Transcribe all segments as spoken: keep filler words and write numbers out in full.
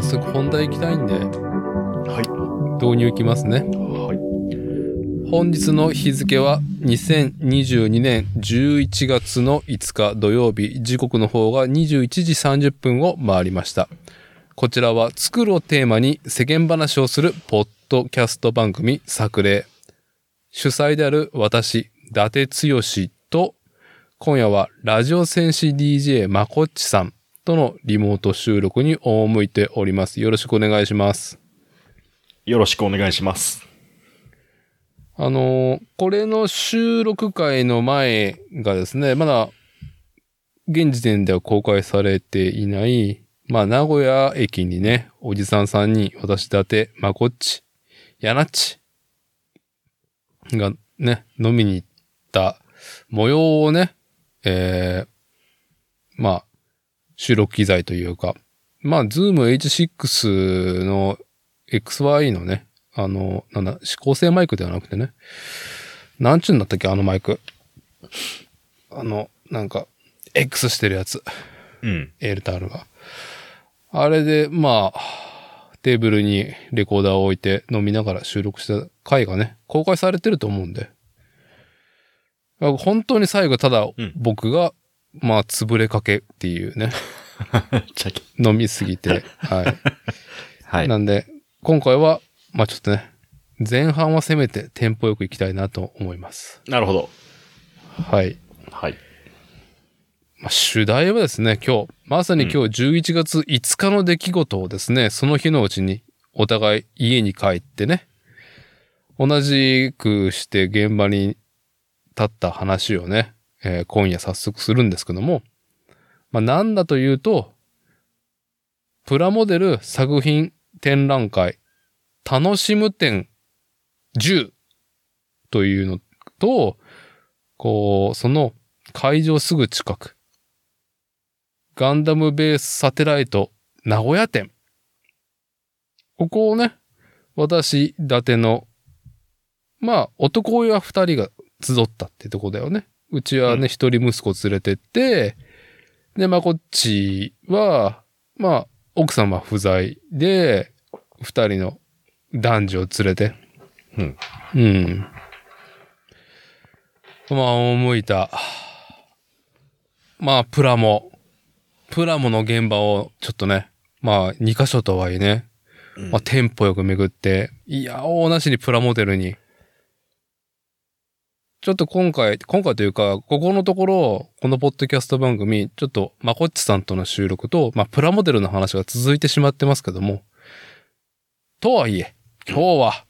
速本題行きたいんで、 はい。 導入いきますね。 はい。 本日の日付はにせんにじゅうにねんじゅういちがつのいつか土曜日、時刻の方がにじゅういちじさんじゅっぷんを回りました。こちらは作るをテーマに世間話をするポッドキャスト番組作例。主催である私、伊達剛と、今夜はラジオ戦士 ディージェー まこっちさんとのリモート収録に赴いております。よろしくお願いします。 よろしくお願いします。 あのー、これの収録会の前がですね、まだ現時点では公開されていない、まあ名古屋駅にね、おじさんさんにん、私伊達、まこっち、やなっちがね、飲みに行った模様をね、えー、まあ、収録機材というか、まあ、ズームエイチシックス の エックスワイ のね、あの、なんだ、指向性マイクではなくてね、なんちゅうんだったっけ、あのマイク。あの、なんか、X してるやつ。 うん。 エールタールが。あれで、まあ、テーブルにレコーダーを置いて飲みながら収録した回がね、公開されてると思うんで。本当に最後、ただ僕が、うん、まあ、潰れかけっていうね。飲みすぎて。はい。はい。なんで、今回は、まあちょっとね、前半はせめてテンポよくいきたいなと思います。 なるほど。 はい。 はい。 まあ、主題はですね、今日、まさに今日じゅういちがついつかの出来事をですね、その日のうちにお互い家に帰ってね、同じくして現場に立った話をね、えー、今夜早速するんですけども、まあなんだというと、プラモデル作品展覧会楽しむ展じゅうというのと、こう、その会場すぐ近く、ガンダムベースサテライト名古屋店。ここをね、私、伊達の、まあ、男親二人が集ったってとこだよね。うちはね、一、うん、人息子連れてって、で、まあ、こっちは、まあ、奥様不在で、二人の男女を連れて。 うん。 うん。まあ、思いた。まあ、プラモ。プラモの現場をちょっとね、まあ、二箇所とはいえね、うん、まあ、テンポよく巡って、いや、大なしにプラモデルに。ちょっと今回、今回というか、ここのところ、このポッドキャスト番組、ちょっと、まこっちさんとの収録と、まあ、プラモデルの話が続いてしまってますけども、とはいえ、今日は、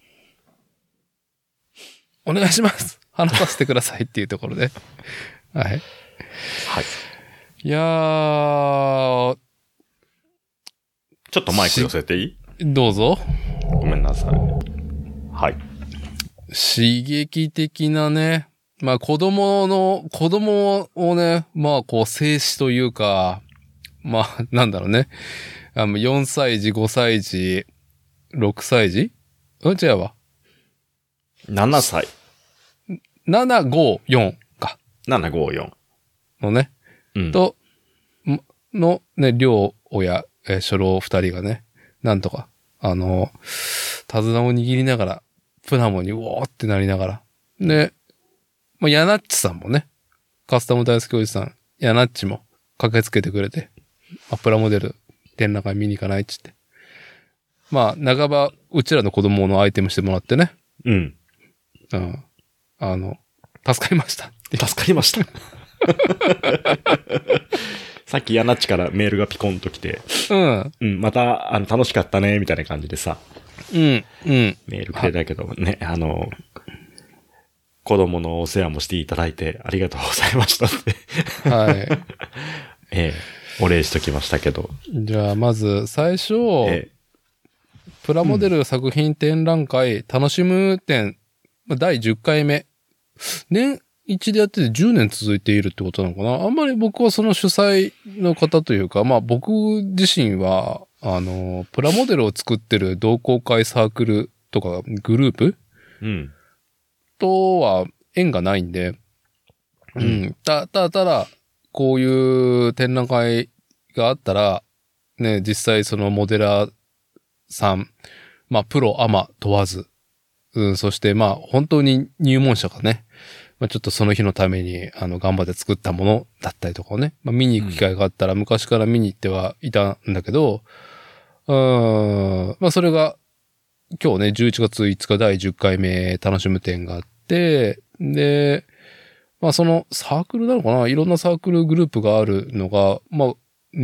お願いします。話させてくださいっていうところで。はい。はい。いやー。 ちょっとマイク寄せていい？ どうぞ。 ごめんなさい。はい。 刺激的なね。まあ子供の、子供をね、まあこう静止というか、まあなんだろうね。あのよんさい児、ごさい児、ろくさい児？うん違うわ。 ななさい。 なな、ご、よんか。 なな、ご、よん。 のね。 うん、 と、のね、両親、えー、初老二人がね、なんとか、あの、手綱を握りながら、プラモにうおーってなりながら。で、まあ、ヤナッチさんもね、カスタム大好きおじさん、ヤナッチも駆けつけてくれて、まあ、プラモデル展覧会見に行かないっつって。まあ、半ば、うちらの子供のアイテムしてもらってね。 うん。 うん。あの、助かりました。 助かりました。さっきヤナッチからメールがピコンと来て、 うん。 うん、また、あの、楽しかったね、みたいな感じでさ。 うん、うん。 メールくれたけど、ね、あの、子供のお世話もしていただいてありがとうございましたって。はい。ええ、お礼しときましたけど。 じゃあ、まず、最初、ええ、プラモデル作品展覧会、うん、楽しむ展、だいじゅっかいめ。年一でやっててじゅうねん続いているってことなのかな。あんまり僕はその主催の方というか、まあ僕自身は、あの、プラモデルを作ってる同好会サークルとかグループ、 うん、 とは縁がないんで、うん、うん、た、ただただ、こういう展覧会があったら、ね、実際そのモデラーさん、まあ、プロ、アマ問わず、うん、そしてまあ、本当に入門者がね、まあ、ちょっとその日のために、あの、頑張って作ったものだったりとかをね、まあ、見に行く機会があったら、昔から見に行ってはいたんだけど、うーん、まあ、それが、今日ね、じゅういちがついつかだいじゅっかいめ楽しむ展があって、で、まあそのサークルなのかないろんなサークルグループがあるのが、まあ、うん、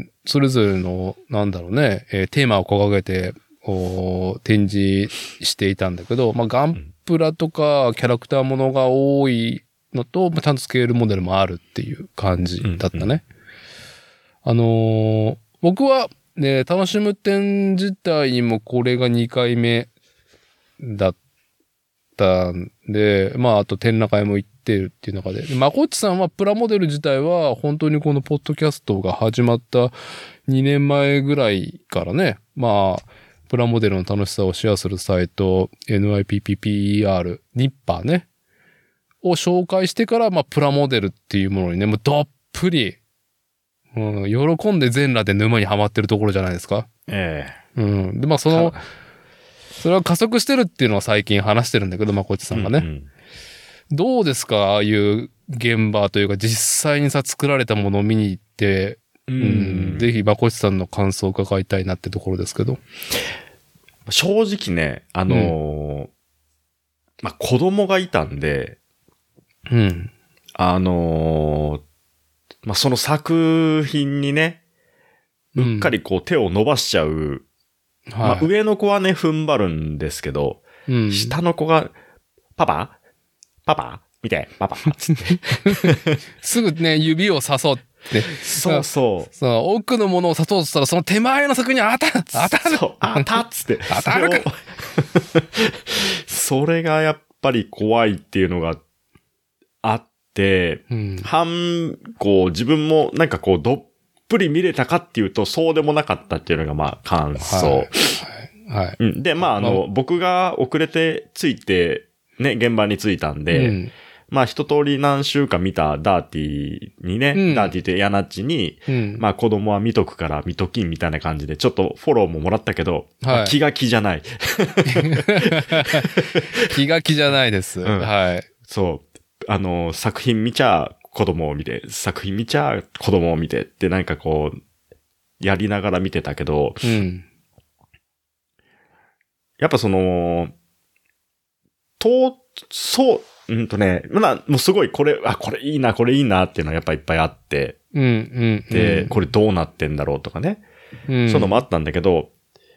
それぞれの、なんだろうね、えー、テーマを掲げて、展示していたんだけど、まあガンプラとかキャラクターものが多いのと、まあ、ちゃんとスケールモデルもあるっていう感じだったね。うんうん、あのー、僕はね、楽しむ展自体にもこれがにかいめだったんで、まああと展覧会も行ってるっていう中で、まこっちさんはプラモデル自体は本当にこのポッドキャストが始まったにねんまえぐらいからね、まあプラモデルの楽しさをシェアするサイト エヌアイピーピーピーイーアール ニッパーねを紹介してから、まあプラモデルっていうものにね、もうどっぷりうん、喜んで全裸で沼にはまってるところじゃないですか。 ええうん。で、まあその、それは加速してるっていうのは最近話してるんだけど、まこっちさんがね。うんうん、どうですかああいう現場というか実際にさ作られたものを見に行って、うん、うん、ぜひまこっちさんの感想を伺いたいなってところですけど。 正直ね、あのーうん、まあ子供がいたんで、 うん。あのー、まあ、その作品にね、うっかりこう手を伸ばしちゃう。うん、まあ、上の子はね、踏ん張るんですけど、うん、下の子が、パパパパ見て、パパつって。 すぐね、指を刺そうって。 そうそう。 そう、奥のものを刺そうとしたら、その手前の作品に当たる当たるそう、当たっつって。 当たるかそれがやっぱり怖いっていうのがあって、で、うん、半、こう、自分もなんかこう、どっぷり見れたかっていうと、そうでもなかったっていうのが、まあ、感想。はい。はいはい、うん、で、まあ、あの、まあ、僕が遅れて着いて、ね、現場に着いたんで、うん、まあ、一通り何週間見たダーティーにね、うん、ダーティーとヤナッチに、うん、まあ、子供は見とくから見ときんみたいな感じで、ちょっとフォローももらったけど、はいまあ、気が気じゃない。 気が気じゃないです。うん、はい。 そう。あの、作品見ちゃ子供を見て、作品見ちゃ子供を見てってなんかこう、やりながら見てたけど、うん、やっぱその、と、そう、うんとね、まあ、もうすごいこれ、あ、これいいな、これいいなっていうのはやっぱいっぱいあって、 うんうんうん、 で、これどうなってんだろうとかね、うん、そういうのもあったんだけど、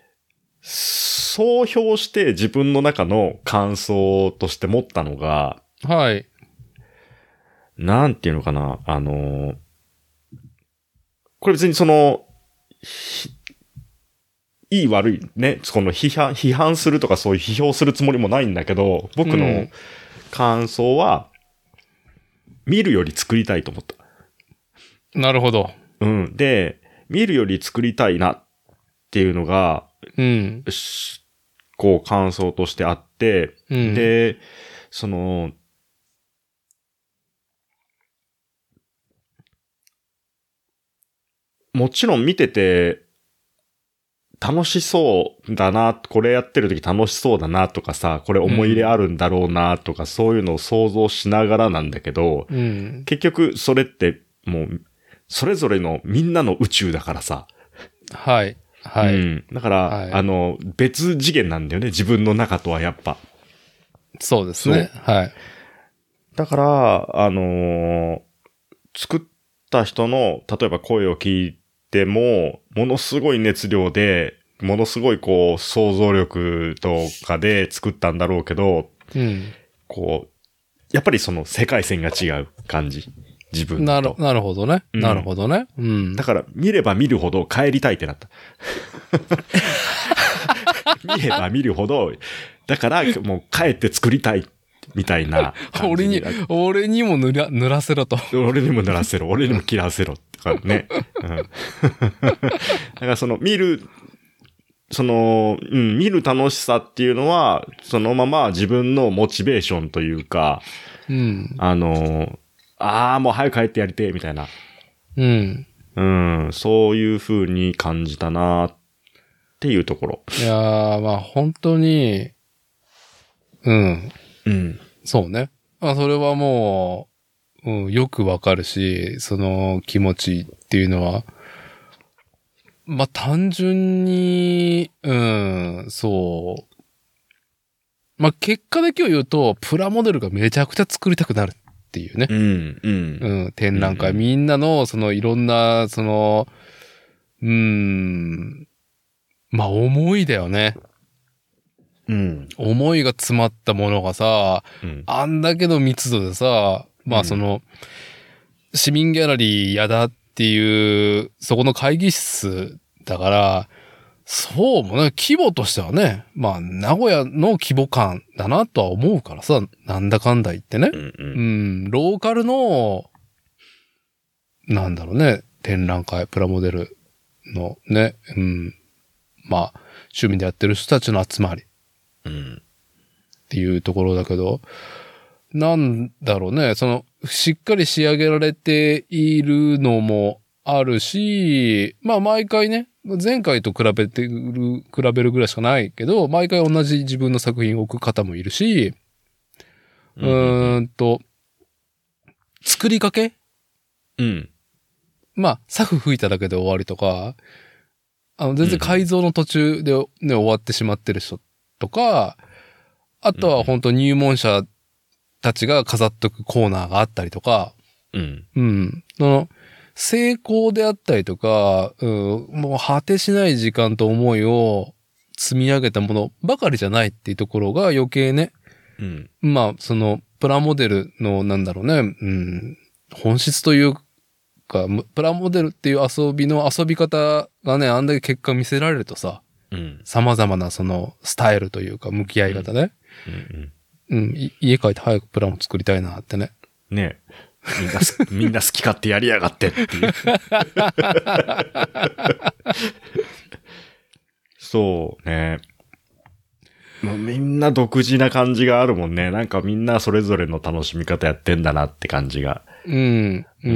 総評して自分の中の感想として持ったのが、 はい。 なんていうのかな、あのー、これ別にその、いい悪いね、この批判、批判するとかそういう批評するつもりもないんだけど、僕の感想は、見るより作りたいと思った。 なるほど。 うん。で、見るより作りたいなっていうのが、 うん。 こう感想としてあって、うん、で、その、もちろん見てて楽しそうだな、これやってる時楽しそうだなとかさ、これ思い入れあるんだろうなとか、うん、そういうのを想像しながらなんだけど、うん、結局それってもうそれぞれのみんなの宇宙だからさ。 はい。はい。うん、 だから、はい、あの、別次元なんだよね、自分の中とはやっぱ。 そうですね。はい。 だから、あのー、作った人の、例えば声を聞いても、ものすごい熱量で、ものすごいこう、想像力とかで作ったんだろうけど、うん、こう、やっぱりその世界線が違う感じ。自分と。 なる、なるほどね。うん、なるほどね。うん。 だから見れば見るほど帰りたいってなった。見れば見るほど、だからもう帰って作りたいみたいな感じに。 俺に、俺にも塗ら、塗らせろと。 俺にも塗らせろ。俺にも切らせろ。とかね。うん、だからその見る、その、うん、見る楽しさっていうのは、そのまま自分のモチベーションというか、うん、あの、ああ、もう早く帰ってやりてえ、みたいな。うん。うん、そういう風に感じたなっっていうところ。 いやー、まあ本当に、うん。 うん。 そうね。まあそれはもう、うん、よくわかるし、その気持ちっていうのは、まあ単純に、うん、そう。まあ結果だけを言うと、プラモデルがめちゃくちゃ作りたくなるっていうね。 うん、うん。 うん、展覧会、うんうん、みんなの、そのいろんな、その、うーん、まあ思いだよね。 うん。 思いが詰まったものがさ、うん、あんだけの密度でさ、まあその、うん、市民ギャラリーやだっていう、そこの会議室だから、そうもね、規模としてはね、まあ名古屋の規模感だなとは思うからさ、なんだかんだ言ってね。うん、うんうん、ローカルの、なんだろうね、展覧会、プラモデルのね、うん、まあ趣味でやってる人たちの集まり。うん、っていうところだけど、なんだろうね、その、しっかり仕上げられているのもあるし、まあ毎回ね、前回と比べてる、比べるぐらいしかないけど、毎回同じ自分の作品を置く方もいるし、うーんと、作りかけうん。まあ、サフ吹いただけで終わりとか、あの、全然改造の途中でね、終わってしまってる人とか、あとは本当入門者たちが飾っとくコーナーがあったりとか、うん。うん。その、成功であったりとか、うん、もう果てしない時間と思いを積み上げたものばかりじゃないっていうところが余計ね、うん。まあ、その、プラモデルの、なんだろうね、うん、本質というか、プラモデルっていう遊びの遊び方がね、あんだけ結果見せられるとさ、うん、様々なそのスタイルというか向き合い方ね。うんうんうん、家帰って早くプラモ作りたいなってね。 ねえ。みんな、みんな好き勝手やりやがってっていう。そうね。もうみんな独自な感じがあるもんね。なんかみんなそれぞれの楽しみ方やってんだなって感じが。うん。うん。うん、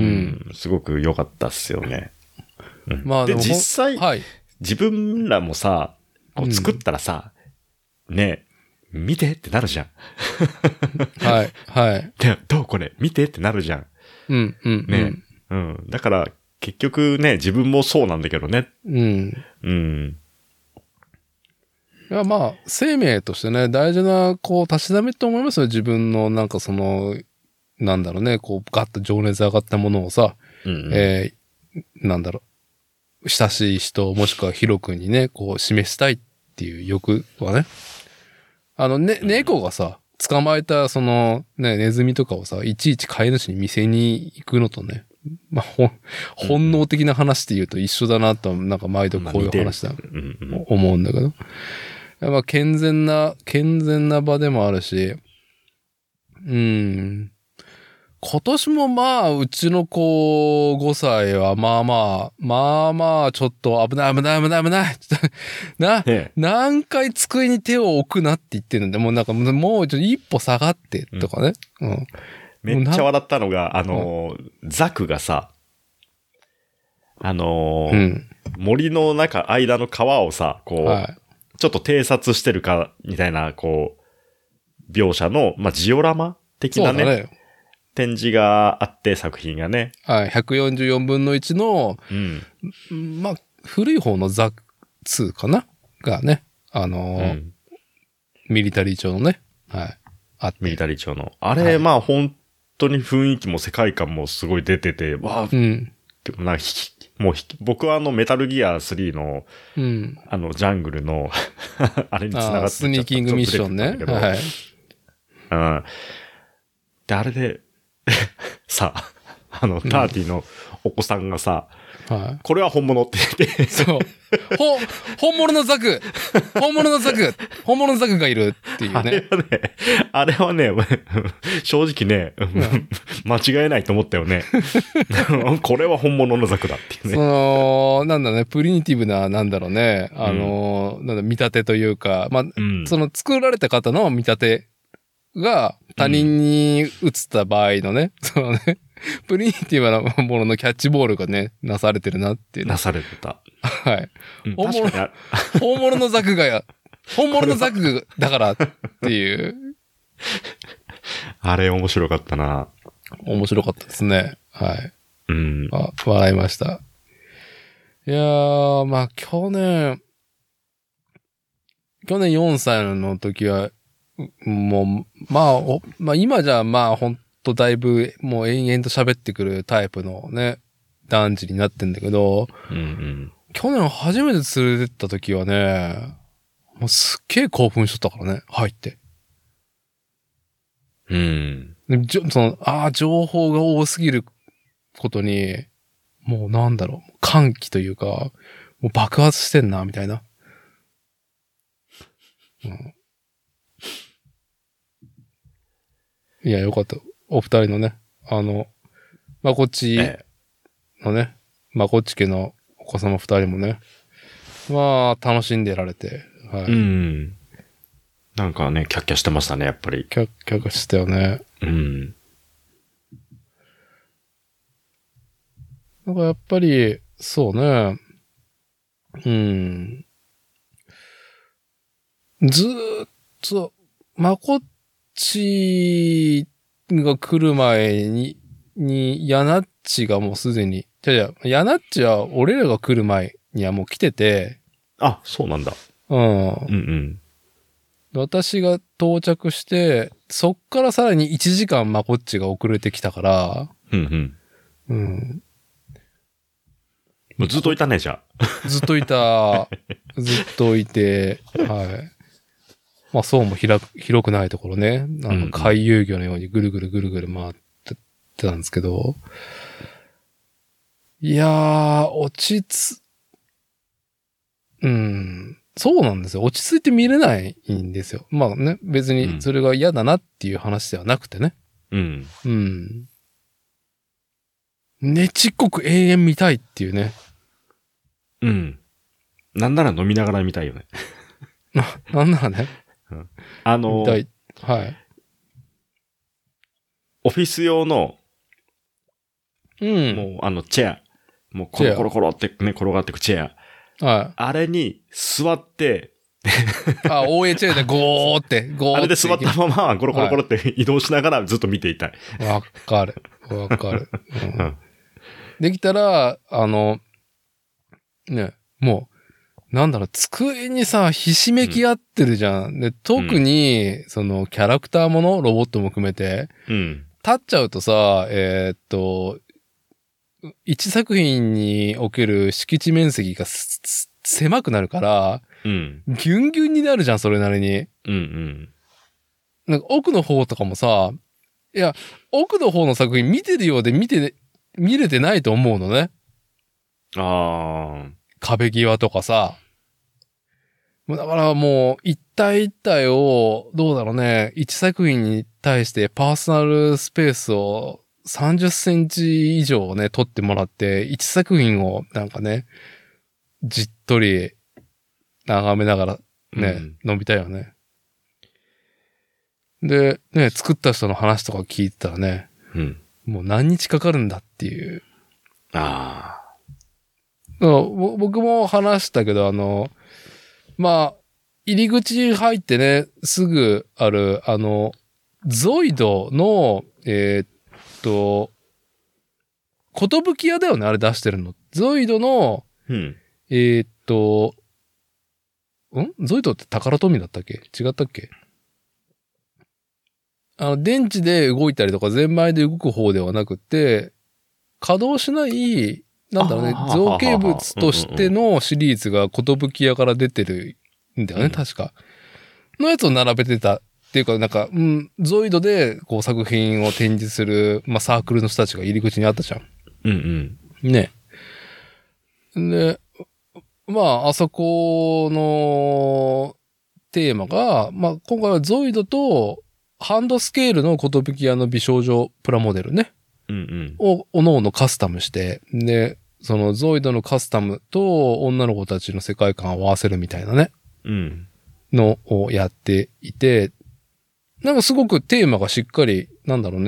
すごく良かったっすよね。うん、まあでも実際、はい、自分らもさ、こう作ったらさ、うん、ねえ、見てってなるじゃん。 はい、はい。 で、どうこれ見てってなるじゃん。 うん、うん。 ねえ、うん。だから結局ね、自分もそうなんだけどね。うん。うん。 いや、まあ、生命としてね、大事な、こう、たしなみと思いますよ。自分の、なんかその、なんだろうね、こう、ガッと情熱上がったものをさ、うんうん、えー、なんだろう、親しい人、もしくは広くにね、こう、示したいっていう欲はね、あの、ね、猫がさ、捕まえた、その、ね、ネズミとかをさ、いちいち飼い主に店に行くのとね、まあ、ほん、本能的な話で言うと一緒だなと、なんか毎度こういう話だ、思うんだけど。まあ、健全な、健全な場でもあるし、うん。今年もまあ、うちの子ごさいはまあまあ、まあまあ、ちょっと危ない危ない危ない危ない。な、何回机に手を置くなって言ってるんで、もうなんかもうちょっと一歩下がってとかね。うん。うん、 めっちゃ笑ったのが、あの、うん、ザクがさ、あのーうん、森の中、間の川をさ、こう、はいちょっと偵察してるか、みたいな、こう、描写の、まあ、ジオラマ的なね、ね展示があって、作品がね。 はい、ひゃくよんじゅうよんぶんのいちの、うん、まあ、古い方のザツーかながね、あのーうん、ミリタリー調のね、はい、あって。 ミリタリー調の。あれ、はい、まあ、本当に雰囲気も世界観もすごい出てて、わあ、うん、でもなんかもう僕はあのメタルギアスリーの、うん、あのジャングルのあれに繋がってちゃった。 スニーキングミッションね。はい。 うん。で、あれで、さ、あの、ターティのお子さんがさ、うんはい、これは本物って言って。 そう。ほ、本物のザク本物のザク本物のザクがいるっていうね。あれはね、あれはね、正直ね、うん、間違えないと思ったよね。これは本物のザクだっていうね。 その、なんだね、プリミティブな、なんだろうね、あの、うん、なんだ、見立てというか、まあ、うん、その作られた方の見立てが他人に移った場合のね、そのね、 プリミティブなもののキャッチボールがね、なされてるなっていう、ね。 なされてた。 はい。 うん、 本物、本物のザクがや、本物のザクだからっていう。 あれ面白かったな。 面白かったですね。はい。 うん。 あ、笑いました。いやー、まあ去年、去年よんさいの時は、もう、まあ、まあ今じゃまあほんとだいぶもう延々と喋ってくるタイプのね、男児になってんだけど、 うんうん、 去年初めて連れてった時はね、もうすっげえ興奮しとったからね、入って。 うん。 でじょその、ああ、情報が多すぎることに、もうなんだろう、歓喜というか、もう爆発してんな、みたいな。うん、いや、よかった。お二人のね、あの、まこっちのね、まこっち家のお子様二人もね、まあ、楽しんでられて、はい。 うん。なんかね、キャッキャしてましたね、やっぱり。 キャッキャしてたよね。 うん。 なんかやっぱり、そうね、うん。ずーっと、まこっちが来る前に、に、ヤナッチがもうすでに、じゃじゃ、ヤナッチは俺らが来る前にはもう来てて、 あ、そうなんだ。 うん。うんうん。 私が到着して、そっからさらにいちじかんまこっちが遅れてきたから、 うんうん。 うん。 もうずっといたね、じゃあ。ずっといた。ずっといて、はい。まあそうも広く、広くないところね。あの、回遊魚のようにぐるぐるぐるぐる回ってたんですけど。いやー、落ちつ、うん。そうなんですよ。落ち着いて見れないんですよ。まあね、別にそれが嫌だなっていう話ではなくてね。 うん。 うん。ねちっこく永遠見たいっていうね。 うん。なんなら飲みながら見たいよね。 な、なんならね。 うん、あの見たい。はい。 オフィス用の、 うん。 もうあのチェア。もうコロコロコロってね、転がってくチェア。はい。 あれに座って、 あ、オーエー チェアでゴーって、ゴーって。 あれで座ったまま、コロコロコロって移動しながらずっと見ていたい。 わ、かる。わかる、うん。できたら、あの、ね、もう、なんだろう、机にさ、ひしめき合ってるじゃん。うん、で、特に、うん、その、キャラクターもの、ロボットも含めて、 うん、 立っちゃうとさ、えー、っと、一作品における敷地面積が狭くなるから、 うん、 ギュンギュンになるじゃん、それなりに。 うんうん、 なんか奥の方とかもさ、いや、奥の方の作品見てるようで見て、見れてないと思うのね。 ああ。 壁際とかさ。だからもう、一体一体を、どうだろうね、一作品に対してパーソナルスペースをさんじゅっセンチ以上ね、取ってもらって、一作品をなんかね、じっとり眺めながらね、うん、飲みたいよね。で、ね、作った人の話とか聞いてたらね、 うん、 もう何日かかるんだっていう。 ああ。 僕も話したけど、あの、まあ、入り口入ってね、すぐある、あの、ゾイドの、えー、っと、ことぶき屋だよね、あれ出してるの。ゾイドの、 うん、 えー、っと、んゾイドって宝富だったっけ違ったっけあの、電池で動いたりとか、ゼンマイで動く方ではなくて、稼働しない、なんだろうね、造形物としてのシリーズがことぶき屋から出てるんだよね、うん、確か。のやつを並べてたっていうか、なんか、うん、ゾイドでこう作品を展示する、まあサークルの人たちが入り口にあったじゃん。 うんうん。 ね。で、まあ、あそこのテーマが、まあ今回はゾイドとハンドスケールのことぶき屋の美少女プラモデルね。 うんうん、 を、おのおのカスタムして、で、そのゾイドのカスタムと女の子たちの世界観を合わせるみたいなね。 うん。 のをやっていて、なんかすごくテーマがしっかり、なんだろうね。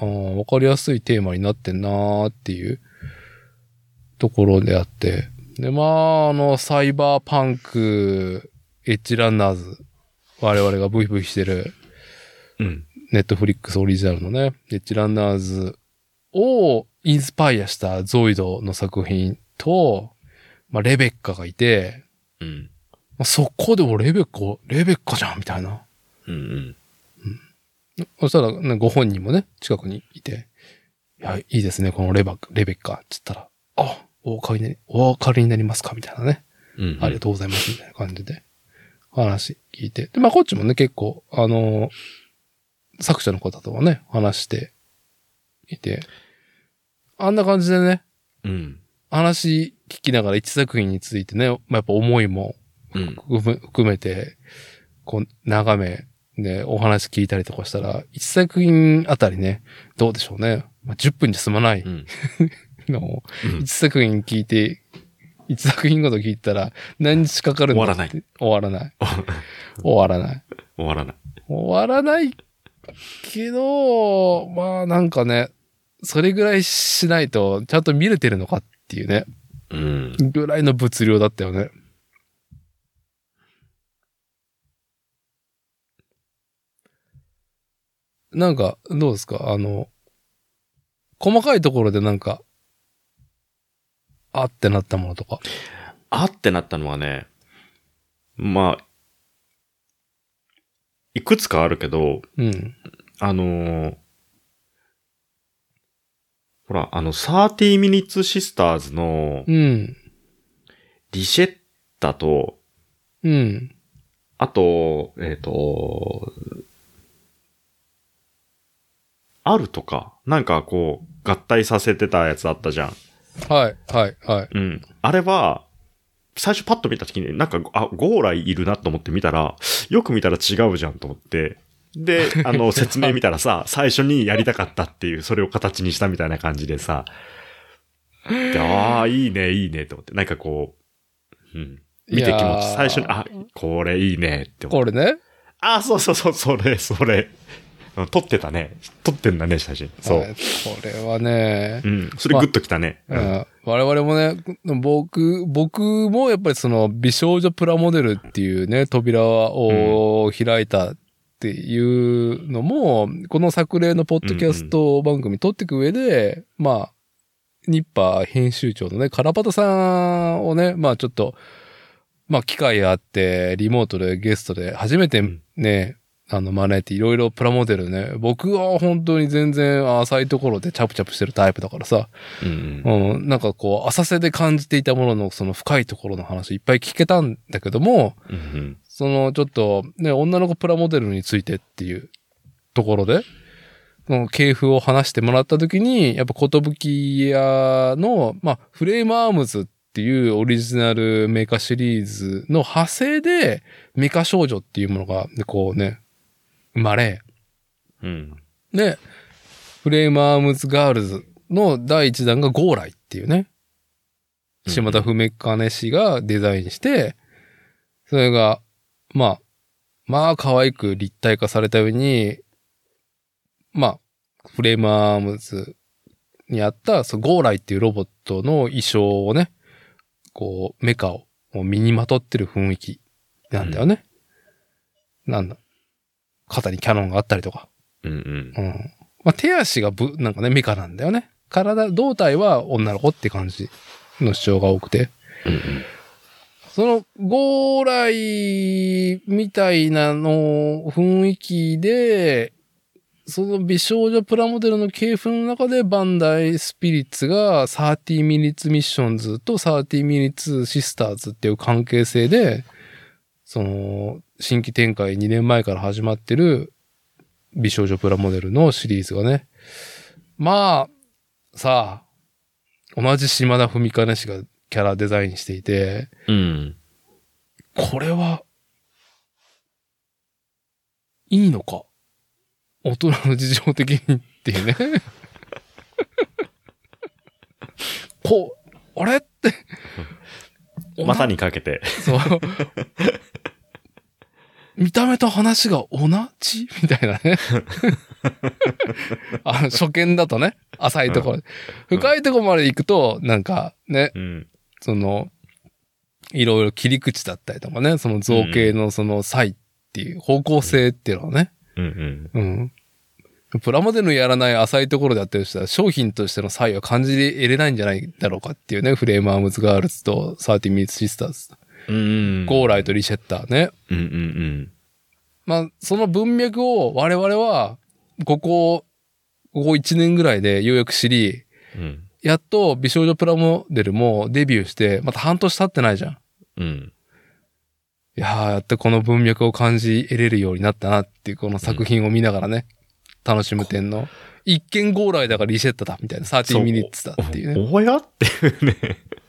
あわかりやすいテーマになってんなーっていうところであって。で、まあ、あの、サイバーパンク、エッジランナーズ、我々がブイブイしてる、 うん。 ネットフリックスオリジナルのね、エッジランナーズをインスパイアしたゾイドの作品と、まあ、レベッカがいて、 うん。 まあ、そこで俺レベッカ、レベッカじゃんみたいな。 うんうん。 うん、そしたら、ね、ご本人もね、近くにいて、いや、いいですね、このレバ、レベッカって言ったら、あ、お分かりに、お分かりになりますかみたいなね。 うんうん、 ありがとうございます、みたいな感じで、話聞いて。で、まあ、こっちもね、結構、あのー、作者の方とはね、話していて、あんな感じでね、 うん、 話聞きながら一作品についてね、まあ、やっぱ思いも含めて、こう、眺め、で、お話聞いたりとかしたら、一作品あたりね、どうでしょうね。まあ、じゅっぷんじゃ済まない、うん、のを、一作品聞いて、一作品ごと聞いたら、何日かかるんだって。終わらない。終わらない。 終わらない。 終わらないけど、まあなんかね、それぐらいしないと、ちゃんと見れてるのかっていうね。 うん。 ぐらいの物量だったよね。なんか、どうですか？あの、細かいところでなんか、あってなったものとか。 あってなったのはね、まあ、いくつかあるけど、 うん。 あのー、ほら、あの、サーティーミニッツシスターズの、 うん。 リシェッタと、 うん。 あと、えっと、あるとか、なんかこう、合体させてたやつあったじゃん。 はい、はい、はい。 うん。あれは、最初パッと見たときに、なんか、あ、ゴーライいるなと思って見たら、よく見たら違うじゃんと思って、で、あの、説明見たらさ、最初にやりたかったっていう、それを形にしたみたいな感じでさ、で、ああ、いいね、いいね、と思って。なんかこう、うん。見て気持ち、最初に、あ、これいいね、って思って。 これね。 ああ、そうそうそう、それ、それ。撮ってたね。撮ってんだね、写真。そう。これはね。 うん。それグッときたね。 まあうん、我々もね、僕、僕もやっぱりその美少女プラモデルっていうね、扉を開いたっていうのも、うん、この作例のポッドキャスト番組撮っていく上で、うんうん、まあ、ニッパー編集長のね、カラパタさんをね、まあちょっと、まあ機会あって、リモートでゲストで初めてね、うん、あの、招いていろいろプラモデルね、僕は本当に全然浅いところでチャプチャプしてるタイプだからさ、 うんうんうん、なんかこう、浅瀬で感じていたもののその深いところの話いっぱい聞けたんだけども、 うんうん、 そのちょっとね、女の子プラモデルについてっていうところで、その系譜を話してもらったときに、やっぱことぶき屋の、まあ、フレームアームズっていうオリジナルメカシリーズの派生で、メカ少女っていうものが、こうね、生まれ、 うん、 で、フレームアームズガールズの第一弾がゴーライっていうね、島田文金氏がデザインして、それが、まあ、まあ可愛く立体化された上に、まあ、フレームアームズにあった、そのゴーライっていうロボットの衣装をね、こう、メカを身にまとってる雰囲気なんだよね。うん、なんだ。肩にキャノンがあったりとか。 うんうん。 うん。まあ、手足がぶ、なんかね、メカなんだよね。体、胴体は女の子って感じの主張が多くて。 うんうん、 その、ゴーライみたいなの雰囲気で、その美少女プラモデルの系譜の中でバンダイスピリッツがサーティーミニッツミッションズとサーティーミニッツシスターズっていう関係性で、その、新規展開にねんまえから始まってる美少女プラモデルのシリーズがね。まあ、さあ、同じ島田文金氏がキャラデザインしていて、 うん、 これは、いいのか大人の事情的にっていうね。こう、あれって。 股にかけて。 そう。見た目と話が同じみたいなね。 あの、初見だとね、浅いところ。うん、深いところまで行くと、なんかね、うん、その、いろいろ切り口だったりとかね、その造形のその差異っていう方向性っていうのはね、うんうん、うん。プラモデルやらない浅いところでやってる人は商品としての差異は感じ得れないんじゃないだろうかっていうね、フレームアームズガールズとサーティミニッツシスターズ。うん、ゴーライとリシェッターね。うんうんうん、まあ、その文脈を我々は、ここ、ここいちねんぐらいでようやく知り、うん、やっと美少女プラモデルもデビューして、また半年経ってないじゃん。うん。いやー、やっとこの文脈を感じ得れるようになったなっていう、この作品を見ながらね、うん、楽しむ点の。一見ゴーライだからリシェッタだ、みたいな、さんじゅうミニッツだっていうね。 お, おやっていうね。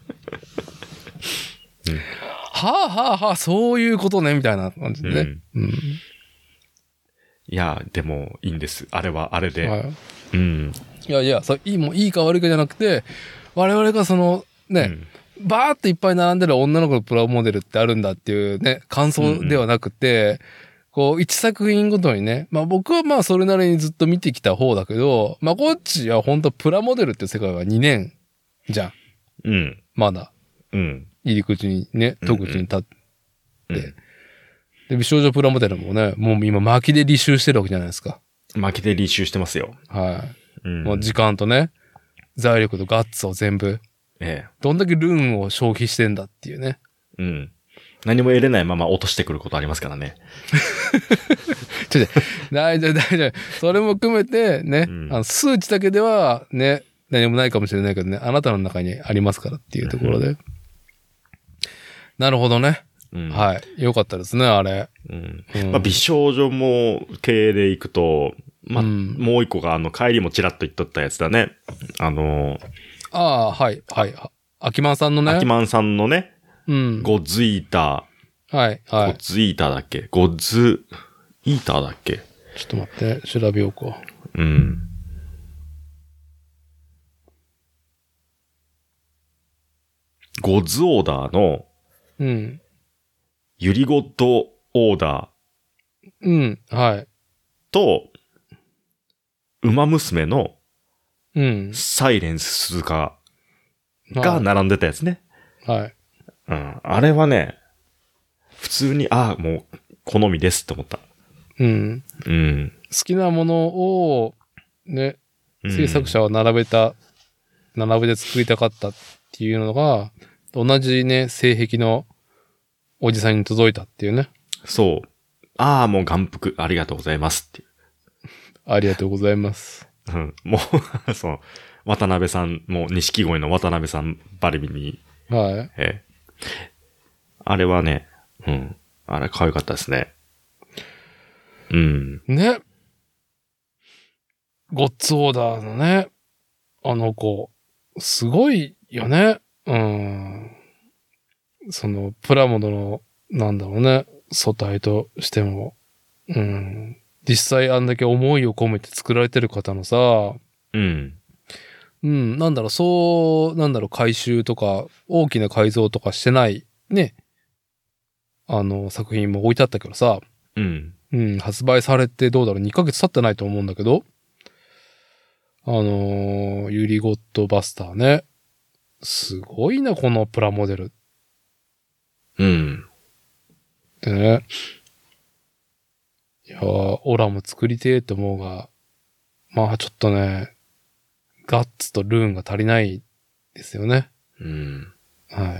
うん、はあはあはあ、そういうことね、みたいな感じでね。うん。うん、 いや、でもいいんです。あれはあれで。はい、 うん。いやいや、そういい、もういいか悪いかじゃなくて、我々がその、ね、うん、バーっていっぱい並んでる女の子のプラモデルってあるんだっていうね、感想ではなくて、うんうん、こう、一作品ごとにね、まあ僕はまあそれなりにずっと見てきた方だけど、まあこっちは本当プラモデルって世界はにねんじゃん。うん。まだ。うん。入り口にね、戸口に立って。うんうん、で、美少女プラモデルもね、もう今巻きで履修してるわけじゃないですか。 巻きで履修してますよ。 はい。うん、もう時間とね、財力とガッツを全部。ええ。どんだけルーンを消費してんだっていうね。 うん。何も得れないまま落としてくることありますからね。 ちょちょ、大丈夫大丈夫。それも含めてね、うん、あの数値だけではね、何もないかもしれないけどね、あなたの中にありますからっていうところで。うん、なるほどね。うん、はい。よかったですね、あれ。 うんうん、まあ、美少女も系でいくと、まあ、うん、もう一個があの、帰りもチラッと言っとったやつだね。あのー、 ああ、はい、はい。アキマンさんのね。 アキマンさんのね、うん、ゴッズイーター。はい、はい。 ゴッズイーターだっけゴッズイーターだっけちょっと待って、調べようか。 うん。ゴッズオーダーの、うん。ユリゴッドオーダー。うん、はい。 と、馬娘の、うん。サイレンス鈴鹿が並んでたやつね。はい。はい、うん。あれはね、普通に、ああ、もう、好みですって思った。 うん。うん。好きなものを、ね、制作者は並べた、うん、並べて作りたかったっていうのが、同じね、性癖のおじさんに届いたっていうね。 そう。ああ、もう眼福、ありがとうございますっていう。 ありがとうございます。 うん。もう、そう。渡辺さん、もう錦鯉の渡辺さんバリビに。はい。えあれはね、うん。あれ可愛かったですね。うん。 ね。ゴッツオーダーのね、あの子、すごいよね。うん。その、プラモデルの、なんだろうね、素体としても、うん。実際あんだけ思いを込めて作られてる方のさ、うん。うん、なんだろう、そう、なんだろう、改修とか、大きな改造とかしてない、ね。あの、作品も置いてあったけどさ、うん。うん、発売されてどうだろう、にかげつ経ってないと思うんだけど、あのー、ユリゴッドバスターね。すごいな、このプラモデル。うん。でね。いやー、オラも作りてーって思うが、まあちょっとね、ガッツとルーンが足りないですよね。うん。はい。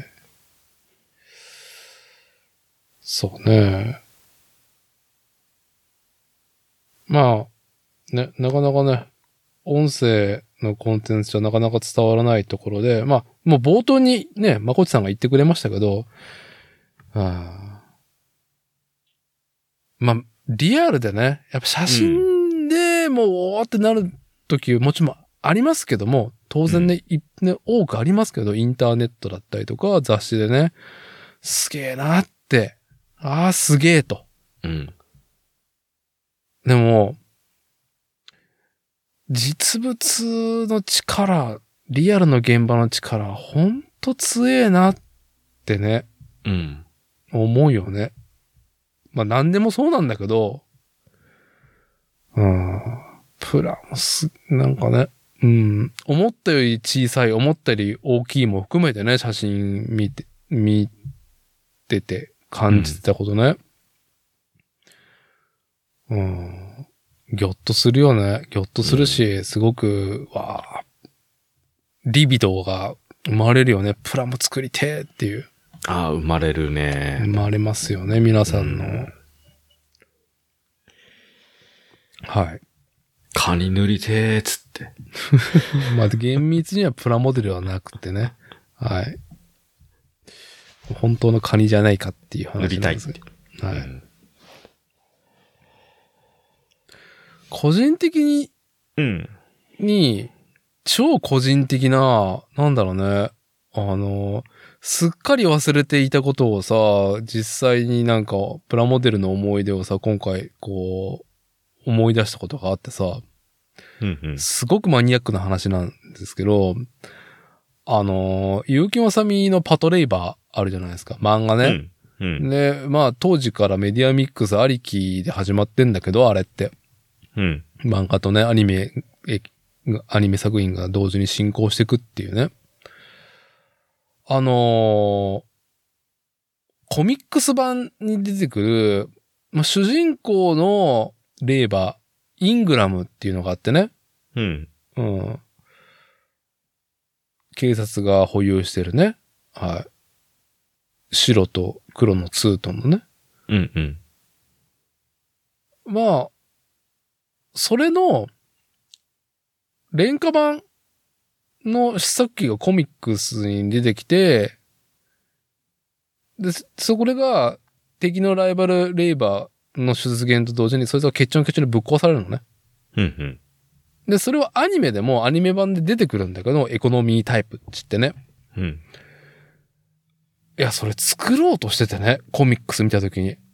そうね。まあ、ね、なかなかね、音声のコンテンツじゃなかなか伝わらないところで、まあ、もう冒頭にね、まこちさんが言ってくれましたけど、あまあ、リアルでね、やっぱ写真でもう、おーってなる時もちろんありますけども、当然ね、うん、ね、多くありますけど、インターネットだったりとか、雑誌でね、すげえなって、ああ、すげえと。うん。でも、実物の力、リアルの現場の力、ほんと強えなってね、うん。思うよね。まあ何でもそうなんだけど、うん。 プラモす、なんかね、うん、思ったより小さい、思ったより大きいも含めてね、写真見て、見てて感じてたことね。うん。うん、ぎょっとするよね。ぎょっとするし、うん、すごく、わあ、リビドーが生まれるよね。プラモ作りてーっていう。 ああ、生まれるね。 生まれますよね、皆さんの。うん、はい。 カニ塗りてーつって。 まあ、厳密にはプラモデルはなくてね。はい。本当のカニじゃないかっていう話なんですけど。はい、うん。個人的に、 うん。 に、超個人的な、なんだろうね。あの、すっかり忘れていたことをさ、実際になんか、プラモデルの思い出をさ、今回、こう、思い出したことがあってさ、 うんうん、 すごくマニアックな話なんですけど、あの、結城まさみのパトレイバーあるじゃないですか、漫画ね。 うんうん、 で、まあ当時からメディアミックスありきで始まってんだけど、あれって。 うん、 漫画とね、アニメ、アニメ作品が同時に進行していくっていうね。あのー、コミックス版に出てくる、まあ、主人公のレーバー、イングラムっていうのがあってね。 うん。 うん。警察が保有してるね。はい。白と黒のツートンのね。 うんうん。 まあ、それの、廉価版の試作機がコミックスに出てきて、で、そこれが敵のライバルレイバーの出現と同時にそいつがケッチョンケッチョンでぶっ壊されるのね。 うんうん。 で、それはアニメでもアニメ版で出てくるんだけど、エコノミータイプって言ってね。 うん。 いや、それ作ろうとしててね、コミックス見たときに。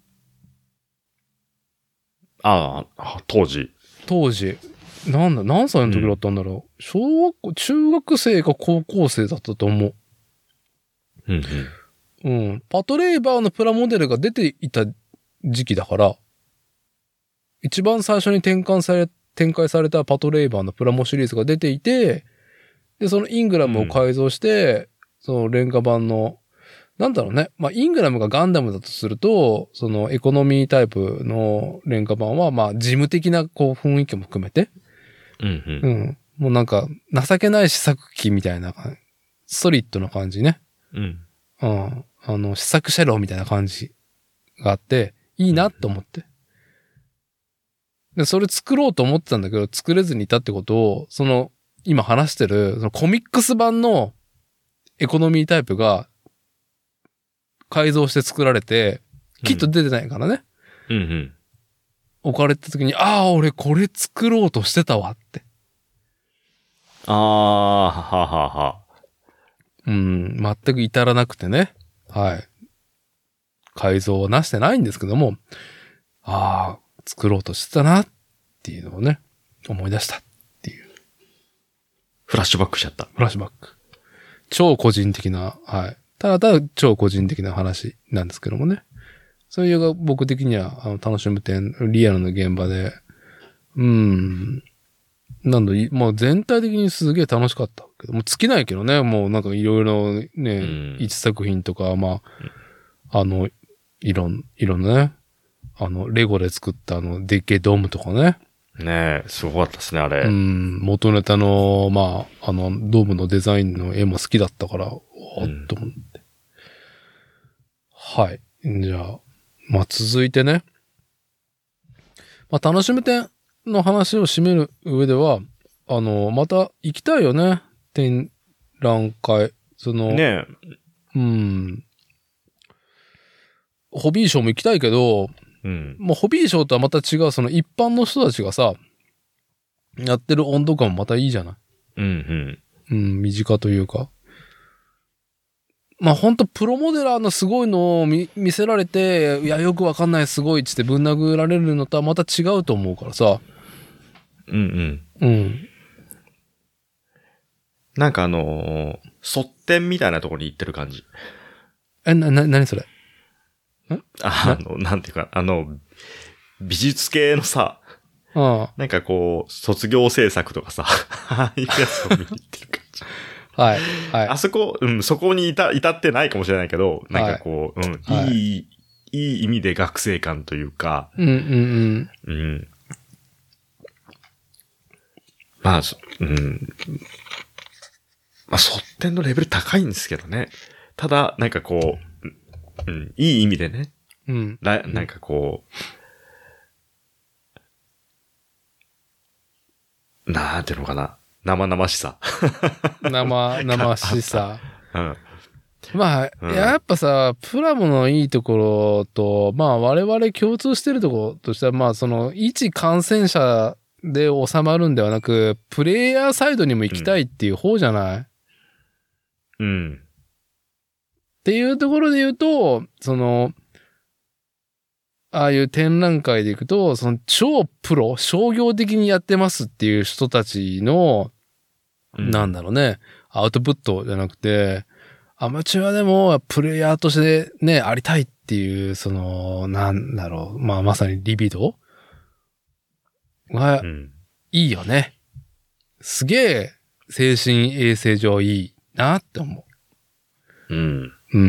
ああ、当時。 当時。なんだ、何歳の時だったんだろう。うん、小学校、中学生か高校生だったと思う。 うんうん。うん。パトレイバーのプラモデルが出ていた時期だから、一番最初に転換され、展開されたパトレイバーのプラモシリーズが出ていて、で、そのイングラムを改造して、うん、その廉価版の、なんだろうね。まあ、イングラムがガンダムだとすると、そのエコノミータイプの廉価版は、まあ、事務的なこう雰囲気も含めて、 うんうん。 うん。もうなんか、情けない試作機みたいな、ソリッドな感じね。 うん。 うん。あの、試作車両みたいな感じがあって、いいなと思って。で、それ作ろうと思ってたんだけど、作れずにいたってことを、その、今話してる、そのコミックス版のエコノミータイプが改造して作られて、きっと出てないからね。 うんうん。 置かれた時に、ああ、俺これ作ろうとしてたわって。 ああ、はははは。 うん、全く至らなくてね。はい。改造はなしてないんですけども、ああ、作ろうとしてたなっていうのをね、思い出したっていう。 フラッシュバックしちゃった。 フラッシュバック。超個人的な、はい。ただただ超個人的な話なんですけどもね。そういうが僕的にはあの楽しむ点、リアルな現場で、うーん。なんだ、もう全体的にすげえ楽しかったけど、もう尽きないけどね、もうなんかいろいろね、うん、一作品とか、まあ、あの、いろん、いろんなね、あの、レゴで作ったあの、でっけえドームとかね。 ねえ、すごかったですね、あれ。 うん、元ネタの、まあ、あの、ドームのデザインの絵も好きだったから、おーっと思って。うん、はい。じゃあ、まあ続いてね。まあ楽しむ点の話を締める上では、あの、また行きたいよね。展覧会。その、 ねえ。 うん。ホビーショーも行きたいけど、 うん。 もうホビーショーとはまた違う、その一般の人たちがさ、やってる温度感もまたいいじゃない。 うんうん。 うん、身近というか。まあほんとプロモデラーのすごいのを 見, 見せられて、いやよくわかんないすごいっつってぶん殴られるのとはまた違うと思うからさ。 うんうん。うん。 なんかあのー、側店みたいなところに行ってる感じ。 え、な、な、なにそれ？んあ、あの、なんていうか、あの、美術系のさ、 うん。 なんかこう、卒業制作とかさ、ああいうやつを見に行ってる感じ。 はい。はい。 あそこ、うん、そこに至、至ってないかもしれないけど、なんかこう、はい、うん、はい、いい、いい意味で学生感というか、 うんうんうん。 うん。まあ、うん。まあ、卒展のレベル高いんですけどね。ただ、なんかこう、うん、いい意味でね。 うん。 な, なんかこう、なんていうのかな。生々しさ。 生、生しさ。 うん。 まあ、うん、やっぱさ、プラモのいいところと、まあ我々共通してるところとしては、まあその、一感染者で収まるんではなく、プレイヤーサイドにも行きたいっていう方じゃない？ うん。うん、 っていうところで言うと、その、ああいう展覧会で行くと、その超プロ、商業的にやってますっていう人たちの、うん、なんだろうね、アウトプットじゃなくて、アマチュアでもプレイヤーとしてね、ありたいっていう、その、なんだろう、まあまさにリビドが、いいよね。すげえ、精神衛生上いいなって思う。うん。 うん。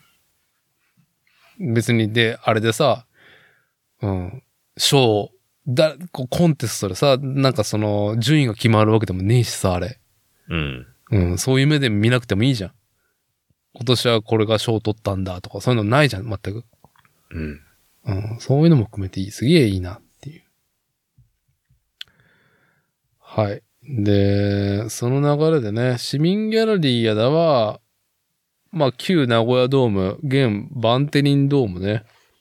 別に、で、あれでさ、うん、賞、だ、コンテストでさ、なんかその、順位が決まるわけでもねえしさ、あれ。 うん。 うん、そういう目で見なくてもいいじゃん。今年はこれが賞取ったんだとか、そういうのないじゃん、全く。 うん。 うん、そういうのも含めていい。すげえいいなっていう。はい。で、その流れでね、市民ギャラリーやだは、まあ、旧名古屋ドーム、現バンテリンドームね。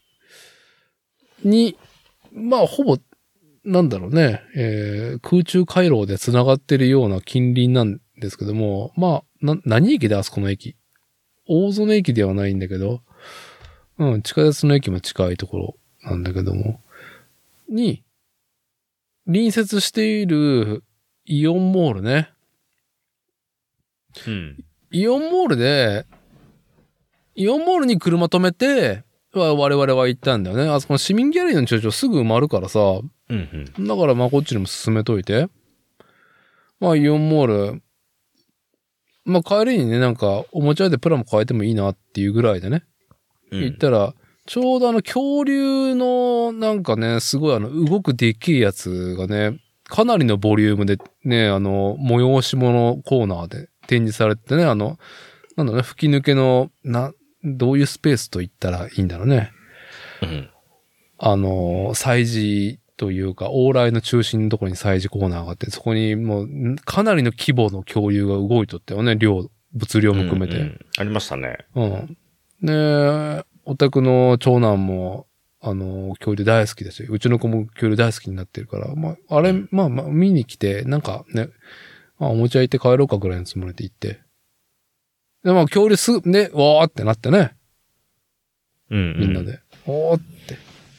に、まあ、ほぼ、なんだろうね、えー、空中回廊で繋がってるような近隣なんですけども、まあ、な、何駅であそこの駅？大曽根駅ではないんだけど、うん、地下鉄の駅も近いところなんだけども、に、隣接しているイオンモールね。 うん。 イオンモールで、イオンモールに車止めて、我々は行ったんだよね。あそこの市民ギャラリーの駐車場すぐ埋まるからさ。 うんうん。 だからまあこっちにも進めといて。まあイオンモール、まあ帰りにね、なんかおもちゃでプラも変えてもいいなっていうぐらいでね。うん、行ったら、ちょうどあの恐竜のなんかね、すごいあの動くでっけえやつがね、かなりのボリュームでね、あの催し物コーナーで展示されてね、あの、なんだね、吹き抜けの、な、どういうスペースと言ったらいいんだろうね。 うん、 あの、催事というか、往来の中心のところに催事コーナーがあって、そこにもう、かなりの規模の恐竜が動いとったよね、量、物量も含めて。うんうん、 ありましたね。 うん。で、お宅の長男も、あの、恐竜大好きですよ。うちの子も恐竜大好きになってるから、まあ、あれ、うん、まあまあ、見に来て、なんかね、まあ、おもちゃ行って帰ろうかぐらいのつもりで行って。で、まあ、恐竜すぐ、ね、わーってなってね。 うん、うん。 みんなで。おーって。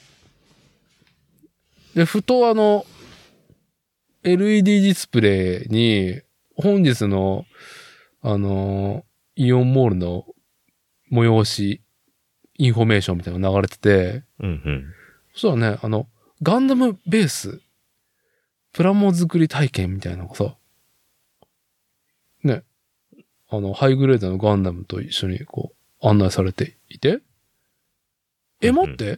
で、ふとあの、エルイーディー ディスプレイに、本日の、あの、イオンモールの催し、インフォメーションみたいなのが流れてて、 うんうん。 そしたらね、あの、ガンダムベース、プラモ作り体験みたいなのがさ、ね、あの、ハイグレードのガンダムと一緒にこう、案内されていて、え、待って、うんうん、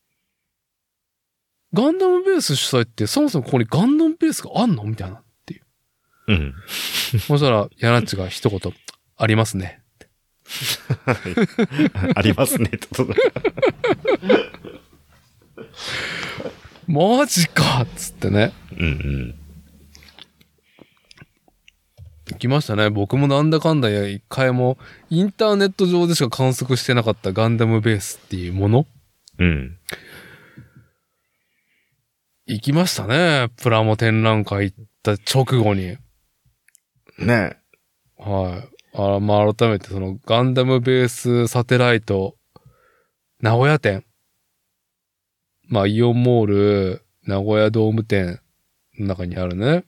ガンダムベース主催ってそもそもここにガンダムベースがあんのみたいなっていう。 うん。 そしたら、ヤナッチが一言、ありますね。 ありますね、ってことだ。 マジかっつってね。 うんうん。 行きましたね。僕もなんだかんだや一回もインターネット上でしか観測してなかったガンダムベースっていうもの。 うん。 行きましたね。プラモ展覧会行った直後に。 ねえ。 はい。あまあ、改めてそのガンダムベースサテライト名古屋店。まあ、イオンモール名古屋ドーム店の中にあるね。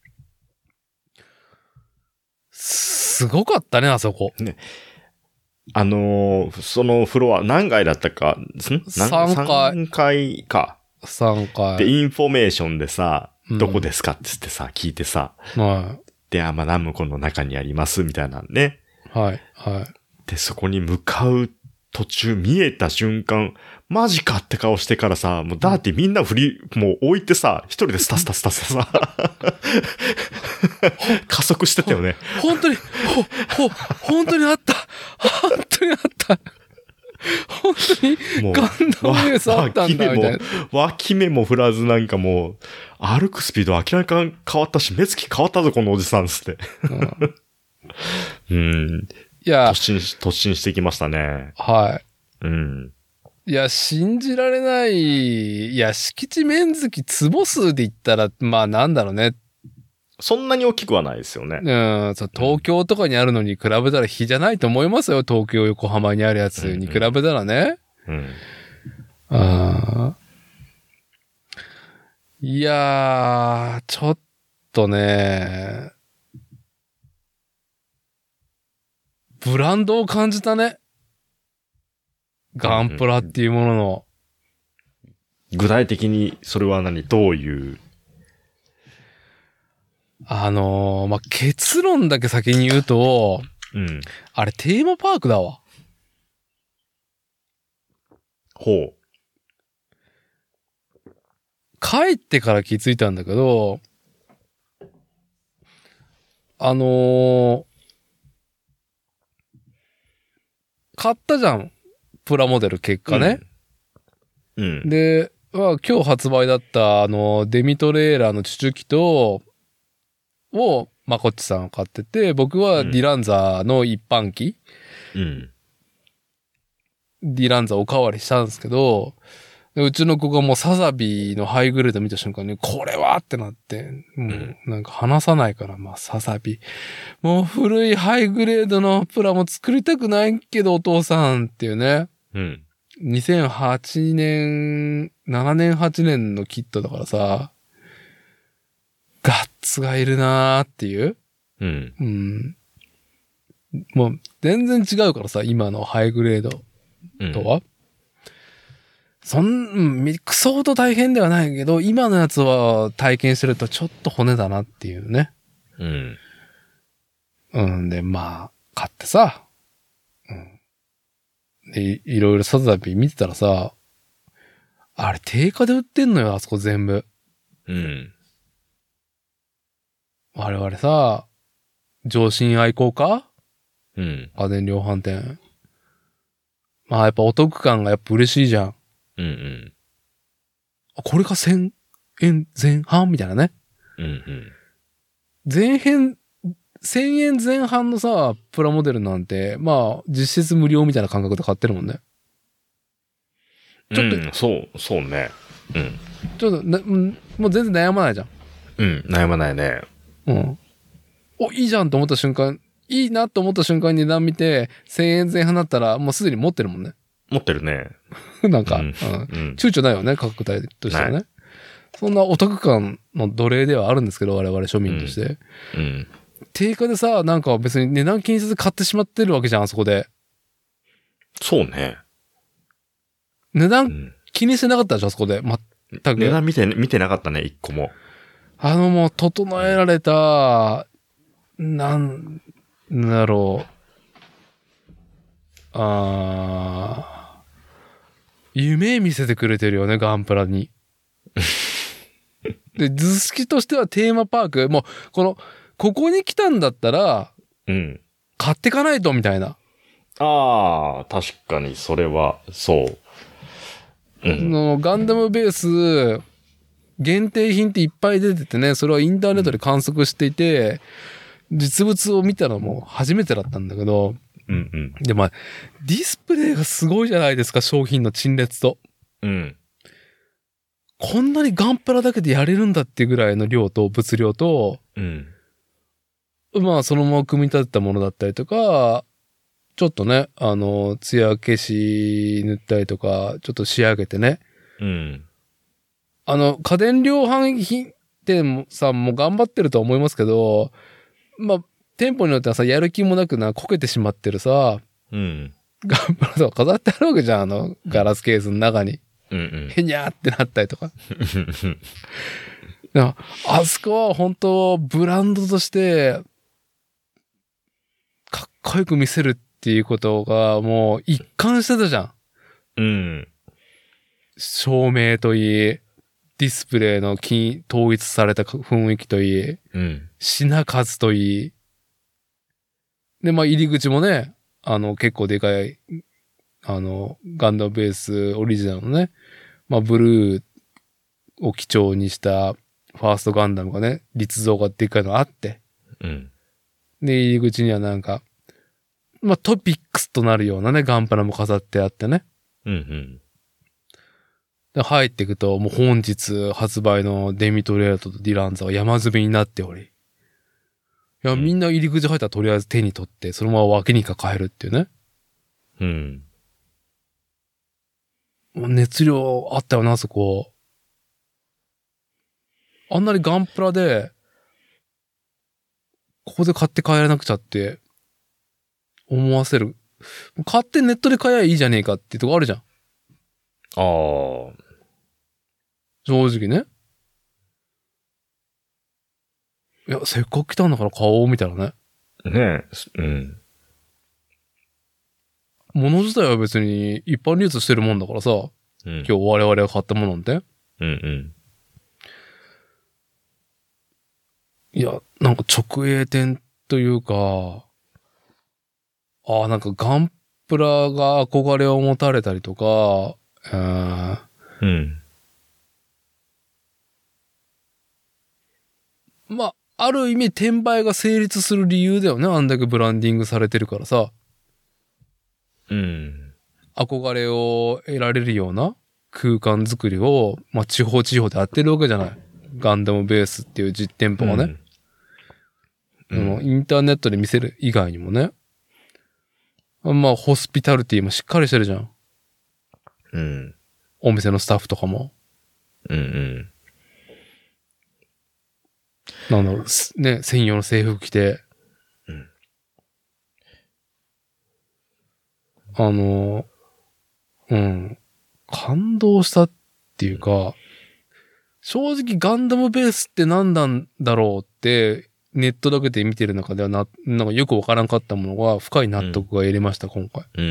すごかったね、あそこ。ね。 あのー、そのフロア何階だったか、んさんかい。 さんかいか。 さんかい。 で、インフォメーションでさ、どこですかってってさ、聞いてさ、 はい。 で、あ、まあ、ナムコの中にあります、みたいなね。 はい、はい。 で、そこに向かう途中見えた瞬間、マジかって顔してからさ、もうだってみんな振り、もう置いてさ、一人でスタスタスタスタさ、加速してたよね。 本当に、ほ、ほ、本当にあった。本当にあった。本当にガンダムベースあったんだみたいな。 脇目も振らずなんかもう、歩くスピード明らかに変わったし、目つき変わったぞこのおじさんつって。うん。うんいや、 突進し、突進してきましたね。 はい。 うん。 いや、信じられない。いや、敷地面積坪数で言ったら、まあなんだろうね。 そんなに大きくはないですよね。 うん、そう東京とかにあるのに比べたら比じゃないと思いますよ。東京、横浜にあるやつに比べたらね。うん。うん、あいやー、ちょっとね、ブランドを感じたね。ガンプラっていうものの。 具体的にそれは何どういうあのー、まあ、結論だけ先に言うと、うん。あれテーマパークだわ。 ほう。 帰ってから気づいたんだけど、あのー、買ったじゃん。プラモデル結果ね。うん。うん、で、まあ、今日発売だった、あの、デミトレーラーのチュチュキと、を、まこっちさんが買ってて、僕はディランザの一般機。うん。ディランザおかわりしたんですけど、うちの子がもうサザビーのハイグレード見た瞬間に、これはってなって、もうなんか話さないから、まあサザビー。もう古いハイグレードのプラも作りたくないけどお父さんっていうね。うん。にせんはちねん、ななねんはちねんのキットだからさ、ガッツがいるなーっていう。うん。うん。もう全然違うからさ、今のハイグレードとは。うん、そん、クソほど大変ではないけど、今のやつは体験してるとちょっと骨だなっていうね。うん。うんで、まあ、買ってさ。うん。で、い, いろいろサザビー見てたらさ、あれ定価で売ってんのよ、あそこ全部。うん。我々さ、上新愛好家うん。家電量販店。まあやっぱお得感がやっぱ嬉しいじゃん。うんうん。これがせんえん前半みたいなね。うんうん。前編、せんえんぜん半のさ、プラモデルなんて、まあ実質無料みたいな感覚で買ってるもんね。 ちょっと、うん、そう、そうね。うん。 ちょっとな、もう全然悩まないじゃん。 うん、悩まないね。 うん。お、いいじゃんと思った瞬間、いいなと思った瞬間に値段見て、せんえんぜん半だったら、もうすでに持ってるもんね。 持ってるね。 なんか、うんうん、躊躇ないよね、価格帯としてはね。そんなお得感の奴隷ではあるんですけど、我々庶民として。うん。うん、定価でさ、なんか別に値段気にせず買ってしまってるわけじゃん、あそこで。 そうね。 値段気にしてなかったでしょ、あそこで。全く。 値段見て、見てなかったね、一個も。 あのもう、整えられた、なんだろう。あー、夢見せてくれてるよね、ガンプラに。で、図式としてはテーマパーク、もう、この、ここに来たんだったら、うん。買ってかないと、みたいな。 ああ、確かに、それは、そう。 うん。のガンダムベース、限定品っていっぱい出ててね、それはインターネットで観測していて、うん、実物を見たのも初めてだったんだけど、うんうん。で、まあ、ディスプレイがすごいじゃないですか、商品の陳列と。うん。こんなにガンプラだけでやれるんだっていうぐらいの量と物量と、うん。まあ、そのまま組み立てたものだったりとか、ちょっとね、あの、艶消し塗ったりとか、ちょっと仕上げてね。うん。あの、家電量販品店さんも頑張ってるとは思いますけど、まあ、店舗によってはさ、やる気もなくな、こけてしまってるさ、うん。ガンプラとか飾ってあるわけじゃん、あの、ガラスケースの中に。 うんうん、 へにゃーってなったりとか。あそこは本当ブランドとしてかっこよく見せるっていうことがもう一貫してたじゃん。 うん。 照明といい、ディスプレイの均統一された雰囲気といい、 うん、 品数といい。で、まあ入り口もね、あの結構でかい、あの、ガンダムベースオリジナルのね、まあブルーを基調にしたファーストガンダムがね、立像がでかいのあって。 うん。で、 入り口にはなんか、まあトピックスとなるようなね、ガンプラも飾ってあってね。 うんうん。 で入っていくと、もう本日発売のデミトレートとディランザは山積みになっており。いや、うん、みんな入り口入ったらとりあえず手に取って、そのまま脇に抱えるっていうね。 うん。 熱量あったよな、そこ。あんなにガンプラで、ここで買って帰らなくちゃって、思わせる。買ってネットで買えばいいじゃねえかっていうとこあるじゃん。 ああ。 正直ね。いや、せっかく来たんだから買おうみたいなね。 ねえ。うん。 物自体は別に一般流通してるもんだからさ。うん、今日我々が買ったものなんて。 うんうん。 いや、なんか直営店というか、ああ、なんかガンプラが憧れを持たれたりとか、えー、 うん。 まあ、ある意味転売が成立する理由だよね。あんだけブランディングされてるからさ。 うん。 憧れを得られるような空間作りを、まあ、地方地方でやってるわけじゃない。ガンダムベースっていう実店舗がね。うん、インターネットで見せる以外にもね。まあ、ホスピタリティもしっかりしてるじゃん。 うん。 お店のスタッフとかも。 うんうん。 なんだろう、ね、専用の制服着て。 うん。 あの、うん。感動したっていうか、正直ガンダムベースって何なんだろうって、ネットだけで見てる中ではな、なんかよくわからんかったものが深い納得が得れました、うん、今回。 うん。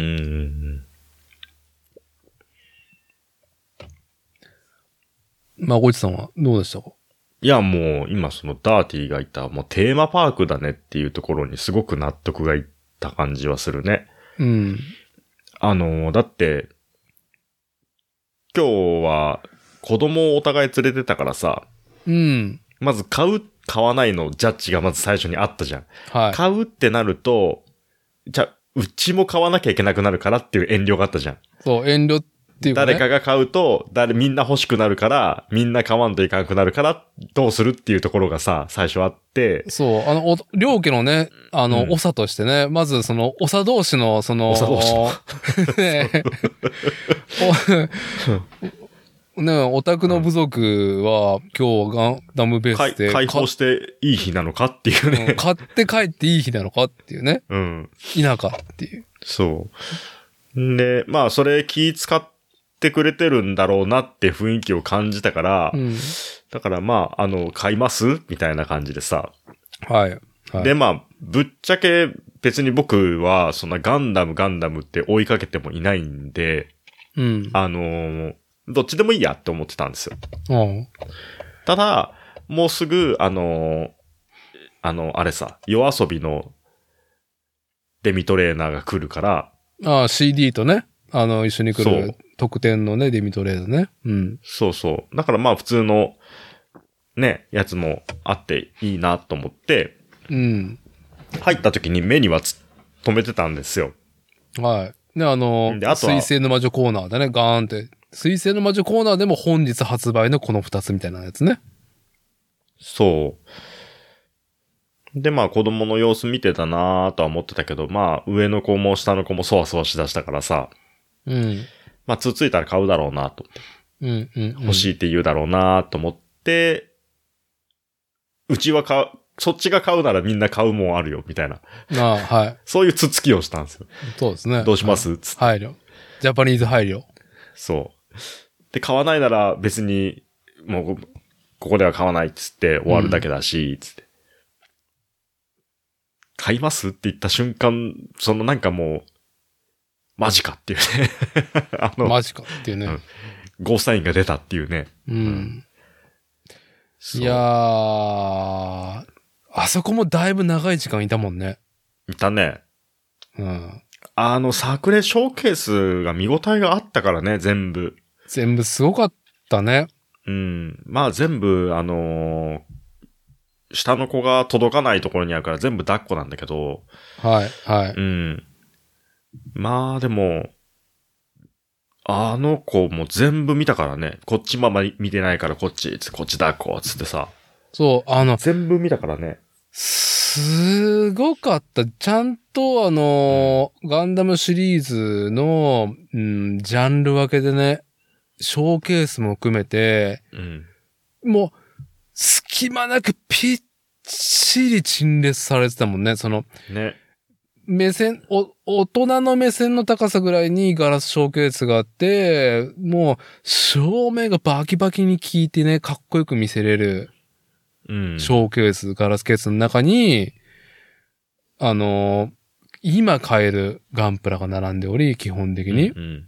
まあ、ごちさんはどうでしたか？ いや、もう、今そのダーティーがいた、もうテーマパークだねっていうところにすごく納得がいった感じはするね。 うん。 あの、だって、今日は子供をお互い連れてたからさ、 うん。 まず買う、買わないのジャッジがまず最初にあったじゃん。 はい。 買うってなると、じゃ、うちも買わなきゃいけなくなるからっていう遠慮があったじゃん。 そう、遠慮っていうか、ね、 誰かが買うと、誰、みんな欲しくなるから、みんな買わんといかなくなるから、どうするっていうところがさ、最初あって。 そう、あの、お、両家のね、あの、長、うん、としてね、まずその、長同士の、その、 長同士の。 ねね、オタクの部族は、今日ガンダムベースで解放していい日なのかっていうね、 うん。買って帰っていい日なのかっていうね。 うん。 田舎っていう。 そう。で、まあ、それ気使ってくれてるんだろうなって雰囲気を感じたから、うん、だからまあ、あの、買いますみたいな感じでさ。 はい。はい、 で、まあ、ぶっちゃけ別に僕は、そんなガンダムガンダムって追いかけてもいないんで、 うん。 あのー、どっちでもいいやって思ってたんですよ。 うん、 ただ、もうすぐ、あのー、あの、あれさ、夜遊びのデミトレーナーが来るから。 ああ、シーディー とね、あの、一緒に来る特典のね、デミトレーナーね。うん。 そうそう。だからまあ普通の、ね、やつもあっていいなと思って、 うん。 入った時に目にはつ止めてたんですよ。 はい。で、あの、 であとは水星の魔女コーナーでね、ガーンって。水星の魔女コーナーでも本日発売のこの二つみたいなやつね。 そう。で、まあ子供の様子見てたなぁとは思ってたけど、まあ上の子も下の子もそわそわしだしたからさ。 うん。 まあつついたら買うだろうなと思って。 うんうん、うん。 欲しいって言うだろうなと思って、うちは買う、そっちが買うならみんな買うもんあるよ、みたいな。 ああ、はい。 そういうつつきをしたんですよ。 そうですね。 どうします、 はい、つって。配慮。ジャパニーズ配慮。 そう。 で、買わないなら別に、もう、ここでは買わないっつって終わるだけだし、つって。買いますって言った瞬間、そのなんかもう、マジかっていうね。あの、 マジかっていうね。うん、 ゴーサインが出たっていうね。 うん。うん、いやー、あそこもだいぶ長い時間いたもんね。 いたね。 うん。 あの、作例ショーケースが見応えがあったからね、全部。 全部すごかったね。 うん。まあ全部、あのー、下の子が届かないところにあるから全部抱っこなんだけど。 はい、はい。 うん。まあでも、あの子も全部見たからね。こっちまま見てないからこっち、こっち抱っこ、つってさ。 そう、あの。 全部見たからね。 すごかった。ちゃんとあの、うん、ガンダムシリーズの、うん、ジャンル分けでね、ショーケースも含めて、 うん、 もう、隙間なくぴっちり陳列されてたもんね。その、 ね。 目線、お、大人の目線の高さぐらいにガラスショーケースがあって、もう、照明がバキバキに効いてね、かっこよく見せれる、ショーケース、ガラスケースの中に、あのー、今買えるガンプラが並んでおり、基本的に。 うん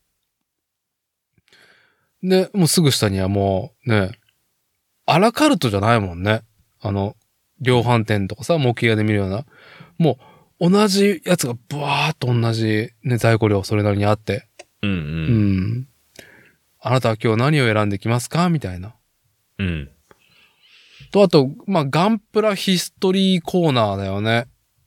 うん、で、もうすぐ下にはもう、ね、アラカルトじゃないもんね。あの、量販店とかさ、模型屋で見るような。もう、同じやつがブワーっと同じ、ね、在庫量それなりにあって。 うんうん。うん。 あなたは今日何を選んできますかみたいな。 うん。 と、あと、まあ、ガンプラヒストリーコーナーだよね。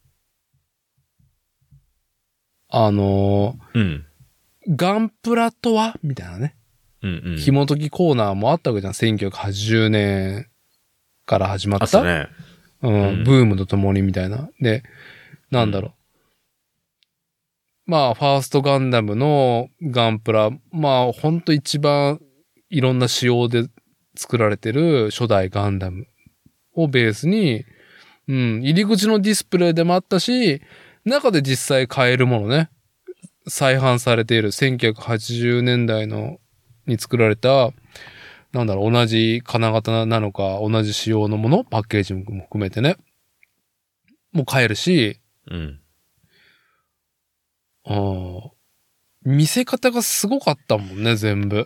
あのー、うん。 ガンプラとはみたいなね。 うんうん。 紐解きコーナーもあったわけじゃん。せんきゅうひゃくはちじゅうねんから始まった。あったね。 うん、うん。ブームとともにみたいな。で、なんだろう。うん、まあ、ファーストガンダムのガンプラ、まあ、ほんと一番いろんな仕様で作られてる初代ガンダムをベースに、うん、入り口のディスプレイでもあったし、中で実際買えるものね。再販されているせんきゅうひゃくはちじゅうねんだいのに作られた、なんだろう、同じ金型なのか、同じ仕様のもの、パッケージも含めてね。もう買えるし、 うん。 ああ、見せ方がすごかったもんね、全部。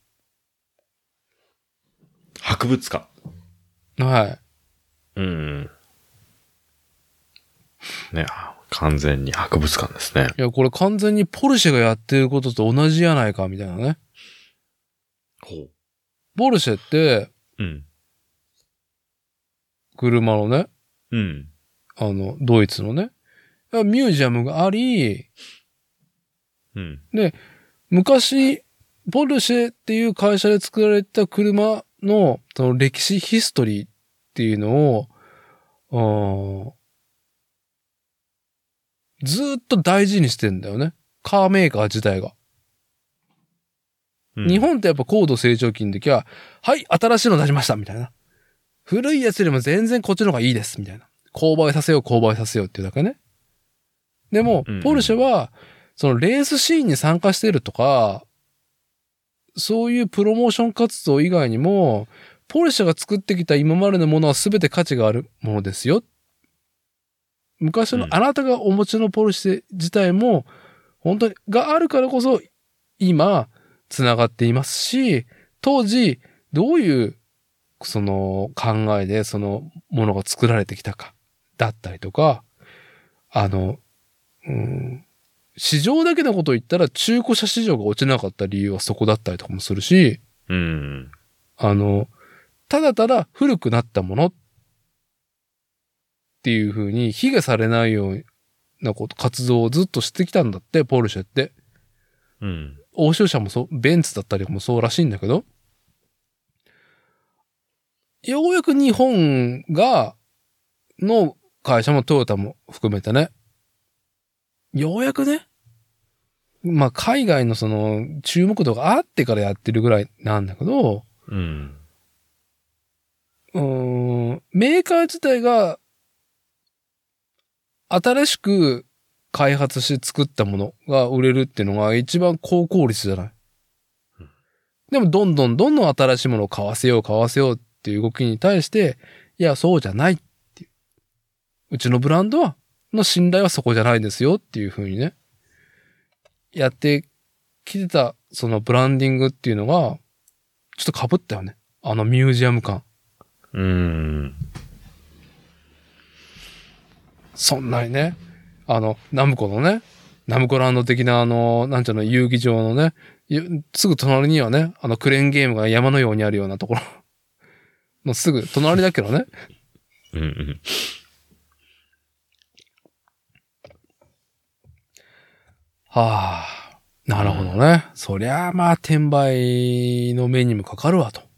博物館。 はい。 うん。ね、完全に博物館ですね。 いや、これ完全にポルシェがやってることと同じやないか、みたいなね。 ほう。 ポルシェって、 うん。 車のね、 うん。 あの、ドイツのね、ミュージアムがあり、 うん。 で、昔、ポルシェっていう会社で作られた車の、その歴史ヒストリーっていうのを、ずーっと大事にしてんだよね。カーメーカー自体が。うん、日本ってやっぱ高度成長期の時は、はい、新しいの出しましたみたいな。古いやつよりも全然こっちの方がいいですみたいな。購買させよう、購買させようっていうだけね。でも、ポルシェは、そのレースシーンに参加してるとか、そういうプロモーション活動以外にも、ポルシェが作ってきた今までのものは全て価値があるものですよ。昔のあなたがお持ちのポルシェ自体も、本当に、があるからこそ、今、繋がっていますし、当時、どういう、その、考えで、その、ものが作られてきたか、だったりとか、あの、うん、市場だけのことを言ったら、中古車市場が落ちなかった理由はそこだったりとかもするし、 うん、 あの、ただただ古くなったものっていう風に、卑下されないようなこと、活動をずっとしてきたんだって、ポルシェって。 うん。 欧州車もそう、ベンツだったりもそうらしいんだけど、ようやく日本が、の会社もトヨタも含めてね、ようやくね、まあ海外のその注目度があってからやってるぐらいなんだけど、 うん。 うーん、メーカー自体が新しく開発して作ったものが売れるっていうのが一番高効率じゃない。 でもどんどんどんどん新しいものを買わせよう買わせようっていう動きに対して、いや、そうじゃないっていう。うちのブランドは、の信頼はそこじゃないですよっていう風にね、やってきてた、そのブランディングっていうのが、ちょっと被ったよね。あのミュージアム感。 うーん。 そんなにね、あの、ナムコのね、ナムコランド的なあの、なんちゃうの、遊戯場のね、すぐ隣にはね、あのクレーンゲームが山のようにあるようなところ。のすぐ隣だけどね。 うんうん。 はあ、なるほどね。うん、そりゃあまあ転売の目にもかかるわと。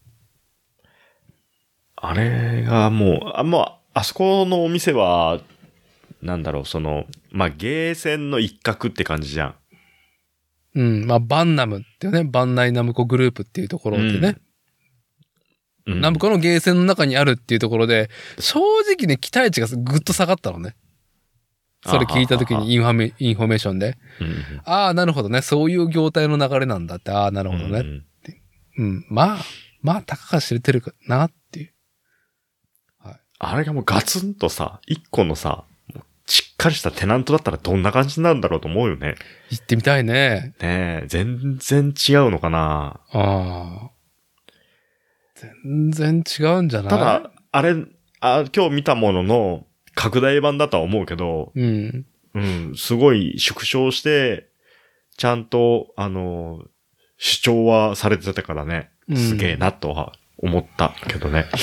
あれがもう、あ、もう、あそこのお店は、なんだろう、その、まあ、ゲーセンの一角って感じじゃん。 うん、まあ、バンナムっていうね、バンナイナムコグループっていうところでね。うん、ナムコのゲーセンの中にあるっていうところで、正直ね、期待値がぐっと下がったのね。それ聞いたときにインフォメ、インフォメーションで。うん、ああ、なるほどね。そういう業態の流れなんだって。ああ、なるほどね。うん、うん。まあ、まあ、たかが知れてるかなっていう。 はい。あれがもうガツンとさ、一個のさ、しっかりしたテナントだったらどんな感じなんだろうと思うよね。 行ってみたいね。 ねえ、全然違うのかな。 ああ。全然違うんじゃない？ ただ、あれ、あ、今日見たものの拡大版だとは思うけど、 うん。 うん、すごい縮小して、ちゃんと、あの、主張はされてたからね、すげえなとは思ったけどね。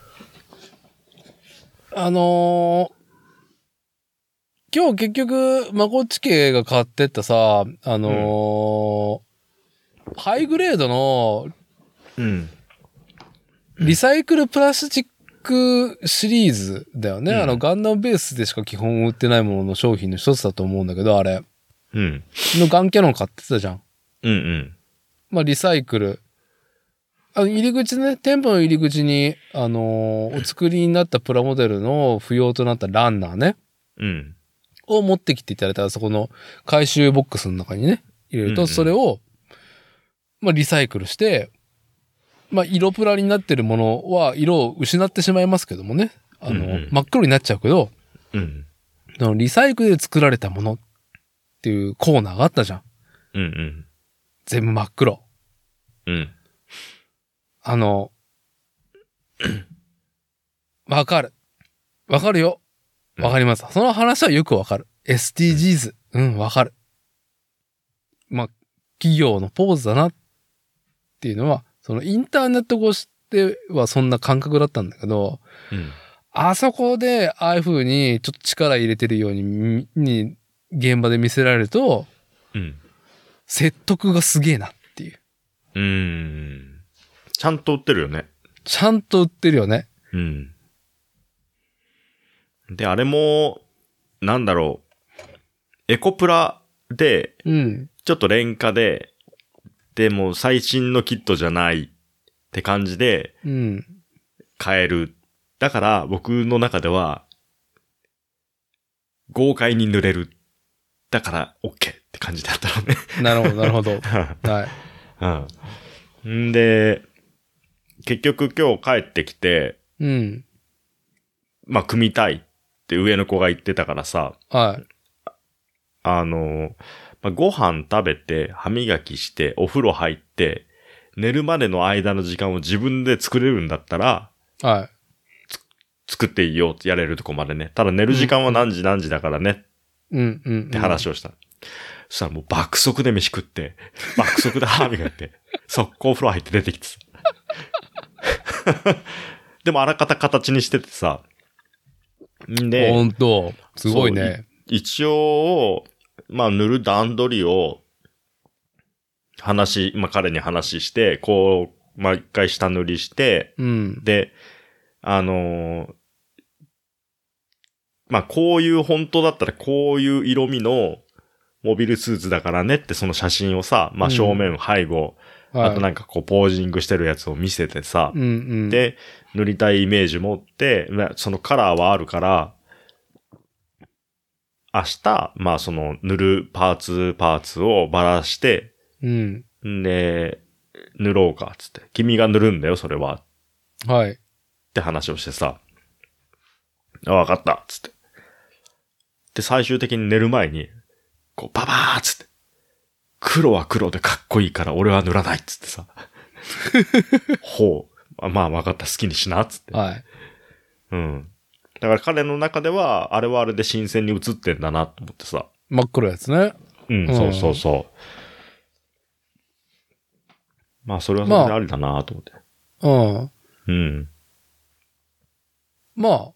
うん、あのー、今日結局、まこっち家が買ってったさ、あのーうん、ハイグレードの、 うん。 リサイクルプラスチックシリーズだよね。うん、あの、ガンダムベースでしか基本売ってないものの商品の一つだと思うんだけど、あれ。 うん。 のガンキャノン買ってたじゃん。 うんうん。 まあ、リサイクル。あの、入り口ね、店舗の入り口に、あのー、お作りになったプラモデルの不要となったランナーね。 うん。 を持ってきていただいたら、そこの回収ボックスの中にね、入れると、それを、まあ、リサイクルして、まあ、色プラになってるものは色を失ってしまいますけどもね。あの、うんうん、真っ黒になっちゃうけど、 うん。 リサイクルで作られたものっていうコーナーがあったじゃん。 うんうん。 全部真っ黒。 うん。 あの、わかる。わかるよ。わかります。その話はよくわかる。エスディージーズ。うん、わかる。まあ、企業のポーズだなっていうのは、そのインターネット越しではそんな感覚だったんだけど、 うん、 あそこでああいう風にちょっと力入れてるように、に現場で見せられると、 うん、 説得がすげえなっていう。 うーん。ちゃんと売ってるよね。 ちゃんと売ってるよね。 うん。で、あれも、なんだろう。エコプラで、 うん、 ちょっと廉価で、でも最新のキットじゃないって感じで、買える。うん、だから僕の中では、豪快に塗れる。だから OK って感じだったのね。 なるほど、なるほど。はい。 うん。んで、結局今日帰ってきて、 うん。 まあ、組みたいって上の子が言ってたからさ、 はい。 あの、まあ、ご飯食べて、歯磨きして、お風呂入って、寝るまでの間の時間を自分で作れるんだったら、 はい。 作っていいよってやれるとこまでね。ただ寝る時間は何時何時だからね。 うんうん。 って話をした。そしたらもう爆速で飯食って、爆速で歯磨いて、速攻お風呂入って出てきてさ。でもあらかた形にしててさ。んで、 ほんと、すごいね。 一応、まあ塗る段取りを、話、まあ彼に話して、こう、まあ一回下塗りして、 うん、 で、あのー、まあこういう本当だったらこういう色味のモビルスーツだからねってその写真をさ、まあ正面背後、うん、あとなんかこうポージングしてるやつを見せてさ、 うんうん、 で、塗りたいイメージ持って、そのカラーはあるから、明日、まあその塗るパーツパーツをばらして、 うん、 で、 塗ろうか、つって。君が塗るんだよ、それは。 はい。 って話をしてさ。あ、わかった、つって。で、最終的に寝る前に、こう、ババーっつって。黒は黒でかっこいいから俺は塗らないっつってさ。ほう。まあわかった、好きにしな、っつって。 はい。 うん。だから彼の中では、あれはあれで新鮮に映ってんだなと思ってさ。 真っ黒いやつね。 うん、うん、そうそうそう。まあそれはそれでありだなと思って。 まあ、 うん。うん。 まあ、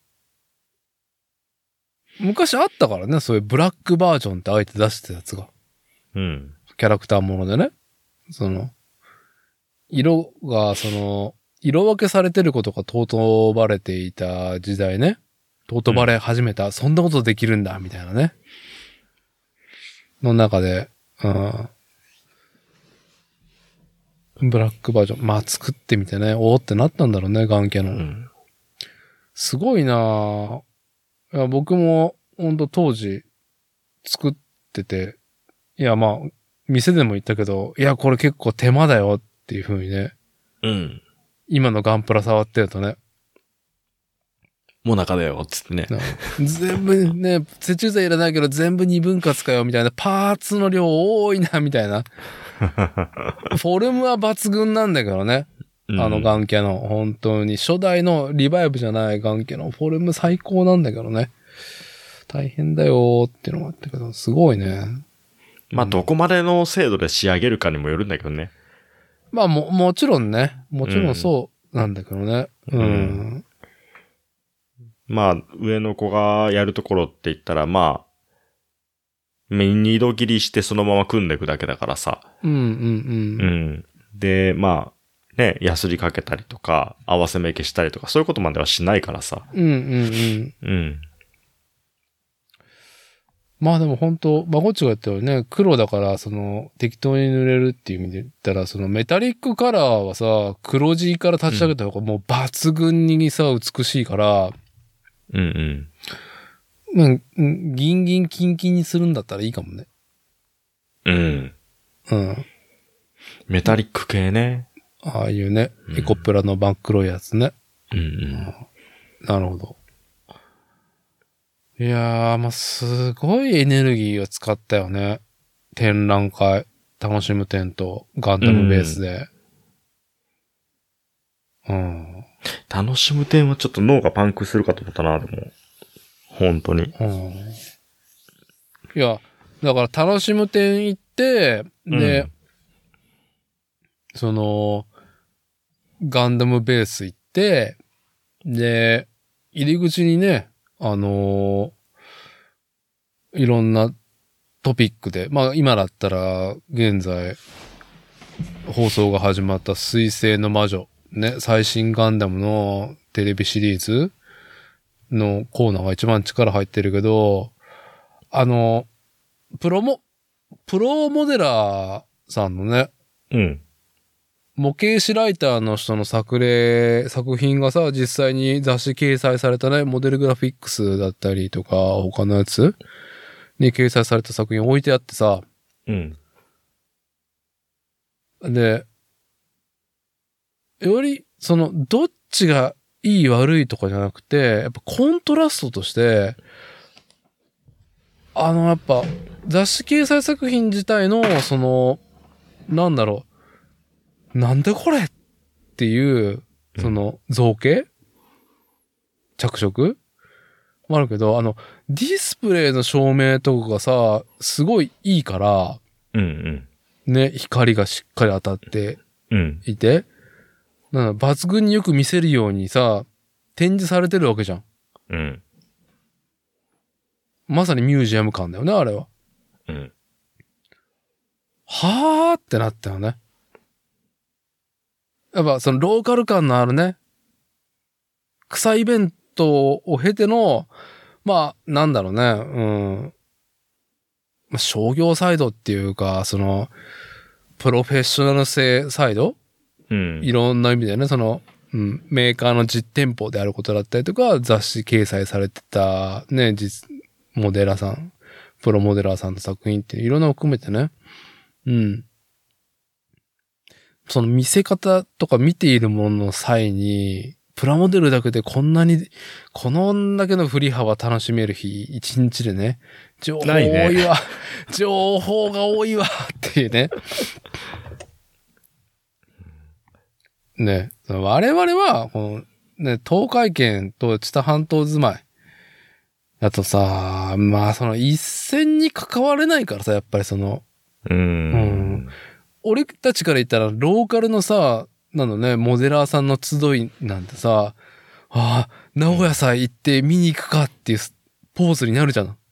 昔あったからね、そういうブラックバージョンってあえて出してたやつが。 うん。 キャラクターものでね。その、色が、その、色分けされてることが尊ばれていた時代ね。尊ばれ始めた、うん、そんなことできるんだ、みたいなね。の中で、うん。ブラックバージョン。まあ作ってみてね、おーってなったんだろうね、ガンキャノン。うん、すごいなぁ。いや僕も、ほんと当時、作ってて、いやまあ、店でも言ったけど、いやこれ結構手間だよっていう風にね。 うん。 今のガンプラ触ってるとね。 もなかだよ、つってね。 全部ね、接中剤いらないけど全部二分割かよ、みたいな。パーツの量多いな、みたいな。フォルムは抜群なんだけどね。あのガンキャの、本当に。初代のリバイブじゃないガンキャのフォルム最高なんだけどね。大変だよーっていうのもあったけど、すごいね。 まあ、どこまでの精度で仕上げるかにもよるんだけどね。 まあ、も、もちろんね。もちろんそうなんだけどね。うん。うん、 まあ、上の子がやるところって言ったら、まあ、二度切りしてそのまま組んでいくだけだからさ。 うんうんうん。 うん。で、まあ、ね、ヤスリかけたりとか、合わせ目消したりとか、そういうことまではしないからさ。 うんうんうん。 うん。 まあでも本当まごっちが言ったようにね、黒だからその適当に塗れるっていう意味で言ったら、そのメタリックカラーはさ、黒地から立ち上げた方がもう抜群にさ、美しいから、 うんうん。 うん、ギンギンキンキンにするんだったらいいかもね。 うん。 うん。 メタリック系ね。 ああいうね、エコプラの真っ黒いやつね。 うんうん。 なるほど。いやー、まあ、すごいエネルギーを使ったよね。展覧会、楽しむ点とガンダムベースで。うん。うん、 楽しむ点はちょっと脳がパンクするかと思ったな、でも。本当に。 うん。いや、だから楽しむ点行って、で、うん、その、ガンダムベース行って、で、入り口にね、あのー、いろんなトピックで、まあ今だったら現在放送が始まった水星の魔女、ね、最新ガンダムのテレビシリーズのコーナーが一番力入ってるけど、あの、プロモ、プロモデラーさんのね、 うん。 模型師ライターの人の作例、作品がさ、実際に雑誌掲載されたね、モデルグラフィックスだったりとか、他のやつに掲載された作品置いてあってさ、 うん。 で、より、その、どっちがいい悪いとかじゃなくて、やっぱコントラストとして、あの、やっぱ、雑誌掲載作品自体の、その、なんだろう、なんでこれっていう、その造形、うん、着色もあるけど、あの、ディスプレイの照明とかがさ、すごいいいから、 うんうん、ね、光がしっかり当たっていて、うん、なんか抜群によく見せるようにさ、展示されてるわけじゃん。 うん。 まさにミュージアム感だよね、あれは。 うん。 はーってなったよね。やっぱそのローカル感のあるね、草イベントを経ての、まあ、なんだろうね、うん。まあ、商業サイドっていうか、その、プロフェッショナル性サイド、 うん、 いろんな意味でね、その、うん、メーカーの実店舗であることだったりとか、雑誌掲載されてたね、実、モデラーさん、プロモデラーさんの作品っていろんなの含めてね、うん。 その見せ方とか見ているものの際に、プラモデルだけでこんなに、このだけの振り幅楽しめる日、一日でね、情報多いわ、ね、情報が多いわっていうね。ね、我々は、このね、東海圏と知多半島住まい。だとさ、まあその一線に関われないからさ、やっぱりその、 うーん。うん、 俺たちから言ったらローカルのさ、なのね、モデラーさんの集いなんてさ、ああ、名古屋さ行って見に行くかっていうポーズになるじゃん。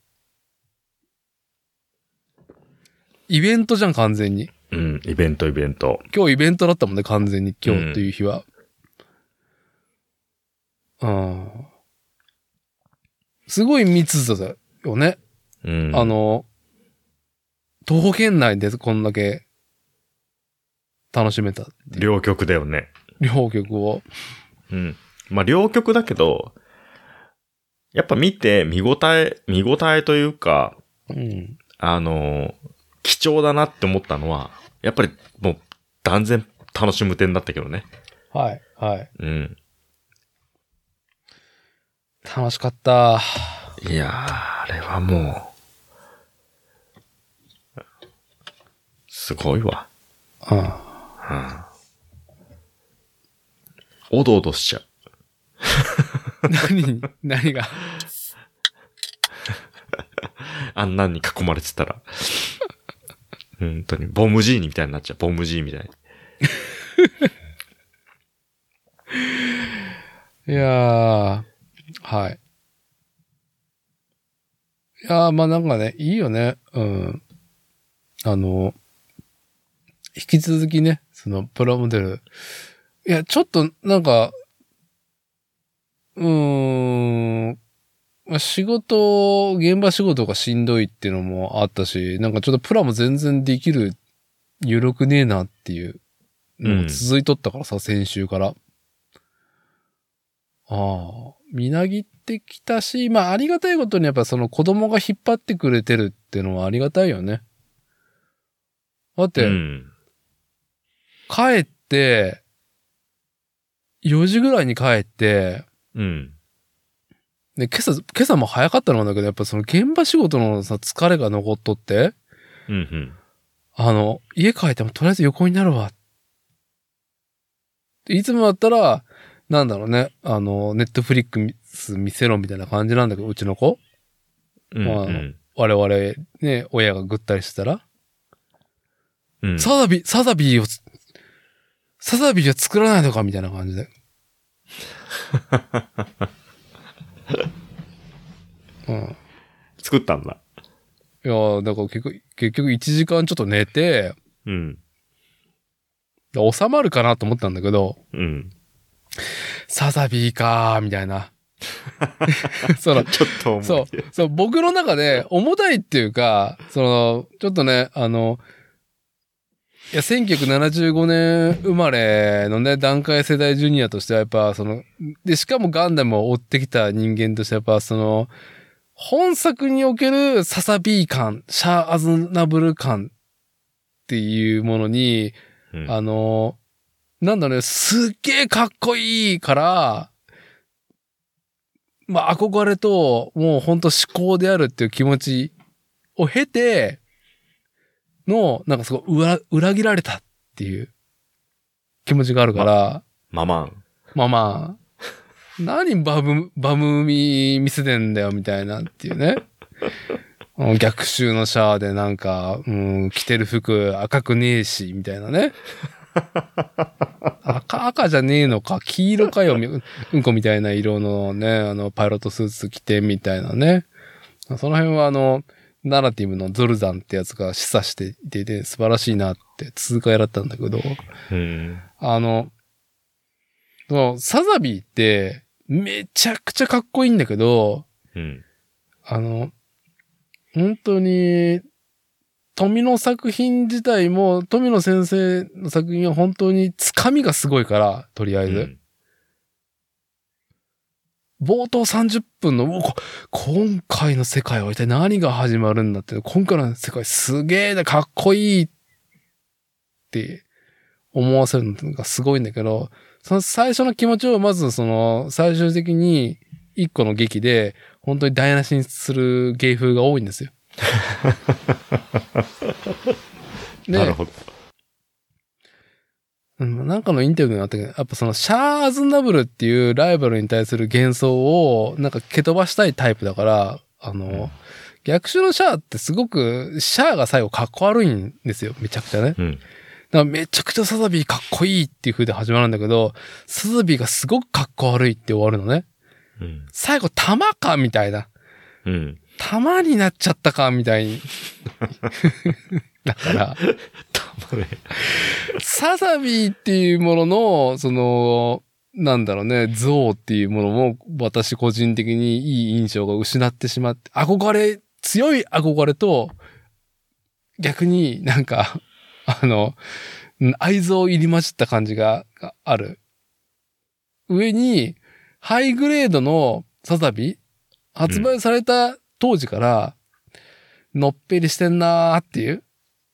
イベントじゃん、完全に。 うん、イベント、イベント。 今日イベントだったもんね、完全に。今日っていう日は。うん。すごい密度だよね。 うん。 あの、徒歩圏内でこんだけ楽しめた。 両極だよね。 両極を。 うん。まあ、両極だけど、やっぱ見て見応え、見応えというか、 うん、 あの、貴重だなって思ったのは、やっぱりもう断然楽しむ点だったけどね。 はい、はい。 うん。 楽しかった。 いやー、あれはもう、すごいわ。 うん。うん。 おどおどしちゃう。 何、何があんなんに囲まれてたら。本当に、ボムジーニみたいになっちゃう。ボムジーみたいに。いやー、はい。いやー、まあなんかね、いいよね。うん。あの、引き続きね、そのプラモデル。いや、ちょっとなんか、うーん、仕事、現場仕事がしんどいっていうのもあったし、なんかちょっとプラも全然できる余力ねえなっていうのも続いとったからさ、うん、先週から。ああ、みなぎってきたし、まあありがたいことにやっぱその子供が引っ張ってくれてるっていうのはありがたいよね。だって、うん、帰って、よじぐらいに帰って、 うん。 で、今朝、今朝も早かったのだけど、やっぱその現場仕事のさ、疲れが残っとって、 うんうん。 あの、家帰ってもとりあえず横になるわ。いつもだったら、なんだろうね、あの、ネットフリックス見せろみたいな感じなんだけど、うちの子。 うんうん、 まあ、我々、ね、親がぐったりしたら、 うん、 サザビー、サザビーを、サザビーは作らないのかみたいな感じで。うん、 作ったんだ。 いやだから結局、結局いちじかんちょっと寝て、 うん。 収まるかなと思ったんだけど、 うん。 サザビーかー、みたいな。その、 ちょっと重い。 そう、そう、僕の中で重たいっていうか、その、ちょっとね、あの、いや、せんきゅうひゃくななじゅうごねん生まれのね、団塊世代ジュニアとしてはやっぱ、その、で、しかもガンダムを追ってきた人間としてはやっぱ、その、本作におけるササビー感、シャア・アズナブル感っていうものに、うん、あの、なんだろうね、すっげーかっこいいから、まあ、憧れと、もうほんと思考であるっていう気持ちを経て、の、なんかすごい裏、裏切られたっていう気持ちがあるから。 ま、ままん。 まあまあ。何バム、バム見せてんだよみたいなっていうね。逆襲のシャアでなんか、うん、着てる服赤くねえし、みたいなね。赤、赤じゃねえのか、黄色かよ、うんこみたいな色のね、あの、パイロットスーツ着てみたいなね。その辺はあの、ナラティブのゾルザンってやつが示唆していて、て素晴らしいなって痛快だったんだけど、 うん、 あの、そのサザビーってめちゃくちゃかっこいいんだけど、 うん、 あの、本当に、富野作品自体も、富野先生の作品は本当につかみがすごいから、とりあえず。うん冒頭さんじゅっぷんの、今回の世界は一体何が始まるんだって、今回の世界すげえな、かっこいいって思わせるのがすごいんだけど、その最初の気持ちをまずその最終的に一個の劇で本当に台無しにする芸風が多いんですよ。 なるほど。 なんかのインタビューにあったけど、やっぱそのシャア・ズナブルっていうライバルに対する幻想をなんか蹴飛ばしたいタイプだから、あの、うん、逆襲のシャアってすごくシャアが最後かっこ悪いんですよ。めちゃくちゃね。うん、だからめちゃくちゃサザビーかっこいいっていう風で始まるんだけど、サザビーがすごくかっこ悪いって終わるのね。うん、最後玉かみたいな。うん、玉になっちゃったかみたいに。だから、サザビーっていうものの、その、なんだろうね、像っていうものも私個人的にいい印象が失ってしまって、憧れ、強い憧れと、逆になんか、あの、愛憎入り混じった感じがある。上に、ハイグレードのサザビー、発売された当時から、のっぺりしてんなーっていう。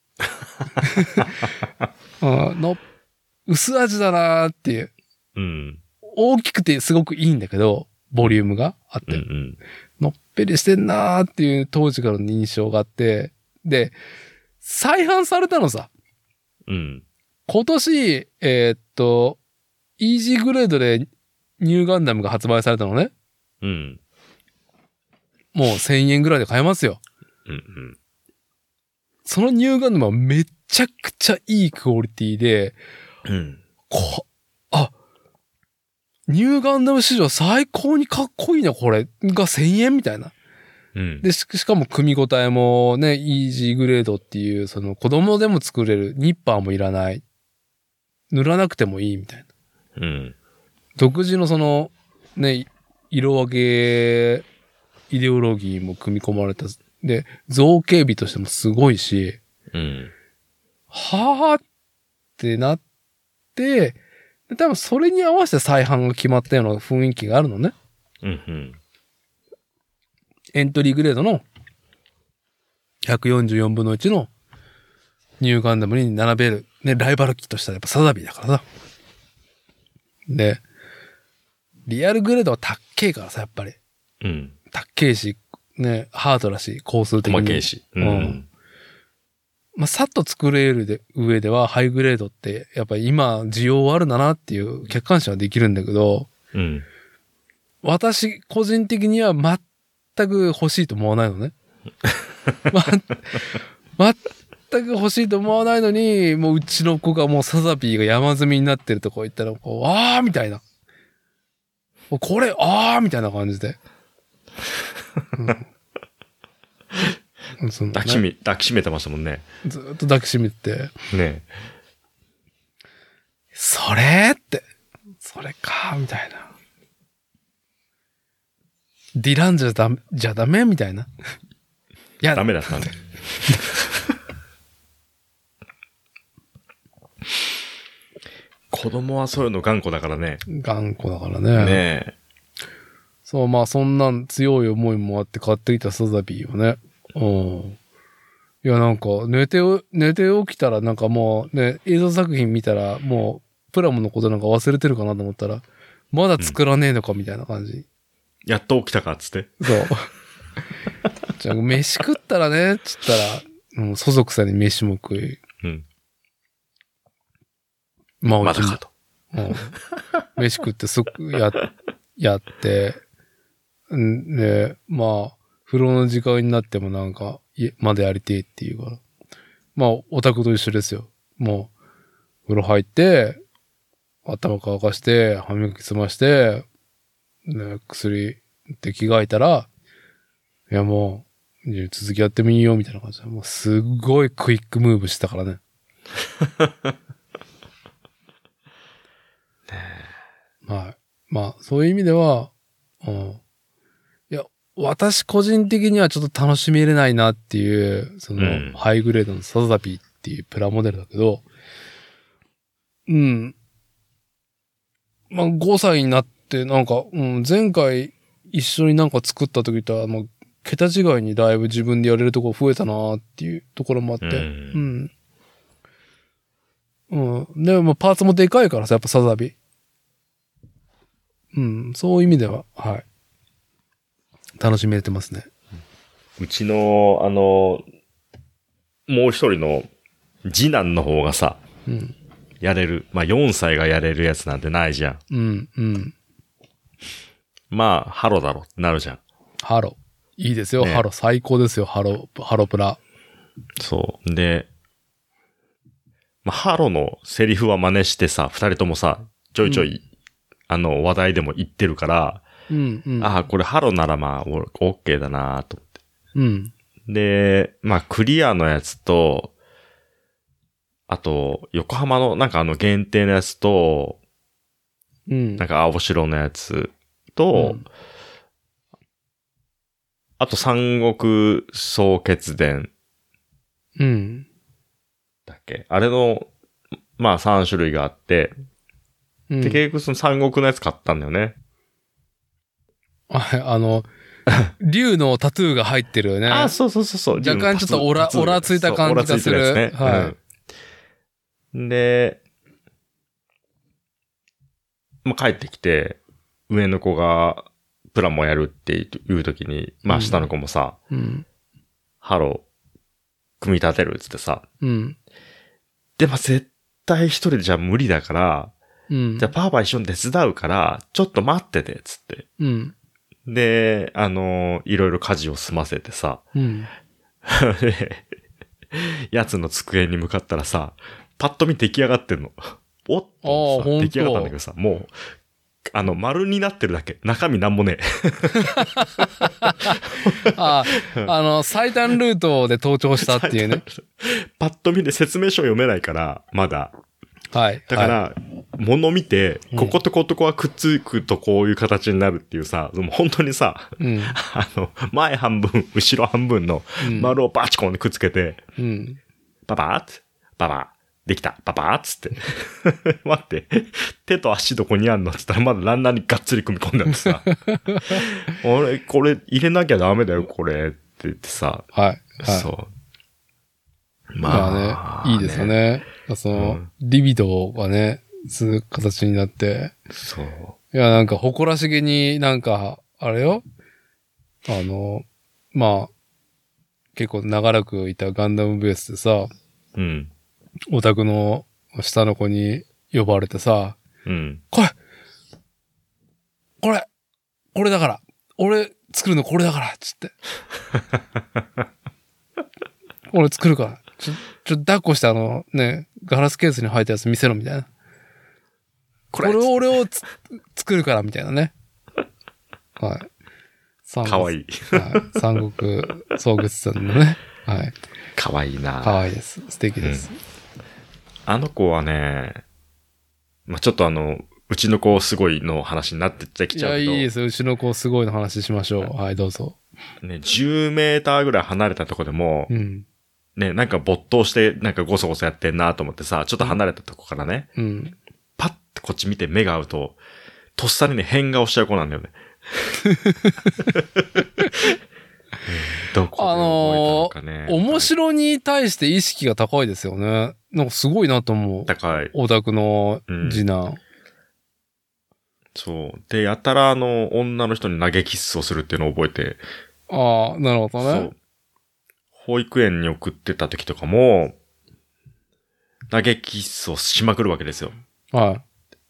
うん、の薄味だなーっていう、うん。大きくてすごくいいんだけど、ボリュームがあって。うんうん、のっぺりしてんなーっていう当時からの印象があって、で、再販されたのさ。うん。今年、えー、っと、イージーグレードでニューガンダムが発売されたのね。うん。もうせんえんぐらいで買えますよ。うんうん。そのニューガンダムはめちゃくちゃいいクオリティで、うん、こ、あ、ニューガンダム史上最高にかっこいいな、これがせんえんみたいな。うん、でし、しかも組み応えもね、イージーグレードっていう、その子供でも作れる、ニッパーもいらない。塗らなくてもいいみたいな。うん、独自のその、ね、色分け、イデオロギーも組み込まれた。で、造形美としてもすごいし、うん、はぁってなって、で多分それに合わせて再販が決まったような雰囲気があるのね。うんうん、エントリーグレードのひゃくよんじゅうよんぶんのいちのニューガンダムに並べる、ね、ライバル機としたらやっぱサザビーだからさ。で、リアルグレードは高っけえからさ、やっぱり。うん。高っけえし、ね、ハードだし、工数的に。 細けえし。うん。うん、 まあ、さっと作れる上ではハイグレードって、やっぱり今、需要あるんだなっていう客観視はできるんだけど、うん。私、個人的には全く欲しいと思わないのね。ま、全く欲しいと思わないのに、もううちの子がもうサザビーが山積みになってるとこ行ったら、こう、あーみたいな。これ、あーみたいな感じで。 うんそのね、抱きしめ、抱きしめてましたもんね。 ずっと抱きしめて。 ねそれって、それかみたいな。ディランじゃダメ、じゃダメみたいな。いや、ダメだったね。子供はそういうの頑固だからね。 頑固だからね。 ねえ。 そう、まあそんなん強い思いもあって買ってきたサザビーをね。うん。いやなんか寝て、寝て起きたらなんかもうね、映像作品見たらもうプラモのことなんか忘れてるかなと思ったら、まだ作らねえのかみたいな感じ。うん、 やっと起きたかっつって。 そう。じゃあ飯食ったらね、つったら、うん、そそくさに飯も食い。うん。まあ、 まだかと。 うん。飯食ってすぐや、やって、んで、まあ、風呂の時間になってもなんか、まだやりてえっていうから。まあ、オタクと一緒ですよ。もう、風呂入って、頭乾かして、歯磨き済まして、ね、薬って着替えたら、いやもう、続きやってみようみたいな感じで、もうすっごいクイックムーブしてたからね。はい。まあ、そういう意味では、うん。いや、私個人的にはちょっと楽しめれないなっていう、その、うん、ハイグレードのサザビーっていうプラモデルだけど、うん。まあ、ごさいになってなんか、うん、前回一緒になんか作った時とは、もう、桁違いにだいぶ自分でやれるところ増えたなーっていうところもあって、うん。うん、 うん。でもパーツもでかいからさ、やっぱサザビ。うん。そういう意味では、はい。楽しめてますね。 うちの、あの、もう一人の次男の方がさ、 うん。 やれる。まあ、よんさいがやれるやつなんてないじゃん。 うん、うん。 まあ、ハロだろってなるじゃん。 ハロ。いいですよ、 ね、 ハロ。最高ですよ、ハロ、ハロプラ。 そう。で、まあ、ハロのセリフは真似してさ、二人ともさ、ちょいちょい、うん、あの、話題でも言ってるから、 うんうん、 ああ、これハロならまあ、オッケーだなと思って。 うん。 で、まあ、クリアのやつと、あと、横浜のなんかあの限定のやつと、 うん、 なんか青白のやつと、うん、あと三国総決伝。 うん。 だっけあれの、まあ三種類があって、 うん、 で、結局その三国のやつ買ったんだよね。 あ、あの、竜のタトゥーが入ってるよね。 あ、そうそうそうそう。 若干ちょっとオラ、オラついた感じがする。 オラついてるやつね。はい。うん、で、まあ、帰ってきて、上の子がプラモやるっていう時に、まあ下の子もさ、 うん、 ハロー、組み立てるっつってさ、 うん、 で、まあ、絶対一人じゃ無理だから、 うん、 じゃあパパ一緒に手伝うから、ちょっと待ってて、つって。 うん、 で、あのー、いろいろ家事を済ませてさ、 うん、 やつの机に向かったらさ、パッと見出来上がってんの。おっとさ、出来上がったんだけどさ、もう、あの、丸になってるだけ。中身なんもねえ。 ああ、あの、最短ルートで登頂したっていうね。 パッと見で説明書読めないから、まだ。 はい。 だから、はい、物見て、こことここはくっつくとこういう形になるっていうさ、うん、本当にさ、うん、あの、前半分、後ろ半分の丸をバチコンでくっつけて、うん、パパーって、パパー。できた。パパーっつって。待って。手と足どこにあんのって言ったらまだランナーにがっつり組み込んであってさ。俺、これ入れなきゃダメだよ、これ。って言ってさ。 はい。はい、 そう。 まあ、まあね、いいですよね。その、うん、リビドがね、そういう形になって。 そう。 いや、なんか誇らしげになんか、あれよ。あの、まあ、結構長らくいたガンダムベースでさ。 うん。 オタクの下の子に呼ばれてさ、 うん。 これこれこれだから俺作るのこれだからつって。俺作るから。ちょ、ちょ、抱っこしてあの、ね、ガラスケースに入ったやつ見せろみたいな。これ俺をつ作るからみたいなね。はい。 かわいい。 はい。三国総決さんのね。はい。 かわいいな。 かわいいです。素敵です。うんあの子はね、まあ、ちょっとあの、うちの子すごいの話になってきちゃうけど。 いや、いいです。うちの子すごいの話しましょう。はい、どうぞ。 ね、じゅうメーターぐらい離れたとこでも、 うん、 ね、なんか没頭して、なんかゴソゴソやってんなと思ってさ、ちょっと離れたとこからね、 うん、 パッてこっち見て目が合うと、とっさにね、変顔しちゃう子なんだよね。どこで動いたのかね。 あのー、面白に対して意識が高いですよね。なんかすごいなと思う。 高い。 オタクの次男、うん。 そう。で、やたらあの、女の人に投げキッスをするっていうのを覚えて。 ああ、なるほどね。そう。 保育園に送ってた時とかも、投げキッスをしまくるわけですよ。 はい。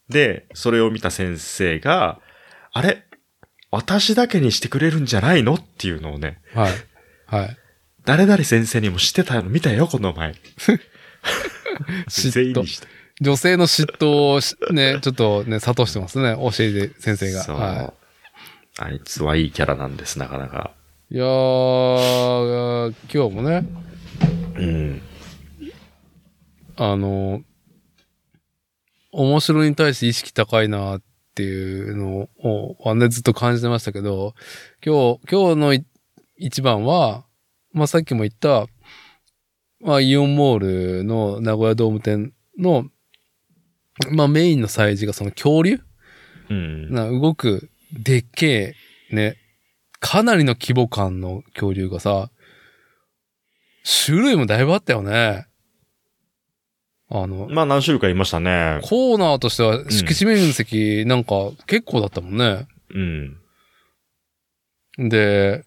で、それを見た先生が、あれ私だけにしてくれるんじゃないのっていうのをね。 はい。はい。 誰々先生にもしてたの見たよ、この前。全員にした。 女性の嫉妬をね、ちょっとね、諭してますね。教えて先生が。 そう。 はい、 あいつはいいキャラなんです、なかなか。 いやー、今日もね。 うん。 あの、面白に対して意識高いなっていうのを、ね、ずっと感じてましたけど、今日、今日の一番は、まあ、さっきも言った、まあ、イオンモールの名古屋ドーム店の、まあ、メインの催事がその恐竜、 うん、 な動く、でっけえ、ね、かなりの規模感の恐竜がさ、種類もだいぶあったよね。 あの、 まあ何種類かいましたね。 コーナーとしては敷地面積なんか結構だったもんね。 うん。 で、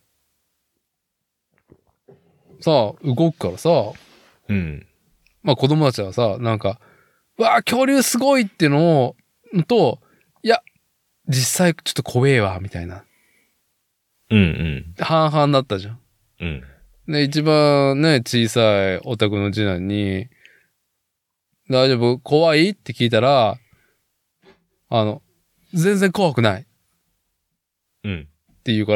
さあ、動くからさ、 うん。 まあ子供たちはさ、なんか、わあ、恐竜すごいっていうのを、と、いや、実際ちょっと怖えわ、みたいな。 うんうん。 半々だったじゃん。 うん。 で、一番ね、小さいオタクの次男に、大丈夫？怖い？って聞いたら、あの、全然怖くない。 うん。 って言うから、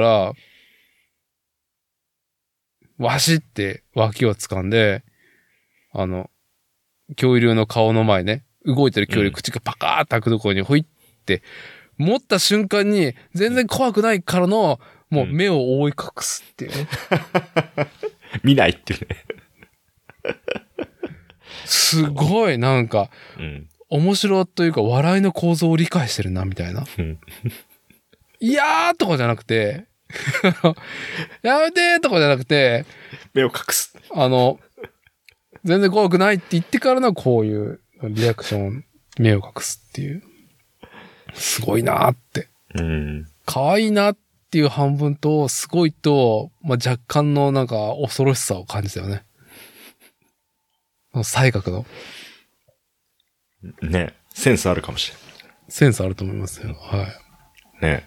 わしって脇を掴んで、あの、恐竜の顔の前ね、動いてる恐竜、うん、口がパカーって開くところにほいって、持った瞬間に全然怖くないからの、もう目を覆い隠すっていうね。 うん、見ないっていうね。 すごいなんか、うん、面白というか笑いの構造を理解してるなみたいな。うん、いやーとかじゃなくて、やめてーとかじゃなくて、 目を隠す。 あの、全然怖くないって言ってからのこういうリアクション、目を隠すっていう。すごいなーって。うん、可愛いなっていう半分と、すごいと、まあ、若干のなんか恐ろしさを感じたよね。才覚の。 ね、センスあるかもしれない。 センスあると思いますよ。はい。 ね。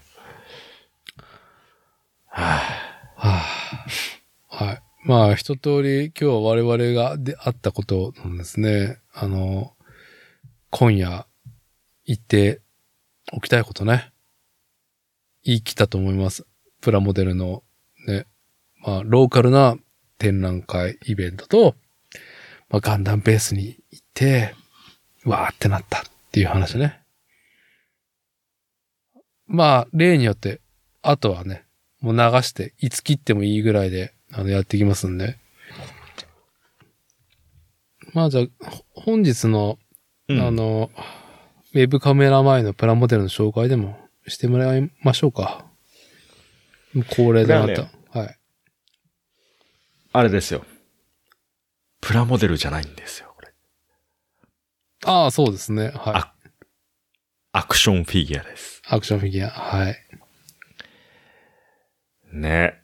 はぁ、はぁ、はい。まあ、一通り今日は我々がであったことなんですね。あの、今夜言っておきたいことね。言い切ったと思います。プラモデルのね、まあ、ローカルな展覧会イベントと、まあ、ガンダムベースに行って、わーってなったっていう話ね。まあ、例によって、あとはね、もう流して、いつ切ってもいいぐらいで、あの、やっていきますんで。まあ、じゃあ、本日の、うん、あの、ウェブカメラ前のプラモデルの紹介でもしてもらいましょうか。恒例でまた、ね。はい。 あれですよ。プラモデルじゃないんですよ、これ。 ああ、そうですね。はい。 アクションフィギュアです。 アクションフィギュア、はい。 ね。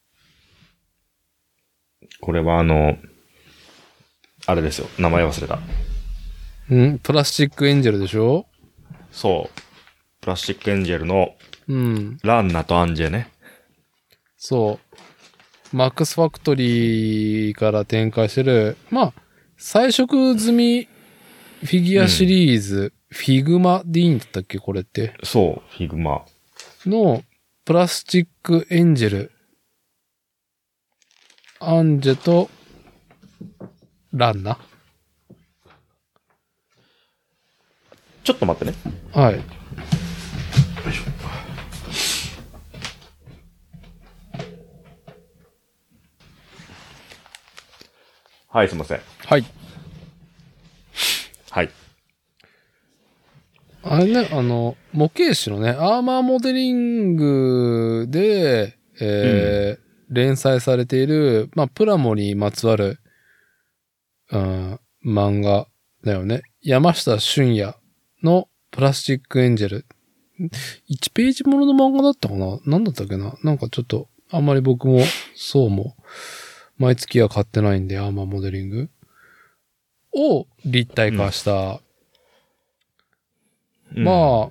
これはあの、あれですよ。名前忘れた。 ん？プラスチックエンジェルでしょ？ そう。プラスチックエンジェルの、 うん。 ランナとアンジェね。 そう。マックスファクトリーから展開してる、まあ、彩色済みフィギュアシリーズ、うん、フィグマでいいんだったっけこれって。 そう、フィグマ。 の、プラスチックエンジェル。アンジェと、ランナ。 ちょっと待ってね。 はい。よいしょ。 はい、すいません。 はい。 はい。 あれね、あの、模型師のね、アーマーモデリングで、えーうん、連載されている、まあ、プラモにまつわる、うん、漫画だよね。山下俊也のプラスチックエンジェル。いちページものの漫画だったかな？なんだったっけな？なんかちょっと、あんまり僕も、そうも、毎月は買ってないんで、アーマーモデリングを立体化した、うん、まあ、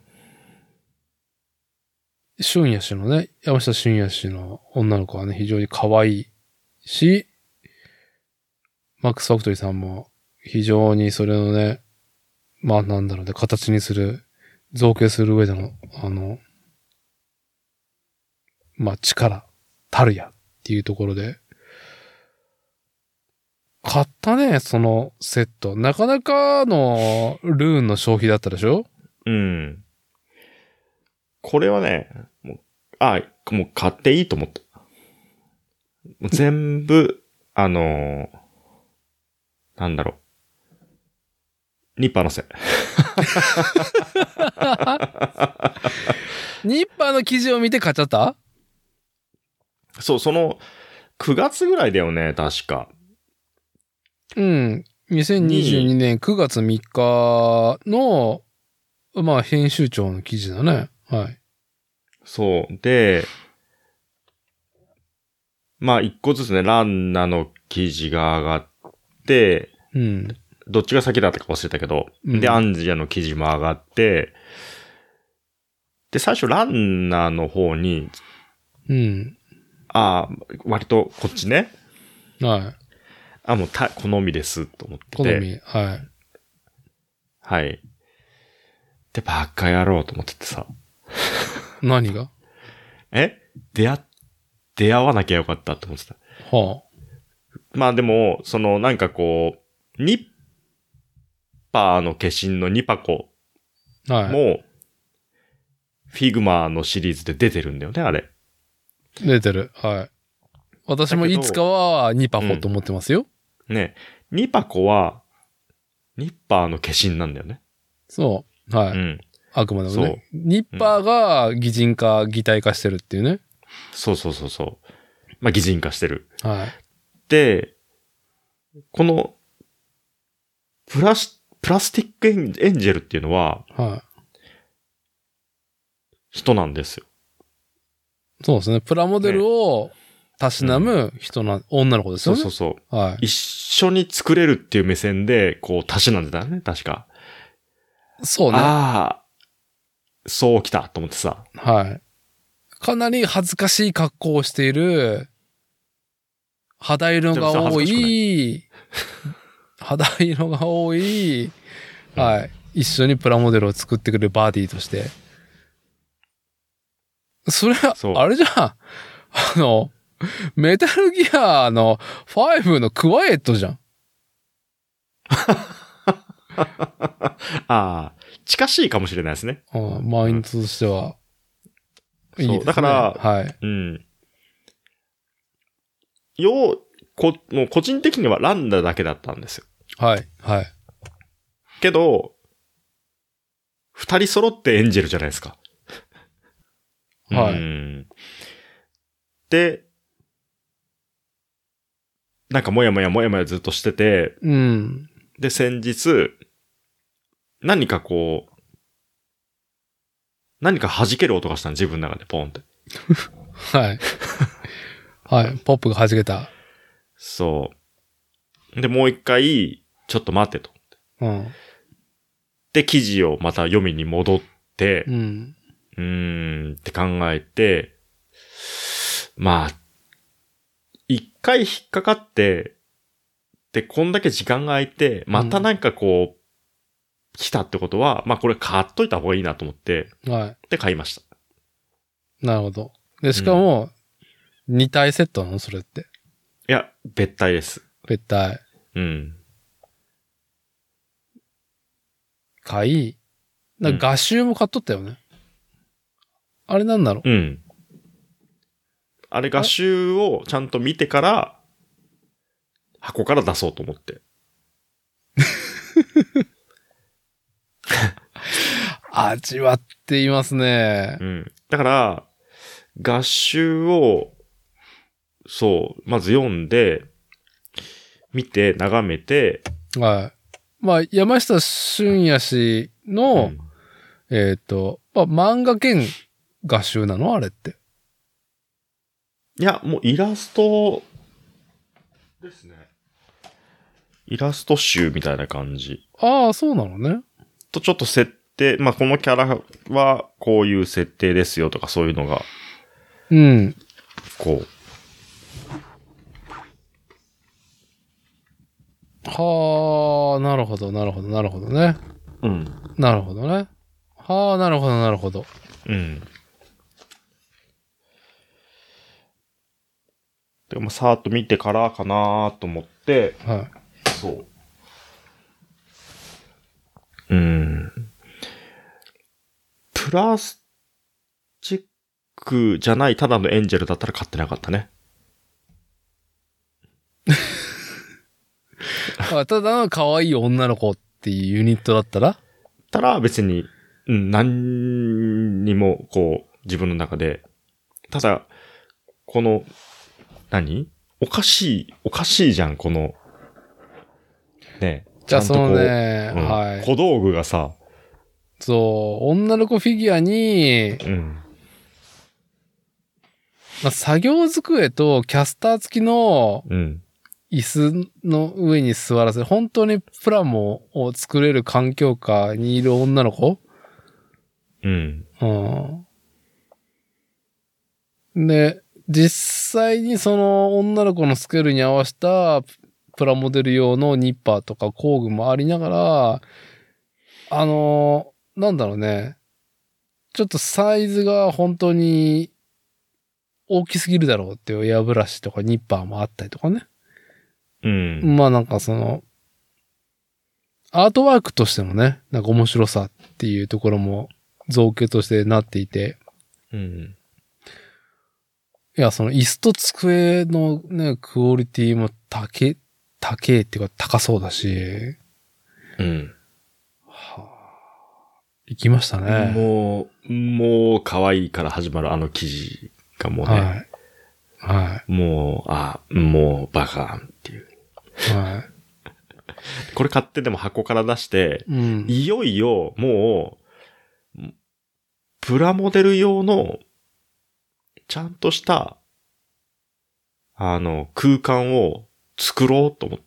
俊也氏のね、山下俊也氏の女の子はね、非常に可愛いし、マックスファクトリーさんも非常にそれのね、まあなんだろうね、形にする、造形する上での、あの、まあ力、たるやっていうところで、買ったね、そのセット。なかなかのルーンの消費だったでしょ？ うん。これはね、もう、あ、もう買っていいと思った。全部、あのー、なんだろう。ニッパーのせい。 ニッパーの記事を見て買っちゃった？ そう、その、くがつぐらいだよね、確か。 うん。 にせんにじゅうにねんくがつみっかの、まあ、編集長の記事だね。はい。 そう。で、まあ、一個ずつね、ランナの記事が上がって、 うん。 どっちが先だったか忘れたけど、 うん、 で、アンジアの記事も上がって、で、最初ランナの方に、 うん。 ああ、割とこっちね。 はい。 あ、もうた、好みです、と思ってて。 好み、はい。 はい。で、バカ野郎と思っててさ。 何がえ出会、出会わなきゃよかったと思ってた。 はあ。 まあでも、そのなんかこう、ニッパーの化身のニパコも、はい、フィグマのシリーズで出てるんだよね、あれ。 出てる。はい。私もいつかはニパコと思ってますよ。 うん、ね。ニパコは、ニッパーの化身なんだよね。 そう。はい。うん、あくまでもね。ニッパーが擬人化、擬態化してるっていうね。 そうそうそうそう。まあ、擬人化してる。 はい。 で、この、プラス、プラスティックエンジェルっていうのは、 はい。 人なんですよ。 そうですね。プラモデルをたしなむ人な、ね、うん、女の子ですよね。 そうそうそう。 はい。 一緒に作れるっていう目線で、こう、たしなんでたよね、確か。 そうね。 ああ、そうきたと思ってさ。 はい。かなり恥ずかしい格好をしている、肌色が多い、肌色が多い、はい。一緒にプラモデルを作ってくれるバディとして。それは、あれじゃん。あの、メタルギアのファイブのクワイエットじゃん。 ああ、近しいかもしれないですね。 ああ、マインドとしては。 いいですね。そう、だから、 はい。 うん。よう、こ、もう個人的にはランダだけだったんですよ。 はい、はい。 けど、二人揃ってエンジェルじゃないですか。 はい。 うんで、なんかもやもやもやもやずっとしてて、 うん。 で、先日、何かこう、何か弾ける音がしたの、自分の中でポンって。 はい。はい。ポップが弾けた。 そう。で、もう一回、ちょっと待ってと。 うん。 で、記事をまた読みに戻って、 うん。 うーんって考えて、まあ、一回引っかかって、で、こんだけ時間が空いて、またなんかこう、うん、来たってことは、まあこれ買っといた方がいいなと思って、 はい。 で、買いました。 なるほど。で、しかも、うん、に体セットなのそれって。 いや、別体です。 別体。 うん。 買い、なんか画集も買っとったよね。うん、あれなんだろう。 うん。あれ画集をちゃんと見てから、箱から出そうと思って。 味わっていますね。 うん。だから、画集を、そう、まず読んで、見て、眺めて。 はい。まあ、山下俊也氏の、うん、えっと、まあ、漫画兼画集なのあれって。 いや、もうイラストですね。イラスト集みたいな感じ。 ああ、そうなのね。 と、ちょっと設定、まあ、このキャラはこういう設定ですよとかそういうのが。 うん。 こう。 はあ、なるほど、なるほど、なるほどね。 うん。 なるほどね。はあ、なるほど、なるほど。 うん。でも、さーっと見てからかなと思って。 はい。 そう。うん。プラスチックじゃないただのエンジェルだったら買ってなかったね。 ただの可愛い女の子っていうユニットだったらたら別に、うん、何にもこう自分の中で。ただ、この、何おかしい、おかしいじゃん、この。 ね。 じゃあそのね、 うん、 はい。 小道具がさ、 そう、女の子フィギュアに、 うん。 まあ、作業机とキャスター付きの椅子の上に座らせ、本当にプラモを作れる環境下にいる女の子。 うん。 うん。で、実際にその女の子のスケールに合わせたプラモデル用のニッパーとか工具もありながら、あの、なんだろうね。ちょっとサイズが本当に大きすぎるだろうっていうエアブラシとかニッパーもあったりとかね。 うん。 まあなんかその、アートワークとしてもね、なんか面白さっていうところも造形としてなっていて。 うん。 いや、その椅子と机のね、クオリティも高え、高えっていうか高そうだし。 うん。 はあ、行きましたね。 もう、もう可愛いから始まるあの記事がもうね。 はい。はい。 もう、あ、もうバカンっていう。 はい。 これ買ってでも箱から出して、 うん、 いよいよもう、プラモデル用の、ちゃんとした、あの、空間を作ろうと思って。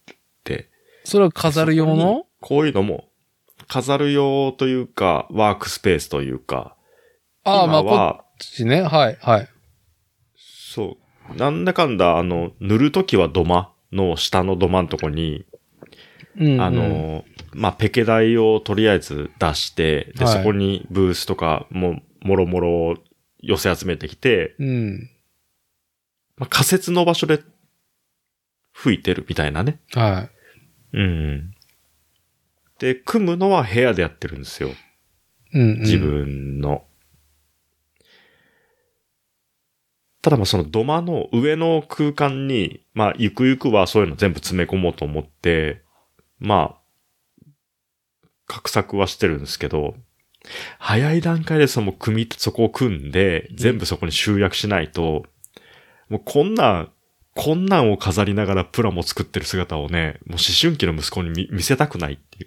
それは飾る用の？ こういうのも、飾る用というか、ワークスペースというか。 ああ、まあ、こっちね。はい、はい。 そう。なんだかんだ、あの、塗るときは土間の下の土間のとこに、うんうん、あの、まあ、ペケ台をとりあえず出して、で、はい、そこにブースとかも、もろもろ寄せ集めてきて、 うん、 まあ、仮設の場所で吹いてるみたいなね。 はい。 うん。で、組むのは部屋でやってるんですよ。 うんうん、 自分の。ただまあその土間の上の空間に、まあゆくゆくはそういうの全部詰め込もうと思って、まあ、画策はしてるんですけど、早い段階でその組み、そこを組んで、全部そこに集約しないと、うん、もうこんな、こんなんを飾りながらプラモ作ってる姿をね、もう思春期の息子に 見, 見せたくないっていう。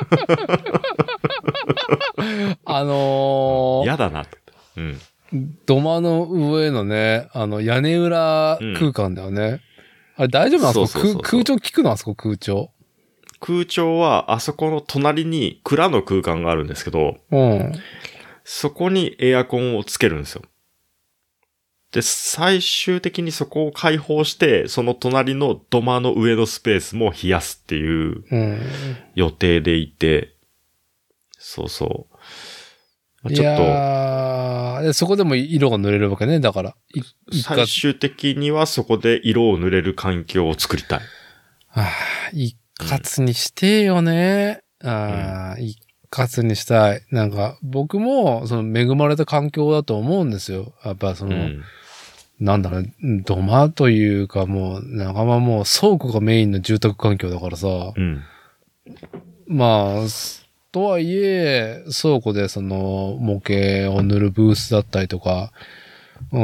あのー、 嫌だなと。うん。 土間の上のね、あの、屋根裏空間だよね。うん、あれ大丈夫なんですか？空調効くの？あそこ空調。 空調は、あそこの隣に蔵の空間があるんですけど、 うん、 そこにエアコンをつけるんですよ。で、最終的にそこを開放して、その隣の土間の上のスペースも冷やすっていう予定でいて、うん、そうそう。 ちょっと。いやー、そこでも色が塗れるわけね、だから。 最終的にはそこで色を塗れる環境を作りたい。 はあ、一括にしてよね。うん、ああ、一括にしたい。なんか、僕も、その恵まれた環境だと思うんですよ。やっぱその、うん、なんだろう、土間というかもう、仲間もう倉庫がメインの住宅環境だからさ。 うん、 まあ、とはいえ、倉庫でその模型を塗るブースだったりとか、うん、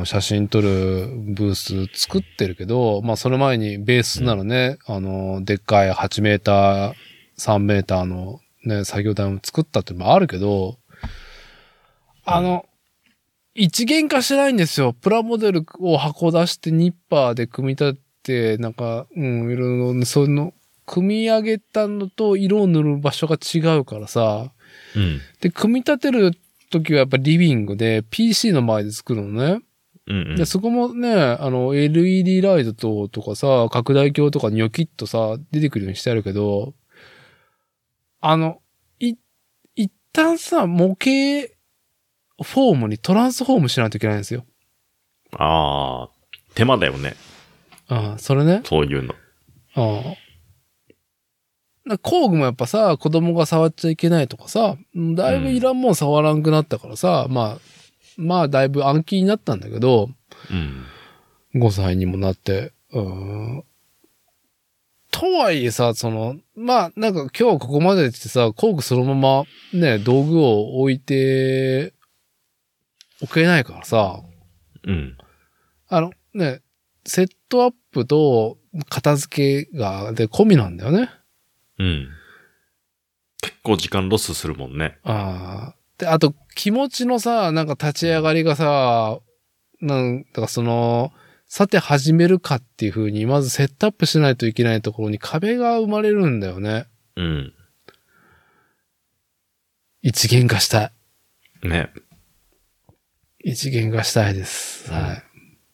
写真撮るブース作ってるけど、まあその前にベースなのね、うん、あの、でっかいはちメーター、さんメーターのね、作業台を作ったっていうのもあるけど、あの、一元化してないんですよ。プラモデルを箱出してニッパーで組み立てて、なんか、うん、いろいろ、そういうの、組み上げたのと色を塗る場所が違うからさ。 うん。 で、組み立てる時はやっぱリビングで ピーシー の前で作るのね。 うんうん、 で、そこもね、あの、エルイーディー ライトとかさ、拡大鏡とかニョキッとさ、出てくるようにしてあるけど、あの、い、一旦さ、模型フォームにトランスフォームしないといけないんですよ。 ああ、手間だよね。 ああ、それね。 そういうの。 ああ。工具もやっぱさ、子供が触っちゃいけないとかさ、だいぶいらんもん触らんくなったからさ、うん、まあ、まあだいぶ暗記になったんだけど、 うん、 ごさいにもなって、うーん。とはいえさ、その、まあなんか今日ここまでってさ、工具そのままね、道具を置いておけないからさ、 うん。 あのね、セットアップと片付けが、で込みなんだよね。 うん。結構時間ロスするもんね。 ああ。で、あと気持ちのさ、なんか立ち上がりがさ、なんだかその、さて始めるかっていう風に、まずセットアップしないといけないところに壁が生まれるんだよね。 うん。 一元化したい。 ね。 一元化したいです。うん、はい。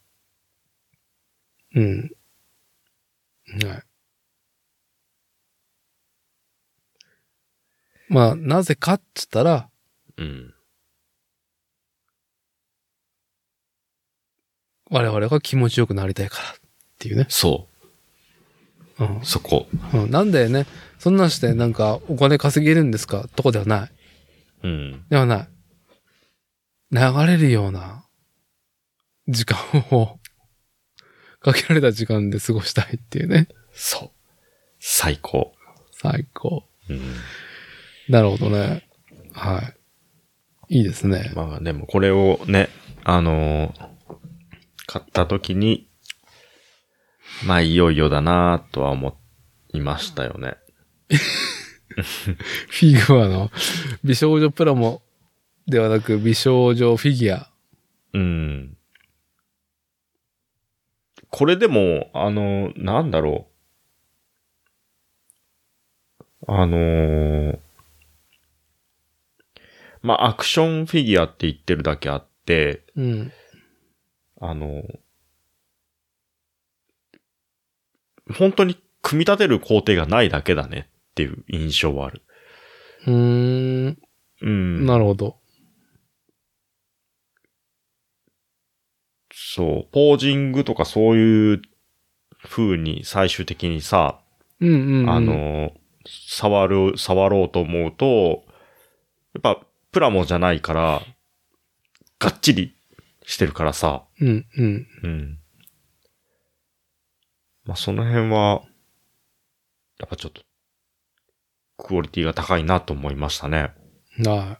うん。はい。まあ、なぜかって言ったら、 うん。 我々が気持ちよくなりたいからっていうね。 そう。うん。そこ。 うん。なんだよね。そんなんしてなんかお金稼げるんですかとかではない。 うん。 ではない。流れるような時間をかけられた時間で過ごしたいっていうね。 そう。最高。 最高。 うん。 なるほどね。はい。いいですね。 まあでもこれをね、あのー、買った時に、まあいよいよだなとは思いましたよね。 フィグアの美少女プラモではなく美少女フィギュア。 うん。これでも、あの、なんだろう。あのー、まあ、アクションフィギュアって言ってるだけあって、 うん。 あの、本当に組み立てる工程がないだけだねっていう印象はある。 うーん。 うん。 なるほど。 そう、ポージングとかそういう風に最終的にさ、 うんうん、うん。 あの、触る、触ろうと思うと、やっぱプラモじゃないから、がっちりしてるからさ。 うんうん。 うん。まあ、その辺は、やっぱちょっと、クオリティが高いなと思いましたね。 はい。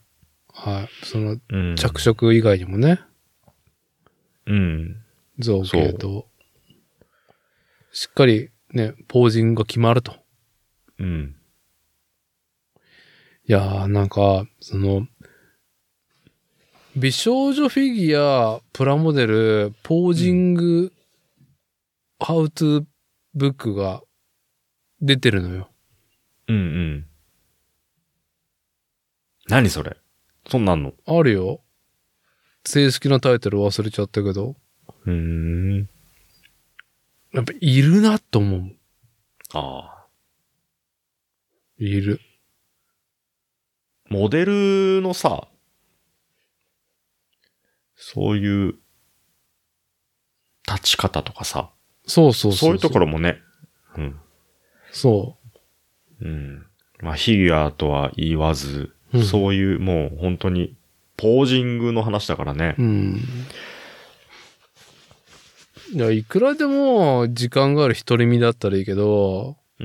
はい。その、 うん、 着色以外にもね。 うん。 造形と、しっかりね、ポージングが決まると。 うん。 いやー、なんか、その、美少女フィギュア、プラモデル、ポージング、ハウトゥーブックが出てるのよ。 うんうん。何それ？そんなんの？ あるよ。正式なタイトル忘れちゃったけど。 うーん。 やっぱいるなと思う。 ああ。 いる。 モデルのさ、そういう立ち方とかさ。 そうそうそうそう。 そういうところもね。うん。 そう。うん。まあ、フィギュアとは言わず、うん、そういうもう本当にポージングの話だからね。 うん。いや、いくらでも時間がある独り身だったらいいけど、 うん。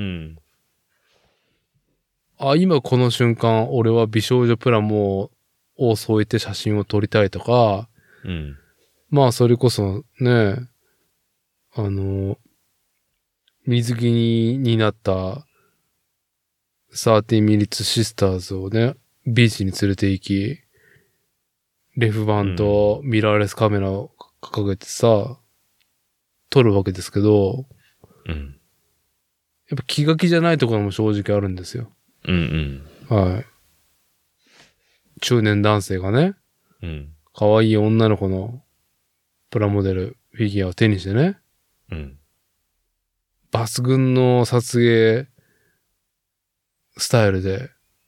あ、今この瞬間、俺は美少女プラモを添えて写真を撮りたいとか、 うん。 まあ、それこそね、あの、水着になったサーティミリッツシスターズをね、ビーチに連れて行き、レフ板とミラーレスカメラを掲げてさ、撮るわけですけど、 うん。 やっぱ気が気じゃないところも正直あるんですよ。 うんうん。はい。中年男性がね、 うん。 可愛い女の子のプラモデル、フィギュアを手にしてね、 うん。 抜群の撮影スタイルで、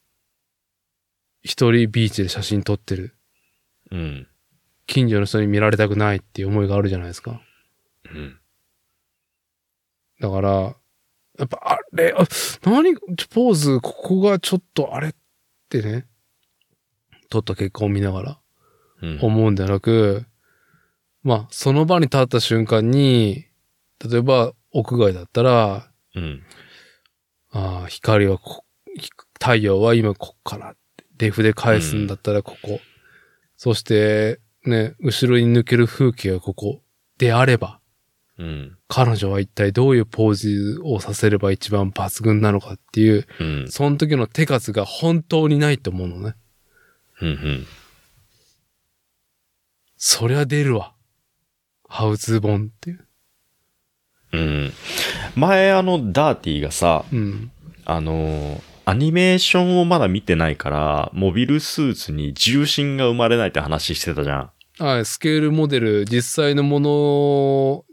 一人ビーチで写真撮ってる。 うん。 近所の人に見られたくないっていう思いがあるじゃないですか。 うん。 だから、やっぱあれ、あ、何、ポーズ、ここがちょっとあれってね、撮った結果を見ながら思うんではなく、うん、まあ、その場に立った瞬間に、例えば屋外だったら、 うん、 ああ、光はこ、太陽は今こっから、レフで返すんだったらここ。うん、そして、ね、後ろに抜ける風景はここであれば、 うん、 彼女は一体どういうポーズをさせれば一番抜群なのかっていう、 うん、 その時の手数が本当にないと思うのね。 うんうん、 そりゃ出るわ。ハウツー本っていう。 うん。前あの、ダーティーがさ、 うん、 あの、アニメーションをまだ見てないから、モビルスーツに重心が生まれないって話してたじゃん。 はい、スケールモデル、実際のものを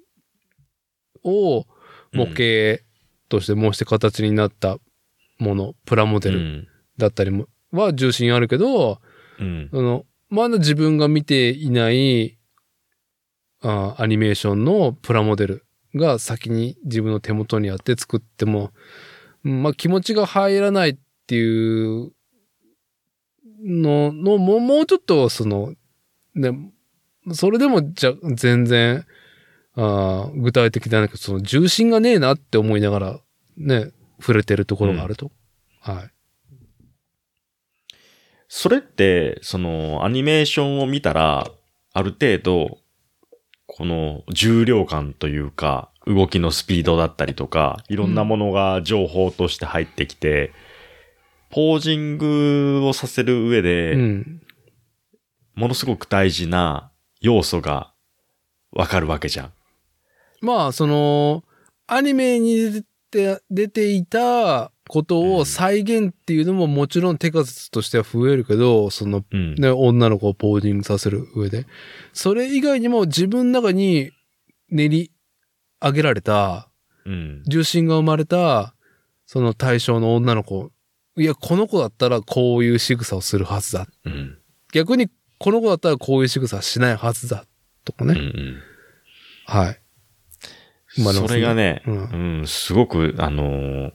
模型として模して形になったもの、プラモデルだったりも、は重心あるけど、 うん、 あの、まだ自分が見ていないあアニメーションのプラモデルが先に自分の手元にあって作っても、まあ気持ちが入らないっていうのの、もう、もうちょっとその、ね、それでもじゃ全然あ具体的だけど、その重心がねえなって思いながらね、触れてるところがあると。うん、はい。 それって、そのアニメーションを見たら、ある程度、この重量感というか、動きのスピードだったりとか、いろんなものが情報として入ってきて、うん、ポージングをさせる上で、うん、ものすごく大事な要素がわかるわけじゃん。 まあ、その、アニメに出て、出ていたことを再現っていうのももちろん手数としては増えるけど、その、うん、ね、女の子をポージングさせる上で。それ以外にも自分の中に練り上げられた、うん、重心が生まれた、その対象の女の子。いや、この子だったらこういう仕草をするはずだ。うん、逆に、この子だったらこういう仕草はしないはずだ。とかね。うんうん、はい。 それがね、うん、うん、すごく、あのー、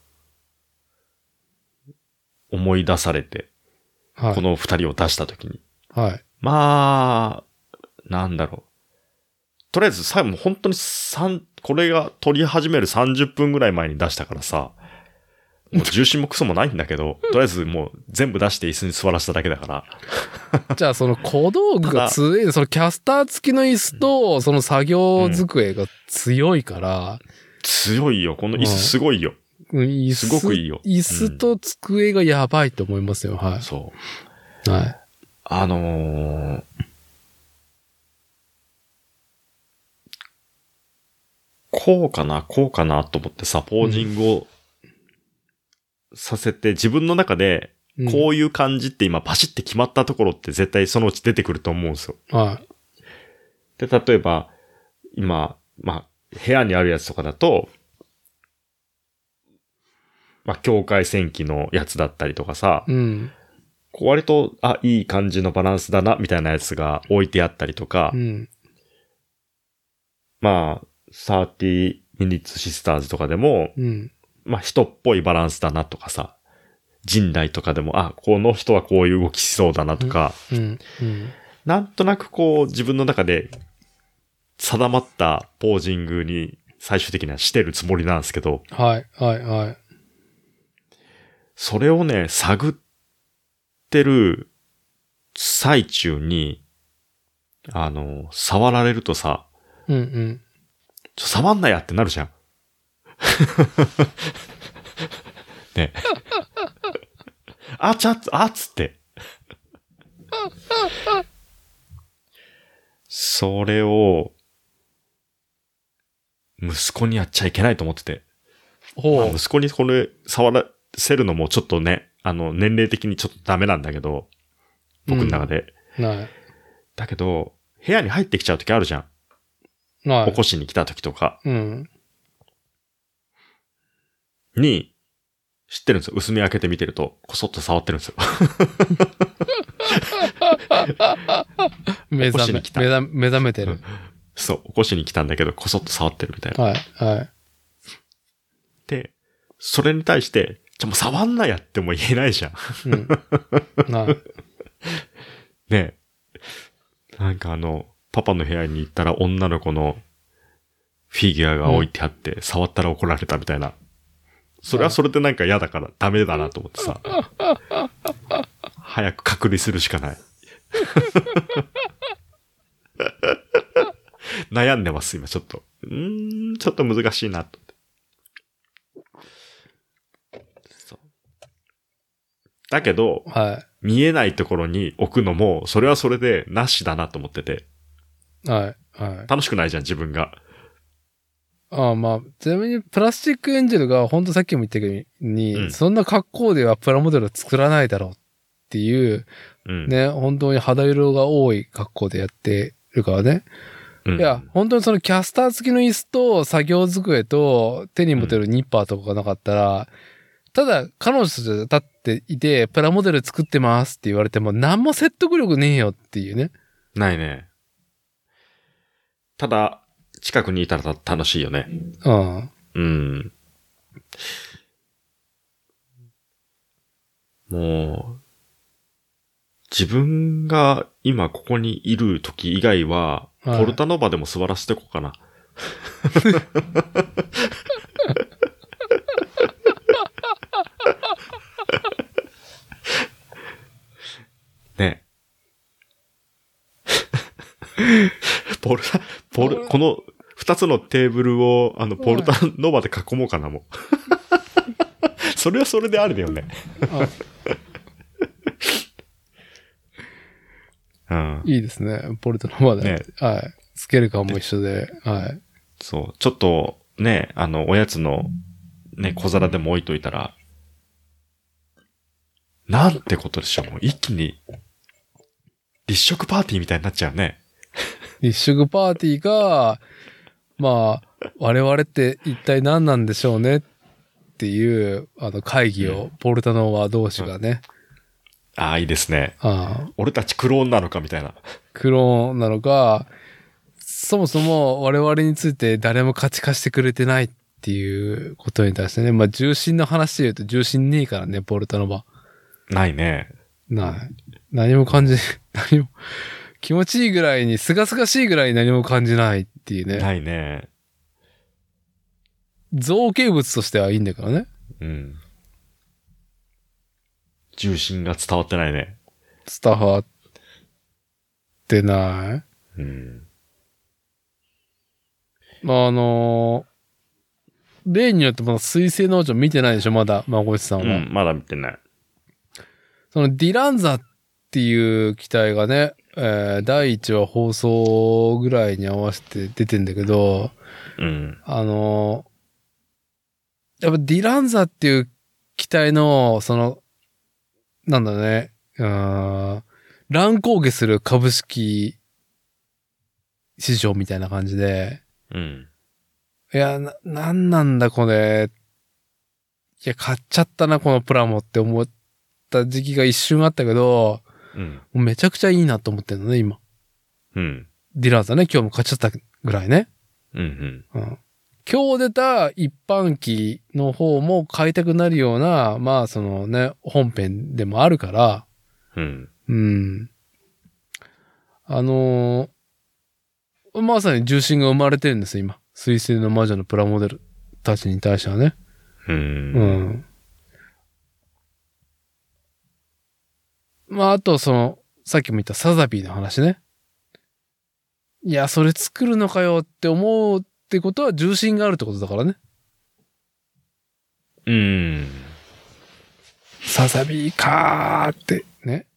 思い出されて、はい、この二人を出したときに。 はい。 まあ、なんだろう。とりあえず、最後も本当に三、これが撮り始めるさんじゅっぷんぐらい前に出したからさ、もう重心もクソもないんだけど、とりあえずもう全部出して椅子に座らせただけだから。 じゃあその小道具が強い、そのキャスター付きの椅子と、その作業机が強いから。うん、 強いよ。この椅子すごいよ。 うん、椅子すごくいいよ。 椅子と机がやばいと思いますよ。うん、はい。 そう。 はい。 あのー、こうかな、こうかなと思ってさ、ポージングを、うんさせて、自分の中で、こういう感じって今パシって決まったところって絶対そのうち出てくると思うんですよ。 はい。 で、例えば、今、まあ、部屋にあるやつとかだと、まあ、境界線機のやつだったりとかさ、 うん、 こう割と、あ、いい感じのバランスだな、みたいなやつが置いてあったりとか、 うん、 まあ、さんじゅう minutes sisters とかでも、 うんまあ人っぽいバランスだなとかさ、人来とかでも、あ、この人はこういう動きしそうだなとか、 うんうんうん、 なんとなくこう自分の中で定まったポージングに最終的にはしてるつもりなんですけど、 はい、はい、はい。 それをね、探ってる最中に、あの、触られるとさ、 うんうん、 ちょ触んなやってなるじゃん。ね。あちゃっつ、あっつって。それを、息子にやっちゃいけないと思ってて。 ほう。 まあ、息子にこれ触らせるのもちょっとね、あの、年齢的にちょっとダメなんだけど、僕の中で。 うん、ない。 だけど、部屋に入ってきちゃう時あるじゃん。 ない。 起こしに来た時とか。 うん。 に、知ってるんですよ。薄目開けて見てると、こそっと触ってるんですよ。 目覚め、目覚目覚めてる。 そう、起こしに来たんだけど、こそっと触ってるみたいな。 はい、はい。 で、それに対して、じゃもう触んなやっても言えないじゃん。うん。 はい。 ねえ。なんかあの、パパの部屋に行ったら女の子のフィギュアが置いてあって、うん、触ったら怒られたみたいな。それはそれでなんか嫌だからダメだなと思ってさ。早く隔離するしかない。悩んでます、今ちょっと。 うーん、ちょっと難しいなと。そう。だけど、 は見えないところに置くのも、それはそれでなしだなと思ってて。 い。はい。はい。 楽しくないじゃん、自分が。 ああ、まあ、ちなみにプラスチックエンジェルが、ほんとさっきも言ったように、 うんそんな格好ではプラモデルを作らないだろうっていう、 うん。 ね、本当に肌色が多い格好でやってるからね。 うん、 いや、本当にそのキャスター付きの椅子と作業机と手に持てるニッパーとかがなかったら、ただ彼女たちが立っていて、プラモデル作ってますって言われても何も説得力ねえよっていうね。 ないね。ただ、近くにいたら楽しいよね。 うん。 うん。もう、自分が今ここにいる時以外は、 はい、 ポルタノバでも座らせてこうかな。ね。ポルタ、ポル、この二つのテーブルを、あの、ポルタノバで囲もうかな、もう。それはそれであるだよね。うん、 いいですね。ポルトノバで。ね、はい。スケル感も一緒で、はい。 そう。ちょっと、ね、あの、おやつの、ね、小皿でも置いといたら、なんてことでしょう。もう一気に、立食パーティーみたいになっちゃうね。 立食パーティーが、まあ、我々って一体何なんでしょうねっていう、あの、会議を、ポルタノバ同士がね、うんああ、いいですね。 ああ俺たちクローンなのかみたいな。 クローンなのか、そもそも我々について誰も価値化してくれてないっていうことに対してね、まあ重心の話で言うと重心ねえからね、ポルタノバ。 ないね。 ない。何も感じ、何も、気持ちいいぐらいに、すがすがしいぐらいに何も感じないっていうね。 ないね。 造形物としてはいいんだからね。 うん。重心が伝わってないね。 伝わってない。 うん。 まあ、あのー、例によってまだ水星農場見てないでしょ、まだ、まごちさんは。 うん、まだ見てない。 そのディランザっていう機体がね、えー、だいいちわ放送ぐらいに合わせて出てんだけど、 うん。 あのー、やっぱディランザっていう機体の、その、なんだね、うーん、乱高下する株式市場みたいな感じで、 うん。 いや、な、なんなんだこれ。いや、買っちゃったな、このプラモって思った時期が一瞬あったけど、 うん。 もうめちゃくちゃいいなと思ってんのね、今。 うん。 ディランザね、今日も買っちゃったぐらいね。 うんうん。 うん。今日出た一般機の方も買いたくなるような、まあそのね、本編でもあるから、 うん。 うん。あのー、まさに重心が生まれてるんですよ、今。水星の魔女のプラモデルたちに対してはね。 うん。 うん。まあ、あと、その、さっきも言ったサザビーの話ね。いや、それ作るのかよって思うってことは重心があるってことだからね。 うん。 サザビーかーってね。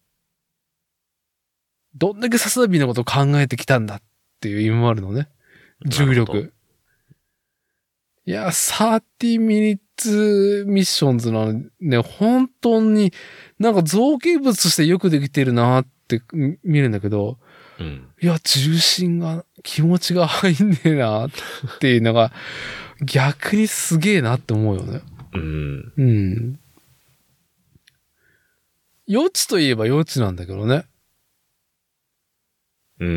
どんだけサザビーのことを考えてきたんだっていう意味もあるのね。重力。いや、さんじゅうミニッツミッションズのね、本当になんか造形物としてよくできてるなって見るんだけど、 うん、 いや、重心が、気持ちが入んねえなっていうのが逆にすげえなって思うよね。 うん。 うん。余地といえば余地なんだけどね。 うん。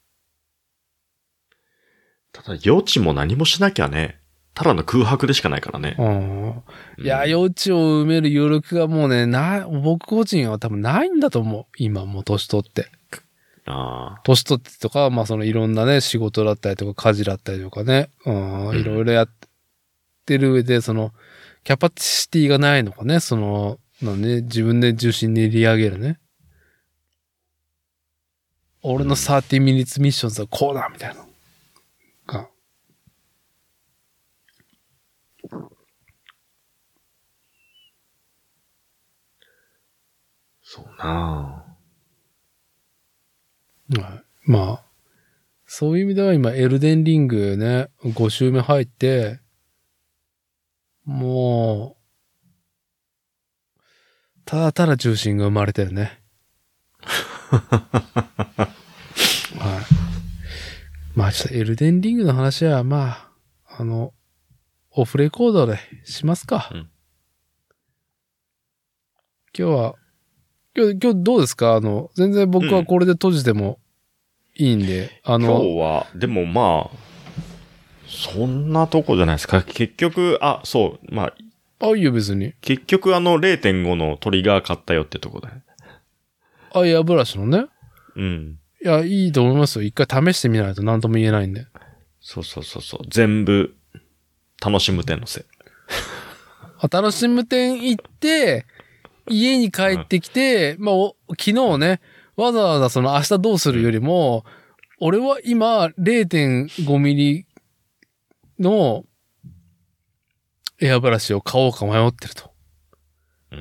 ただ余地も何もしなきゃね、ただの空白でしかないからね。 うん、いや、余地を埋める余力がもうね、な、僕個人は多分ないんだと思う。今もう年取って。 ああ。 年取ってとか、まあそのいろんなね、仕事だったりとか家事だったりとかね、うん、いろいろやってる上で、その、キャパシティがないのかね、その、なんね、自分で重心に練り上げるね。俺のさんじゅうミニッツミッションズはこうだみたいな。が、 そうなぁ。はい。まあ、そういう意味では今、エルデンリングね、ご周目入って、もう、ただただ重心が生まれてるね。はい。まあちょっとエルデンリングの話は、まあ、あの、オフレコードでしますか。うん、今日は、今日、今日どうですか？あの、全然僕はこれで閉じてもいいんで、うん、あの。 今日は、でもまあ、そんなとこじゃないですか。結局、あ、そう、まあ、あ、いいよ別に。 結局あの れいてんご のトリガー買ったよってとこだね。 あ、エアブラシのね。 うん。 いや、いいと思いますよ。一回試してみないと何とも言えないんで。 そうそうそうそう。全部、楽しむ点のせい。 楽しむ点行って、家に帰ってきて、うん、まあ、昨日ね、わざわざその明日どうするよりも、うん、俺は今 れいてんごミリのエアブラシを買おうか迷ってると。うん。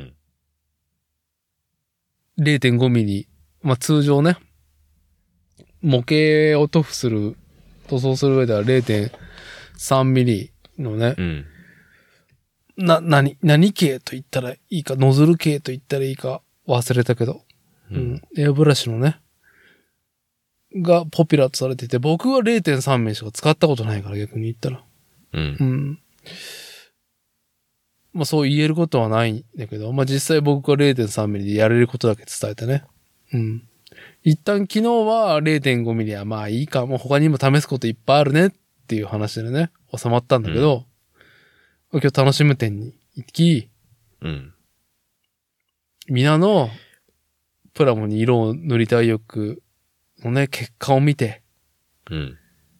れいてんごミリ。まあ、通常ね、模型を塗布する、塗装する上では れいてんさんミリのね、うん、な、何、何系と言ったらいいか、ノズル系と言ったらいいか忘れたけど、うん、うん、エアブラシのね、がポピュラーとされてて、僕は れいてんさんミリしか使ったことないから逆に言ったら。うん。うん。まあそう言えることはないんだけど、まあ実際僕は れいてんさんミリでやれることだけ伝えてね。うん。一旦昨日は れいてんごミリはまあいいか、もう他にも試すこといっぱいあるねっていう話でね、収まったんだけど、うん、今日楽しむ点に行き、うん。皆のプラモに色を塗りたい欲のね、結果を見て、うん。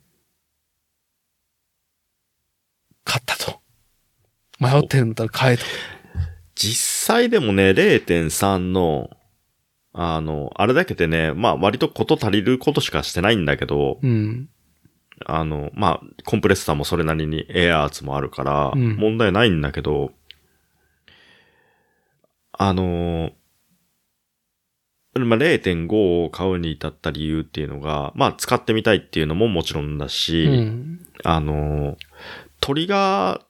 買ったと。迷ってるんだったら買えと。 実際でもね、れいてんさん の、あの、あれだけでね、まあ割とこと足りることしかしてないんだけど、うん。あの、まあ、コンプレッサーもそれなりにエアーツもあるから、問題ないんだけど、うん、あの、まあ、れいてんご を買うに至った理由っていうのが、まあ使ってみたいっていうのももちろんだし、うん、あの、トリガー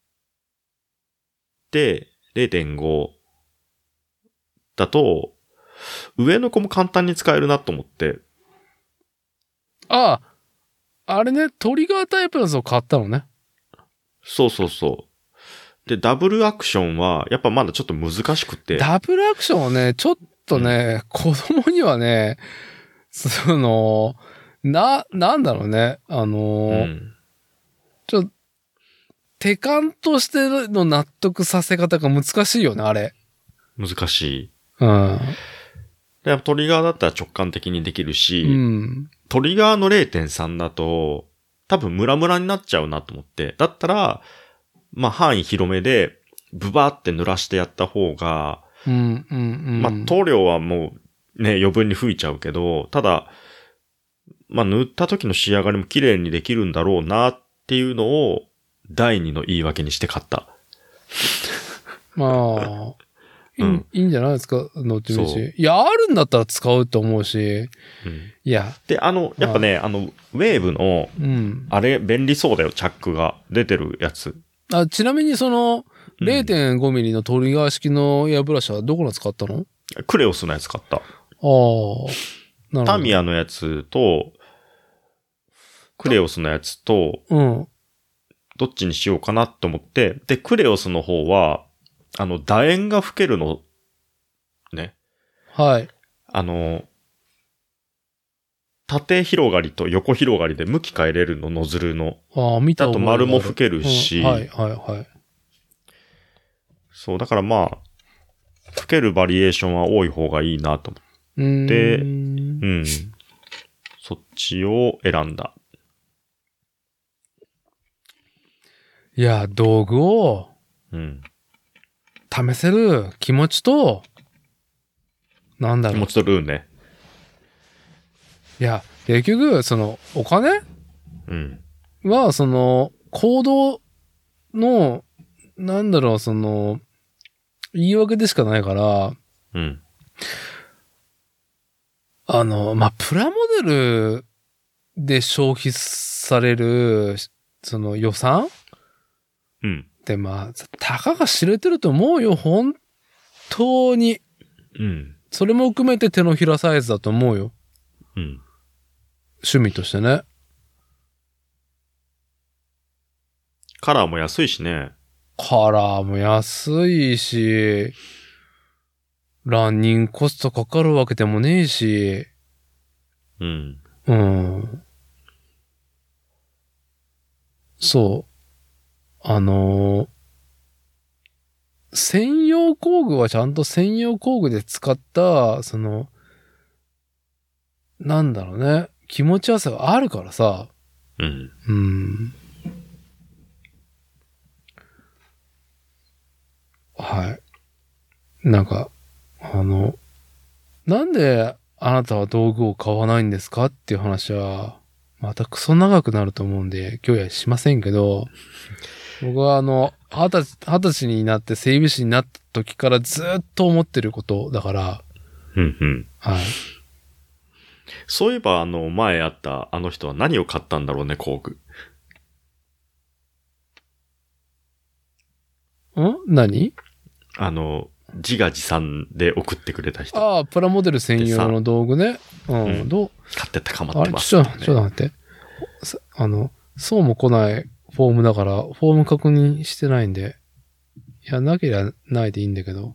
で れいてんご だと、上の子も簡単に使えるなと思って。 ああ、あれね、トリガータイプのやつを買ったのね。 そうそうそう。で、ダブルアクションは、やっぱまだちょっと難しくて。 ダブルアクションはね、ちょっとね、うん、子供にはね、その、な、なんだろうね、あの、うん、ちょっと、手感としての納得させ方が難しいよね、あれ。 難しい。うん。でトリガーだったら直感的にできるし、うん、トリガーの れいてんさん だと、多分ムラムラになっちゃうなと思って。だったら、まあ範囲広めで、ブバーって濡らしてやった方が、うんうんうん、まあ塗料はもうね、余分に吹いちゃうけど、ただ、まあ塗った時の仕上がりも綺麗にできるんだろうなっていうのを、だいにの言い訳にして買った。 まあ、いい、うん、いいんじゃないですか、後々。いや、あるんだったら使うと思うし。うん、いや。 で、あの、やっぱね、あの、ウェーブの、うん、あれ、便利そうだよ、チャックが出てるやつ。 あ、ちなみにその、れいてんごミリのトリガー式のエアブラシはどこの使ったの？ クレオスのやつ買った。ああ。 なるほど。 タミヤのやつと、クレオスのやつと、うん。どっちにしようかなと思って、で、クレオスの方は、あの、楕円が吹けるの、ね。 はい。 あの、縦広がりと横広がりで向き変えれるの、ノズルの。 ああ、見たあと丸も吹けるし、 うん。はい、はい、はい。 そう、だからまあ、吹けるバリエーションは多い方がいいなと思って、うん、うん。そっちを選んだ。 いや、道具を、うん。試せる気持ちと、なんだろう。 気持ちとルーンね。 いや、結局、その、お金うん。は、その、行動の、なんだろう、その、言い訳でしかないから、うん。 あの、まあ、プラモデルで消費される、その予算うん。 ってまあ、たかが知れてると思うよ、本当に。 うん。 それも含めて手のひらサイズだと思うよ。 うん。 趣味としてね。 カラーも安いしね。 カラーも安いし、ランニングコストかかるわけでもねえし、 うん。 うん。そう。あのー、専用工具はちゃんと専用工具で使った、その、なんだろうね。気持ちよさがあるからさ。 うん。 うん。はい。なんか、あの、なんであなたは道具を買わないんですかっていう話は、またクソ長くなると思うんで、今日はしませんけど、僕はあの、二十歳、二十歳になって整備士になった時からずっと思ってることだから、 うんうん。 はい。 そういえば、あの、前あったあの人は何を買ったんだろうね、工具。 ん何あの、自画自賛で送ってくれた人。 ああ、プラモデル専用の道具ね。うん、 うんどう買ってたかまってます、 あれ、ちょっと、ちょっと待って。あの、そうも来ないフォームだから、フォーム確認してないんで。いや、なければないでいいんだけど。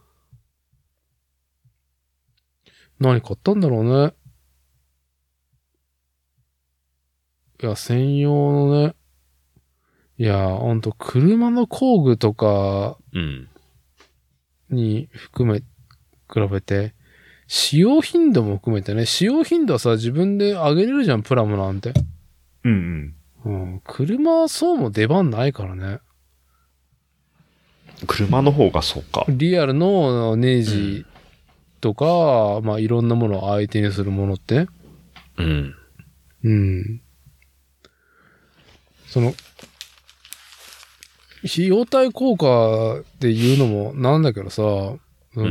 何買ったんだろうね。いや、専用のね。いや、ほんと、車の工具とかうん。 に含め、比べて、使用頻度も含めてね、使用頻度はさ、自分で上げれるじゃん、プラモなんて。 うんうん。車はそうも出番ないからね。 うん。車の方がそうか。 リアルのネジとか、うん、まあいろんなものを相手にするものって。 うん。 うん。その、費用対効果で言うのもなんだけどさ、その、うん、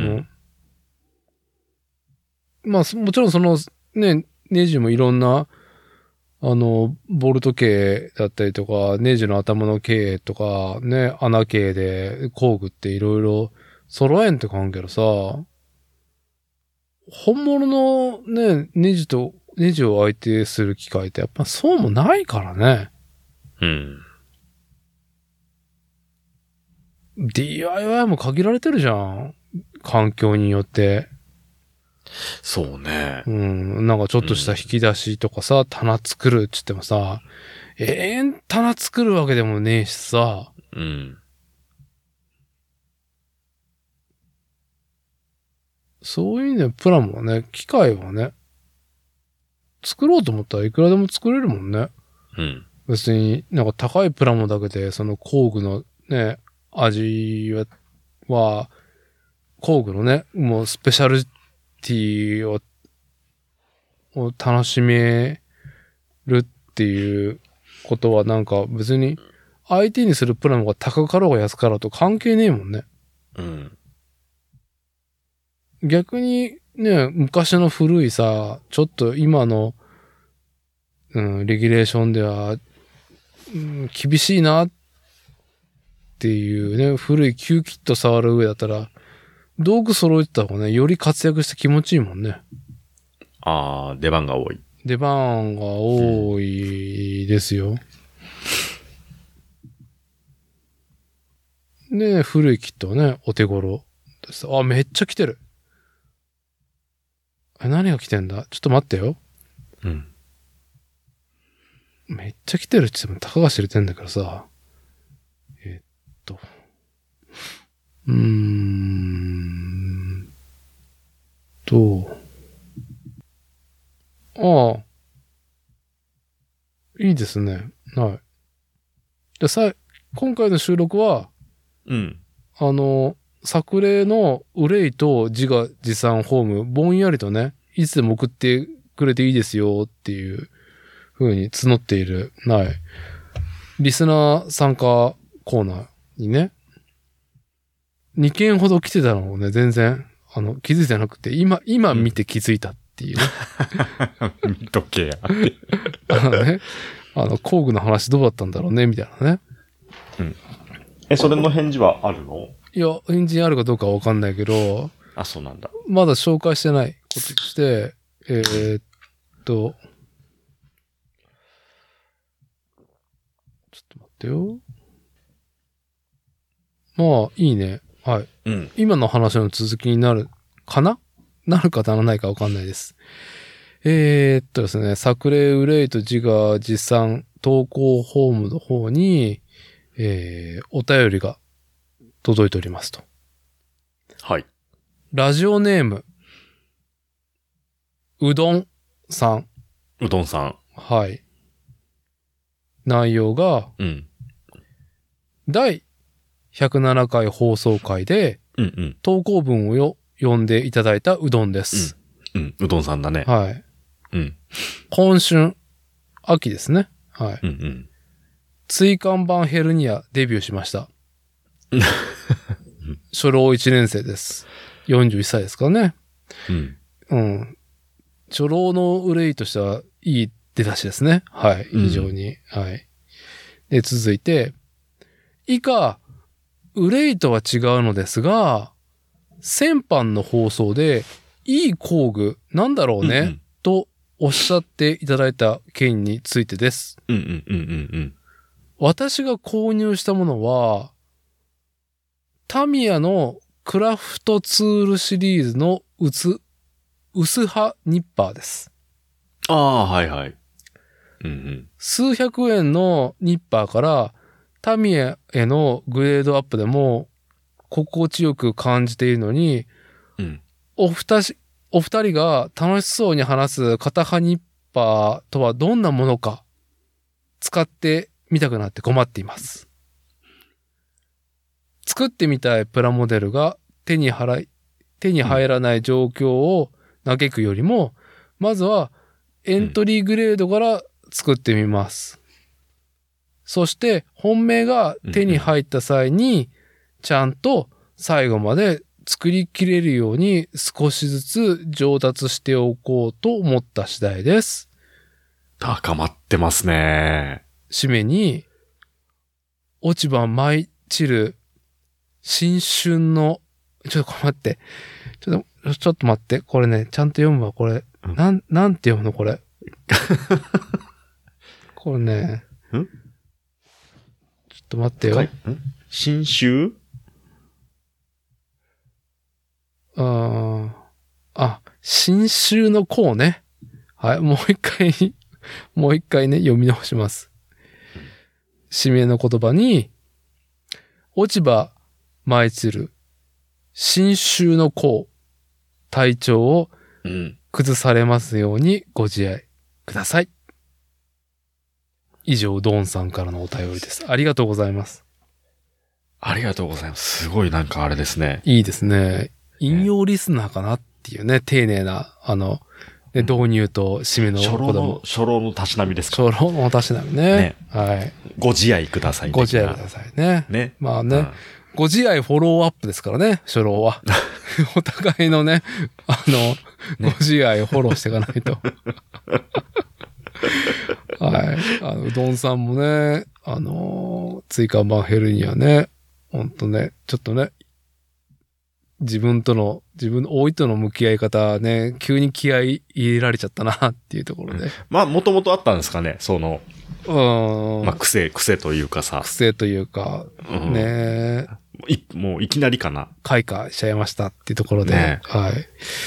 まあもちろんそのね、ネジもいろんな、あの、ボルト系だったりとか、ネジの頭の系とか、ね、穴系で工具っていろいろ揃えんってかんけどさ、本物のね、ネジと、ネジを相手する機会ってやっぱそうもないからね。 うん。 ディーアイワイ も限られてるじゃん。環境によって。 そうね。 うん。なんかちょっとした引き出しとかさ、うん、棚作るっつってもさ、永遠棚作るわけでもねえしさ。 うん。 そういう意味でプラモはね、機械はね、作ろうと思ったらいくらでも作れるもんね。 うん。 別になんか高いプラモだけで、その工具のね、味は、は工具のね、もうスペシャルティを、を楽しめるっていうことはなんか別に相手にするプラモが高かろうが安かろうと関係ねえもんね。 うん。 逆にね、昔の古いさ、ちょっと今の、うん、レギュレーションでは、うん、厳しいなっていうね、古いキューキット触る上だったら、道具揃えてた方がね、より活躍して気持ちいいもんね。 ああ、出番が多い。 出番が多いですよ。うん、で、古いキットはね、お手頃です。あ、めっちゃ来てる。え、何が来てんだ？ちょっと待ってよ。 うん。 めっちゃ来てるって言ってもたかが知れてんだからさ。えっと。うーん。と。ああ。いいですね。はい。で、さ、今回の収録は、 うん。 あの、作例の憂いと自画自賛ホーム、ぼんやりとね、いつでも送ってくれていいですよっていう風に募っている、はい。リスナー参加コーナーにね、にけんほど来てたのをね、全然、 あの、気づいてなくて、今、今見て気づいたっていうね。 見とけや。 あのね、あの、工具の話どうだったんだろうね、みたいなね。 うん。え、それの返事はあるの？ いや、返事あるかどうかはわかんないけど、 あ、そうなんだ。 まだ紹介してないことして、えー、っと、ちょっと待ってよ。まあ、いいね。はい。 うん。 今の話の続きになるかな？なるかならないかわかんないです。えー、っとですね、作例憂いと自画自賛投稿フォームの方に、えー、お便りが届いておりますと。 はい。 ラジオネーム、うどんさん。 うどんさん。 はい。内容が、 うん。 だいひゃくななかい放送回で、 うんうん。 投稿文をよ読んでいただいたうどんです。 うん。うん。うどんさんだね。 はい。 うん。 今春、秋ですね。はい。 うんうん。 椎間板ヘルニアデビューしました。初老いちねん生です。よんじゅういっさいですからね。 うん。 うん。初老の憂いとしてはいい出だしですね。はい。非常に。うん、はい。で、続いて、以下、憂いとは違うのですが、先般の放送で、いい工具なんだろうね、うんうん、とおっしゃっていただいた件についてです。 うんうんうんうんうん。 私が購入したものは、タミヤのクラフトツールシリーズの薄、薄刃ニッパーです。 ああ、はいはい。うんうん、 数百円のニッパーからタミヤへのグレードアップでも心地よく感じているのに、 うん、 お二し、お二人が楽しそうに話す片刃ニッパーとはどんなものか使ってみたくなって困っています。作ってみたいプラモデルが手に払い、手に入らない状況を嘆くよりも、うん、まずはエントリーグレードから作ってみます。うん、そして本命が手に入った際に、ちゃんと最後まで作りきれるように少しずつ上達しておこうと思った次第です。 高まってますね。 締めに、落ち葉舞い散る新春の、ちょっと待って。ちょっと、ちょっと待って。これね、ちゃんと読むわ、これ。うん、なん、なんて読むの、これ。これね。 んちょっと待ってよ。ん新秋ああ、新秋の項ね。はい、もう一回、もう一回ね、読み直します。締めの言葉に、落ち葉舞い散る新秋の項、体調を崩されますようにご自愛ください。以上、ドンさんからのお便りです。ありがとうございます。 ありがとうございます。すごいなんかあれですね。 いいですね。引用リスナーかなっていうね、丁寧な、あの、ね、導入と締めの初老の、初老のたしなみですか？ 初老のたしなみね。ね。はい。 ご自愛ください。 ご自愛くださいね。 ね。 まあね、うん、ご自愛フォローアップですからね、初老は。お互いのね、あの、ね、ご自愛をフォローしていかないと。はい。あの、うどんさんもね、あの、椎間板ヘルニアね、ほんとね、ちょっとね、自分との、自分の老いとの向き合い方ね、急に気合い入れられちゃったなっていうところで。 まあ、もともとあったんですかね、その、 うん。 まあ、癖、癖というかさ。 癖というか、うん、ねい、もういきなりかな。 開花しちゃいましたっていうところで。ね、はい。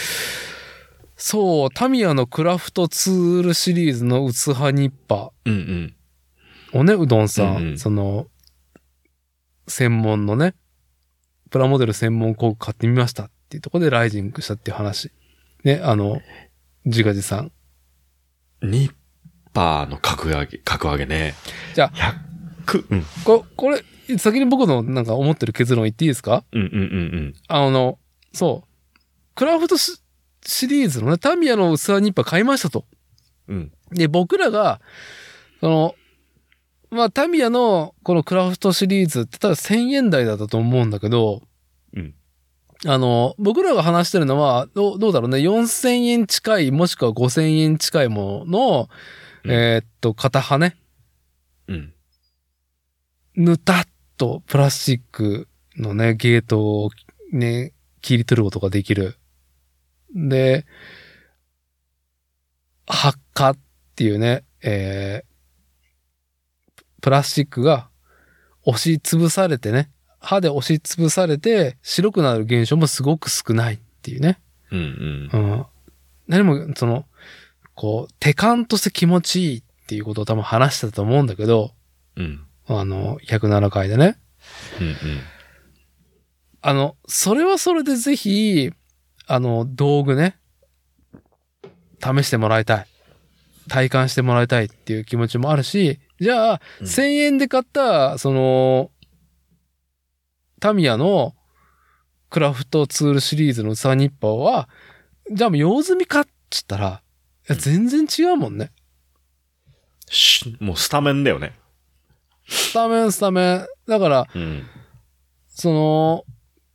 そう、タミヤのクラフトツールシリーズの薄葉ニッパー。うんうん。をね、うどんさん、 うんうん、 その、専門のね、プラモデル専門工具買ってみましたっていうところでライジングしたっていう話。ね、あの、自画自賛。 ニッパーの格上げ、格上げね。 じゃあ、 ひゃく、うん。 こ、これ、先に僕のなんか思ってる結論言っていいですか？ うんうんうんうん。 あの、そう。クラフトシリーズのね、タミヤの薄葉ニッパー買いましたと。 うん。 で、僕らが、その、まあ、タミヤのこのクラフトシリーズってただせんえん台だったと思うんだけど、 うん。 あの、僕らが話してるのは、どう、どうだろうね、よんせんえん近い、もしくはごせんえん近いものの、うん、えー、っと、片羽ね。 うん。 ぬたっとプラスチックのね、ゲートをね、切り取ることができる。で、発火っていうね、えー、プラスチックが押しつぶされてね、刃で押しつぶされて白くなる現象もすごく少ないっていうね。 うんうん。 うん。何も、その、こう、手感として気持ちいいっていうことを多分話してたと思うんだけど、 うん。 あの、ひゃくななかいでね。 うんうん。 あの、それはそれでぜひ、あの、道具ね、試してもらいたい。体感してもらいたいっていう気持ちもあるし、じゃあ、うん、せんえんで買った、その、タミヤのクラフトツールシリーズの器ニッパーは、じゃあもう用済みかっつったら、いや全然違うもんね。 し、もうスタメンだよね。 スタメンスタメン。だから、うん、その、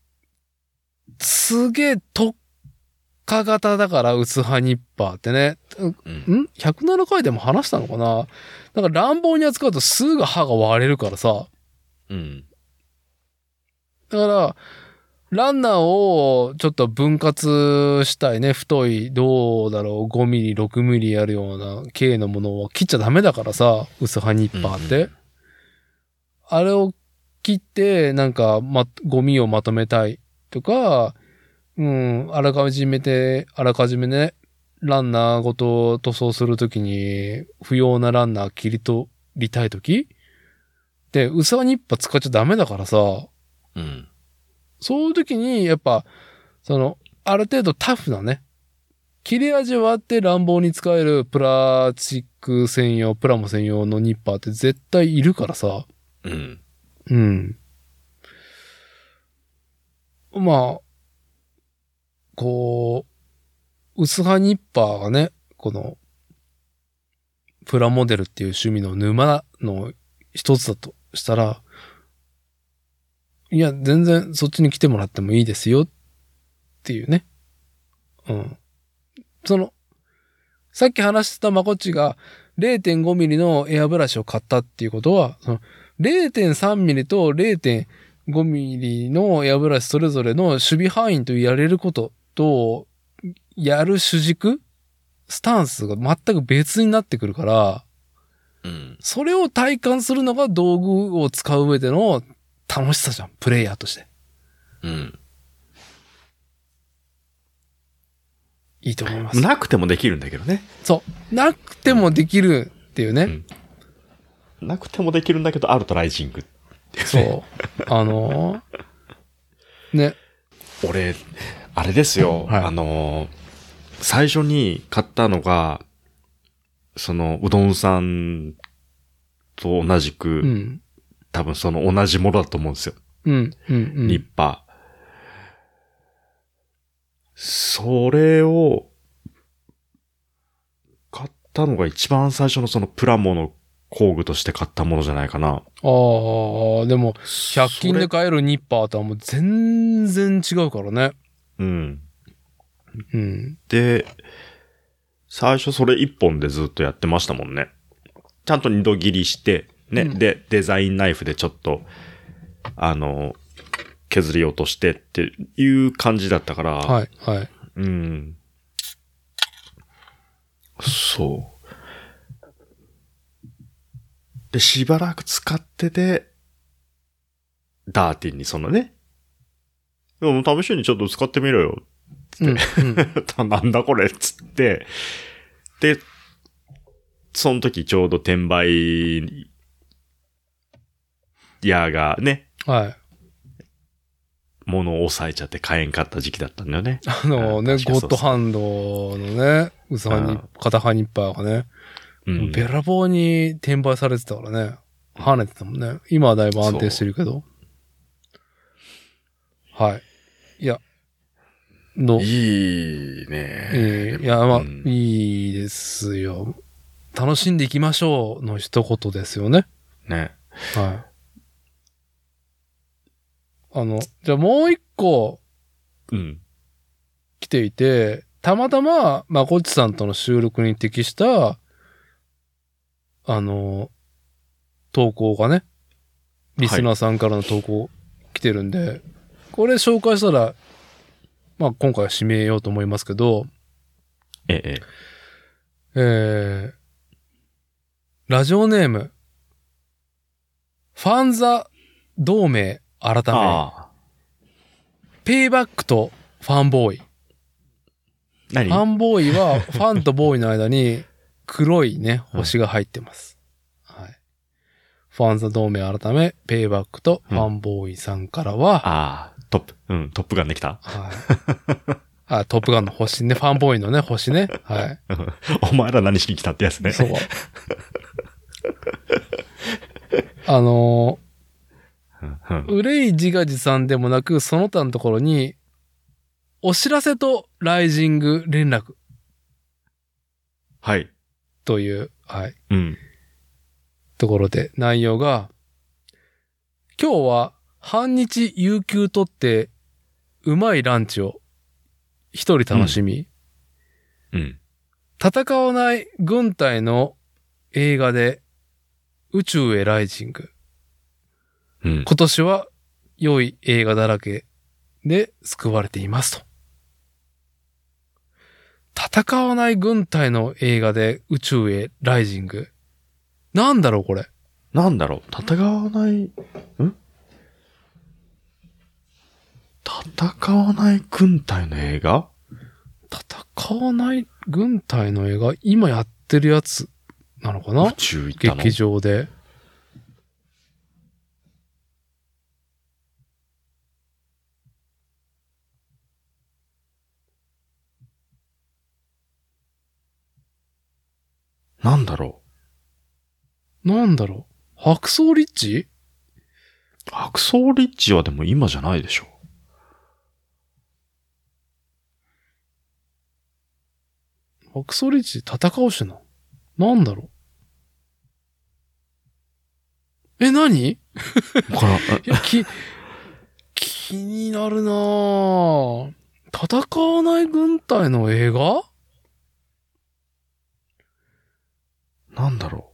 すげえ特化型だから、薄刃ニッパーってね。うん、ん ?ひゃくなな 回でも話したのかな。だから乱暴に扱うとすぐ刃が割れるからさ。 うん。 だから、ランナーをちょっと分割したいね。太い、どうだろう、ごミリ、ろくミリあるような径のものを切っちゃダメだからさ、薄刃ニッパーって。うんうん、あれを切って、なんか、ま、ゴミをまとめたいとか、うん、あらかじめて、あらかじめね、ランナーごと塗装するときに、不要なランナー切り取りたいときで、薄刃ニッパー使っちゃダメだからさ、 うん。 そういう時に、やっぱ、その、ある程度タフなね、切れ味割って乱暴に使えるプラスチック専用、プラモ専用のニッパーって絶対いるからさ。 うん。 うん。まあ、こう、薄刃ニッパーがね、この、プラモデルっていう趣味の沼の一つだとしたら、いや、全然そっちに来てもらってもいいですよっていうね。うん。その、さっき話してたまこっちが れいてんごミリのエアブラシを買ったっていうことは、その れいてんさんミリと れいてんごミリのエアブラシそれぞれの守備範囲とやれることと、やる主軸スタンスが全く別になってくるから、 うん、 それを体感するのが道具を使う上での楽しさじゃん、プレイヤーとして。 うん。 いいと思います。 なくてもできるんだけどね。 そう。なくてもできるっていうね。うんうん、なくてもできるんだけど、アルトライジングっていう、 ね。そう。あのー、ね。 俺、あれですよ。はい、あのー、最初に買ったのが、その、うどんさんと同じく、うん、多分その同じものだと思うんですよ。 うん。うん。うん。 ニッパー。それを、買ったのが一番最初のそのプラモの工具として買ったものじゃないかな。ああ、 でも、ひゃく均で買えるニッパーとはもう全然違うからね。 うん。 うん。 で、最初それ一本でずっとやってましたもんね。ちゃんと二度切りして、ね、うん、で、デザインナイフでちょっと、あの、削り落としてっていう感じだったから。 はい、はい。 うん。そう。で、しばらく使ってて、ダーティンにそのね、でも試しにちょっと使ってみろよ。つって、うんうん、なんだこれっつって、で、その時ちょうど転売屋がね、 はい。 物を抑えちゃって買えんかった時期だったんだよね。 あのね、ゴッドハンドのね、うさはに、片刃ニッパーがね、うん、べらぼうに転売されてたからね、跳ねてたもんね。今はだいぶ安定してるけど。はい。いや、どういいね。 いい、いや、まあ、うん、いいですよ。楽しんでいきましょうの一言ですよね。 ね。 はい。あの、じゃあもう一個、 うん。 来ていて、たまたま、まこっちさんとの収録に適した、あの、投稿がね、リスナーさんからの投稿来てるんで、はい、これ紹介したら、まあ今回は締めようと思いますけど、 ええ。 えー、ラジオネーム、ファンザ同盟改め、ペイバックとファンボーイ。 何？ ファンボーイはファンとボーイの間に黒いね、星が入ってます。はい。ファンザ同盟改め、ペイバックとファンボーイさんからは、うん、 ああ、トップ、うん、トップガンできた。 はい。あ、トップガンの星ね、ファンボーイのね、星ね。はい。 お前ら何しに来たってやつね。 そう。あのー、憂い自画自賛でもなく、その他のところに、お知らせとライジング連絡。 はい。 という、はい。 うん。 ところで、内容が、今日は半日有給取って、うまいランチを一人楽しみ、 うん。うん。 戦わない軍隊の映画で宇宙へライジング。うん。今年は良い映画だらけで救われていますと。戦わない軍隊の映画で宇宙へライジング。なんだろうこれ。 なんだろう戦わない、ん戦わない軍隊の映画？ 戦わない軍隊の映画今やってるやつなのかな？ 宇宙行ったの？ 劇場で。 なんだろうなんだろう白草リッチ？ 白草リッチはでも今じゃないでしょ。 白草リッチ戦おうしてな。なんだろうえ、何これいや、き、気になるなぁ。戦わない軍隊の映画？ なんだろ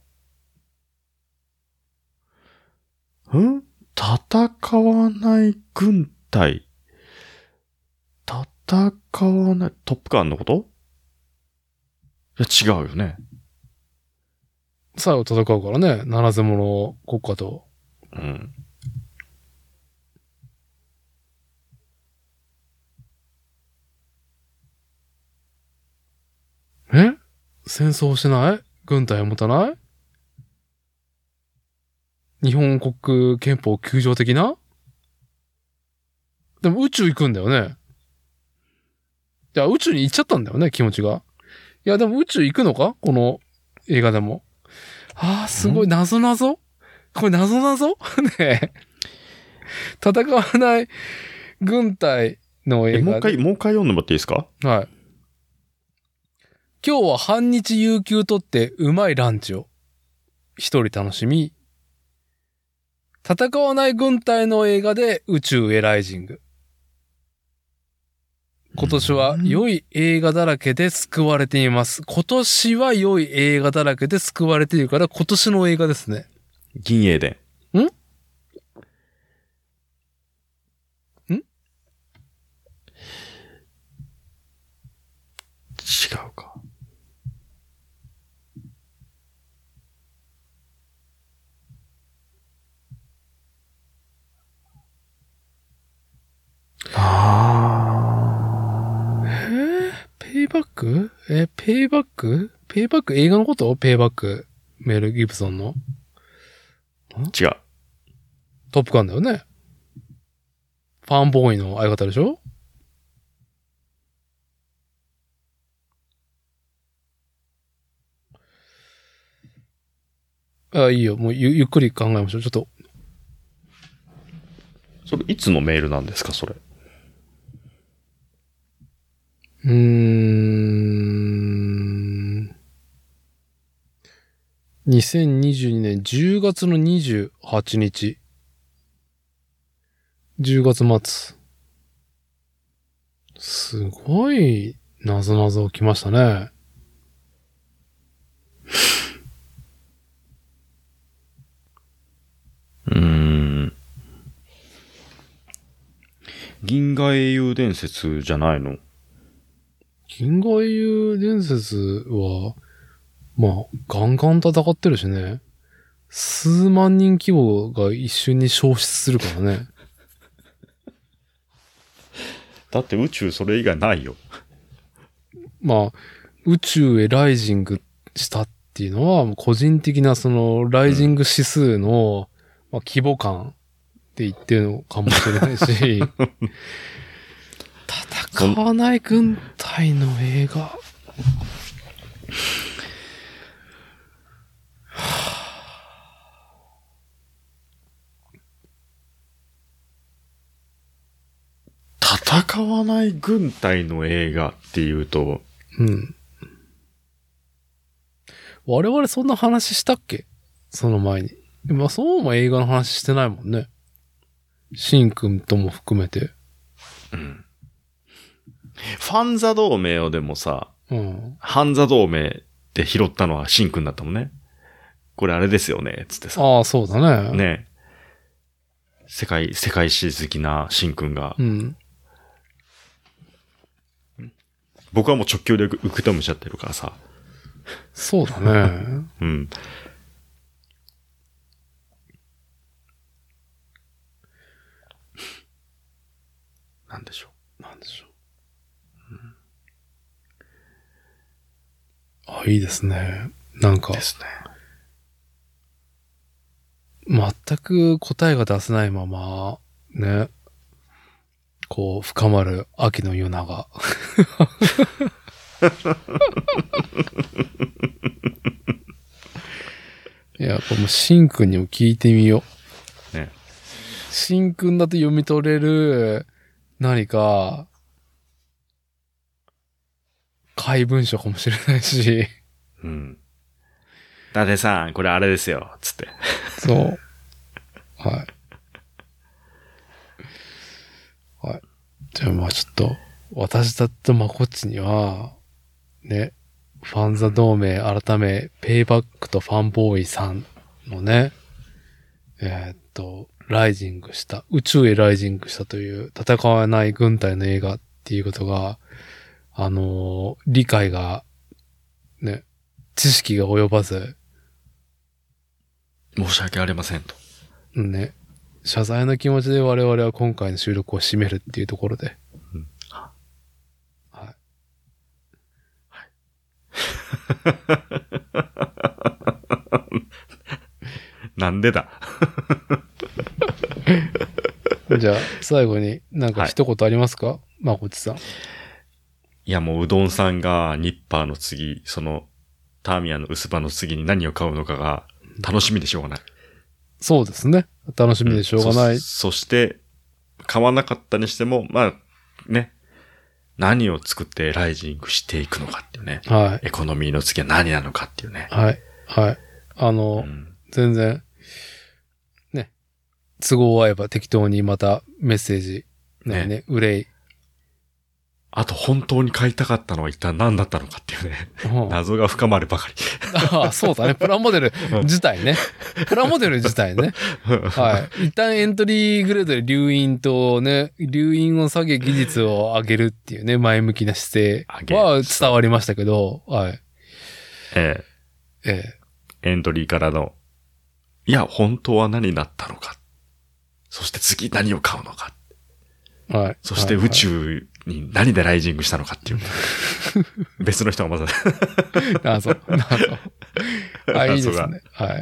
うん戦わない軍隊。戦わない、トップガンのこと？いや、違うよね。 最後戦うからね。ならず者国家と。 うん。 え？戦争しない？軍隊を持たない？日本国憲法きゅう条的な？でも宇宙行くんだよね。いや、宇宙に行っちゃったんだよね、気持ちが。いや、でも宇宙行くのか？この映画でも。ああ、すごい、謎謎？これ謎謎？ねえ。戦わない軍隊の映画。 もう一回、もう一回読んでもらっていいですか？ はい。今日は半日有給取ってうまいランチを一人楽しみ、戦わない軍隊の映画で宇宙へライジング。今年は良い映画だらけで救われています。今年は良い映画だらけで救われているから今年の映画ですね。 銀英伝。 ん？ん？ 違うか。 あー。えー、ペイバック？え、ペイバック？ペイバック映画のこと？ペイバック。メル・ギブソンの。 違う。 トップガンだよね。ファンボーイの相方でしょ？あ、いいよ。もうゆゆっくり考えましょう。ちょっと。 それ、いつのメールなんですか、それ。 うーん。にせんにじゅうにねんじゅうがつのにじゅうはちにち。じゅうがつ末。 すごい、なぞなぞ起きましたね。 うーん。銀河英雄伝説じゃないの？ 銀河英雄伝説は、まあ、ガンガン戦ってるしね。数万人規模が一瞬に消失するからね。 だって宇宙それ以外ないよ。 まあ、宇宙へライジングしたっていうのは、個人的なその、ライジング指数の、まあ、規模感って言ってるのかもしれないし、戦わない軍隊の映画。 戦わない軍隊の映画っていうと、 うん。我々そんな話したっけ？その前に。まあそうも映画の話してないもんね。シンくんとも含めて。 うん。ファンザ同盟をでもさ、 うん。 ハンザ同盟で拾ったのはシンくんだったもんね。これあれですよね、つってさ。 ああ、そうだね。 ね。世界、世界史好きなシンくんが。 うん。 僕はもう直球で受け止めちゃってるからさ。 そうだね。 うん。なんでしょう。なんでしょう。うん、あ、いいですね。なんか。 ですね。全く答えが出せないまま、ね。こう、深まる秋の夜長。いや、これもうシンくんにも聞いてみよう。ね。 シンくんだと読み取れる何か、怪文書かもしれないし。 うん。伊達さん、これあれですよ、つって。 そう。はい。はい。じゃあまあちょっと、私だってまこっちには、ね、ファンザ同盟改め、ペイバックとファンボーイさんのね、えー、っと、ライジングした、宇宙へライジングしたという戦わない軍隊の映画っていうことが、あのー、理解が、ね、知識が及ばず、 申し訳ありませんと。 ね、謝罪の気持ちで我々は今回の収録を締めるっていうところで。うん、はい。 はい。なんでだじゃあ、最後になんか一言ありますか、はい、まこっちさん。 いや、もううどんさんがニッパーの次、その、ターミヤの薄葉の次に何を買うのかが楽しみでしょうがない。 そうですね。楽しみでしょうがない。 うん、そ, そして、買わなかったにしても、まあ、ね、何を作ってライジングしていくのかっていうね。 はい。 エコノミーの次は何なのかっていうね。 はい。はい。あの、うん、全然、ね、都合合えば適当にまたメッセージ、ね、ね、憂い。 あと本当に買いたかったのは一体何だったのかっていうね。うん、謎が深まるばかり。 ああ、そうだね。プラモデル自体ね。プラモデル自体ね。はい。一旦エントリーグレードで留飲とね、留飲を下げ技術を上げるっていうね、前向きな姿勢は伝わりましたけど、はい。 ええ。ええ。エントリーからの、いや、本当は何だったのか。そして次何を買うのか。 はい。 そして宇宙に何でライジングしたのかっていう。別の人がまだ。 あ、そう。あ、いいですね。はい。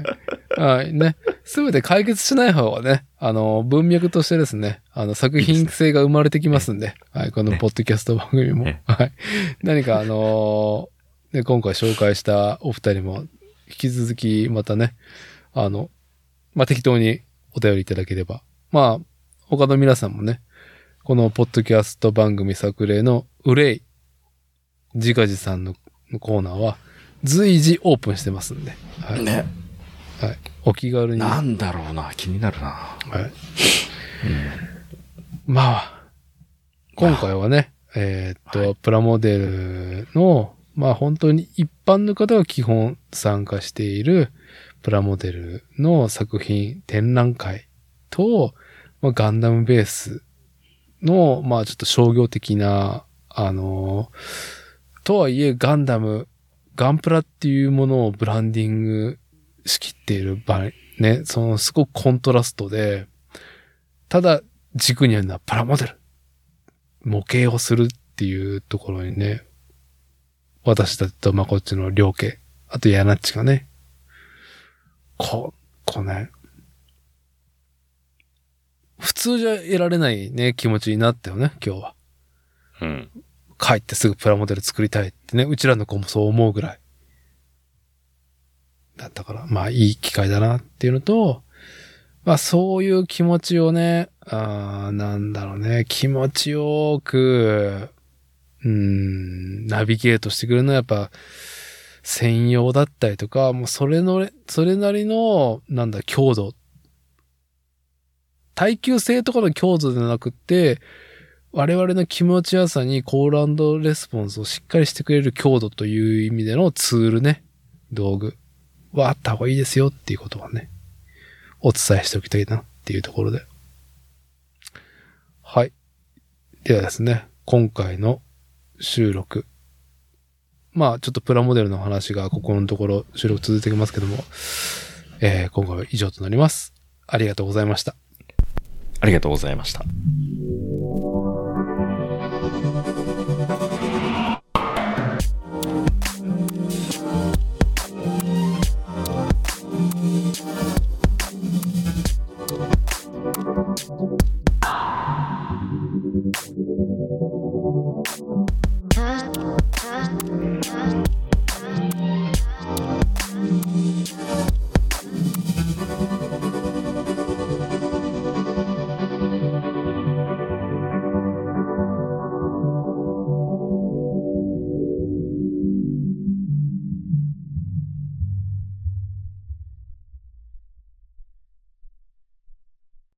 はい。ね。すべて解決しない方がね、あの、文脈としてですね、あの、作品性が生まれてきますんで、いいね、はい。このポッドキャスト番組も。ね、はい。何かあのー、ね、今回紹介したお二人も、引き続きまたね、あの、まあ、適当にお便りいただければ。まあ、他の皆さんもね、このポッドキャスト番組作例の憂い、自画自賛のコーナーは随時オープンしてますんで。はい。 ね。 はい。お気軽に。 なんだろうな、気になるな。はい。 うん、まあ、今回はね、 えーっと、 はい、 プラモデルの、まあ本当に一般の方が基本参加しているプラモデルの作品展覧会と、まあ、ガンダムベースの、まあちょっと商業的な、あの、とはいえガンダム、ガンプラっていうものをブランディングしきっている場合、ね、そのすごくコントラストで、ただ軸にあるのはプラモデル。模型をするっていうところにね、私たちとまこっちの両家、あとヤナッチがね、こ、こうね、普通じゃ得られないね、気持ちになったよね、今日は。 うん。 帰ってすぐプラモデル作りたいってね、うちらの子もそう思うぐらい。だったから、まあいい機会だなっていうのと、まあそういう気持ちをね、あーなんだろうね、気持ちよく、うーん、ナビゲートしてくれるのはやっぱ、専用だったりとか、もうそれの、それなりの、なんだ、強度。耐久性とかの強度ではなくって、我々の気持ちよさにコール&レスポンスをしっかりしてくれる強度という意味でのツールね、道具はあった方がいいですよっていうことはね、お伝えしておきたいなっていうところで。はい。ではですね、今回の収録。まあ、ちょっとプラモデルの話がここのところ収録続いていきますけども、えー、今回は以上となります。ありがとうございました。 ありがとうございました。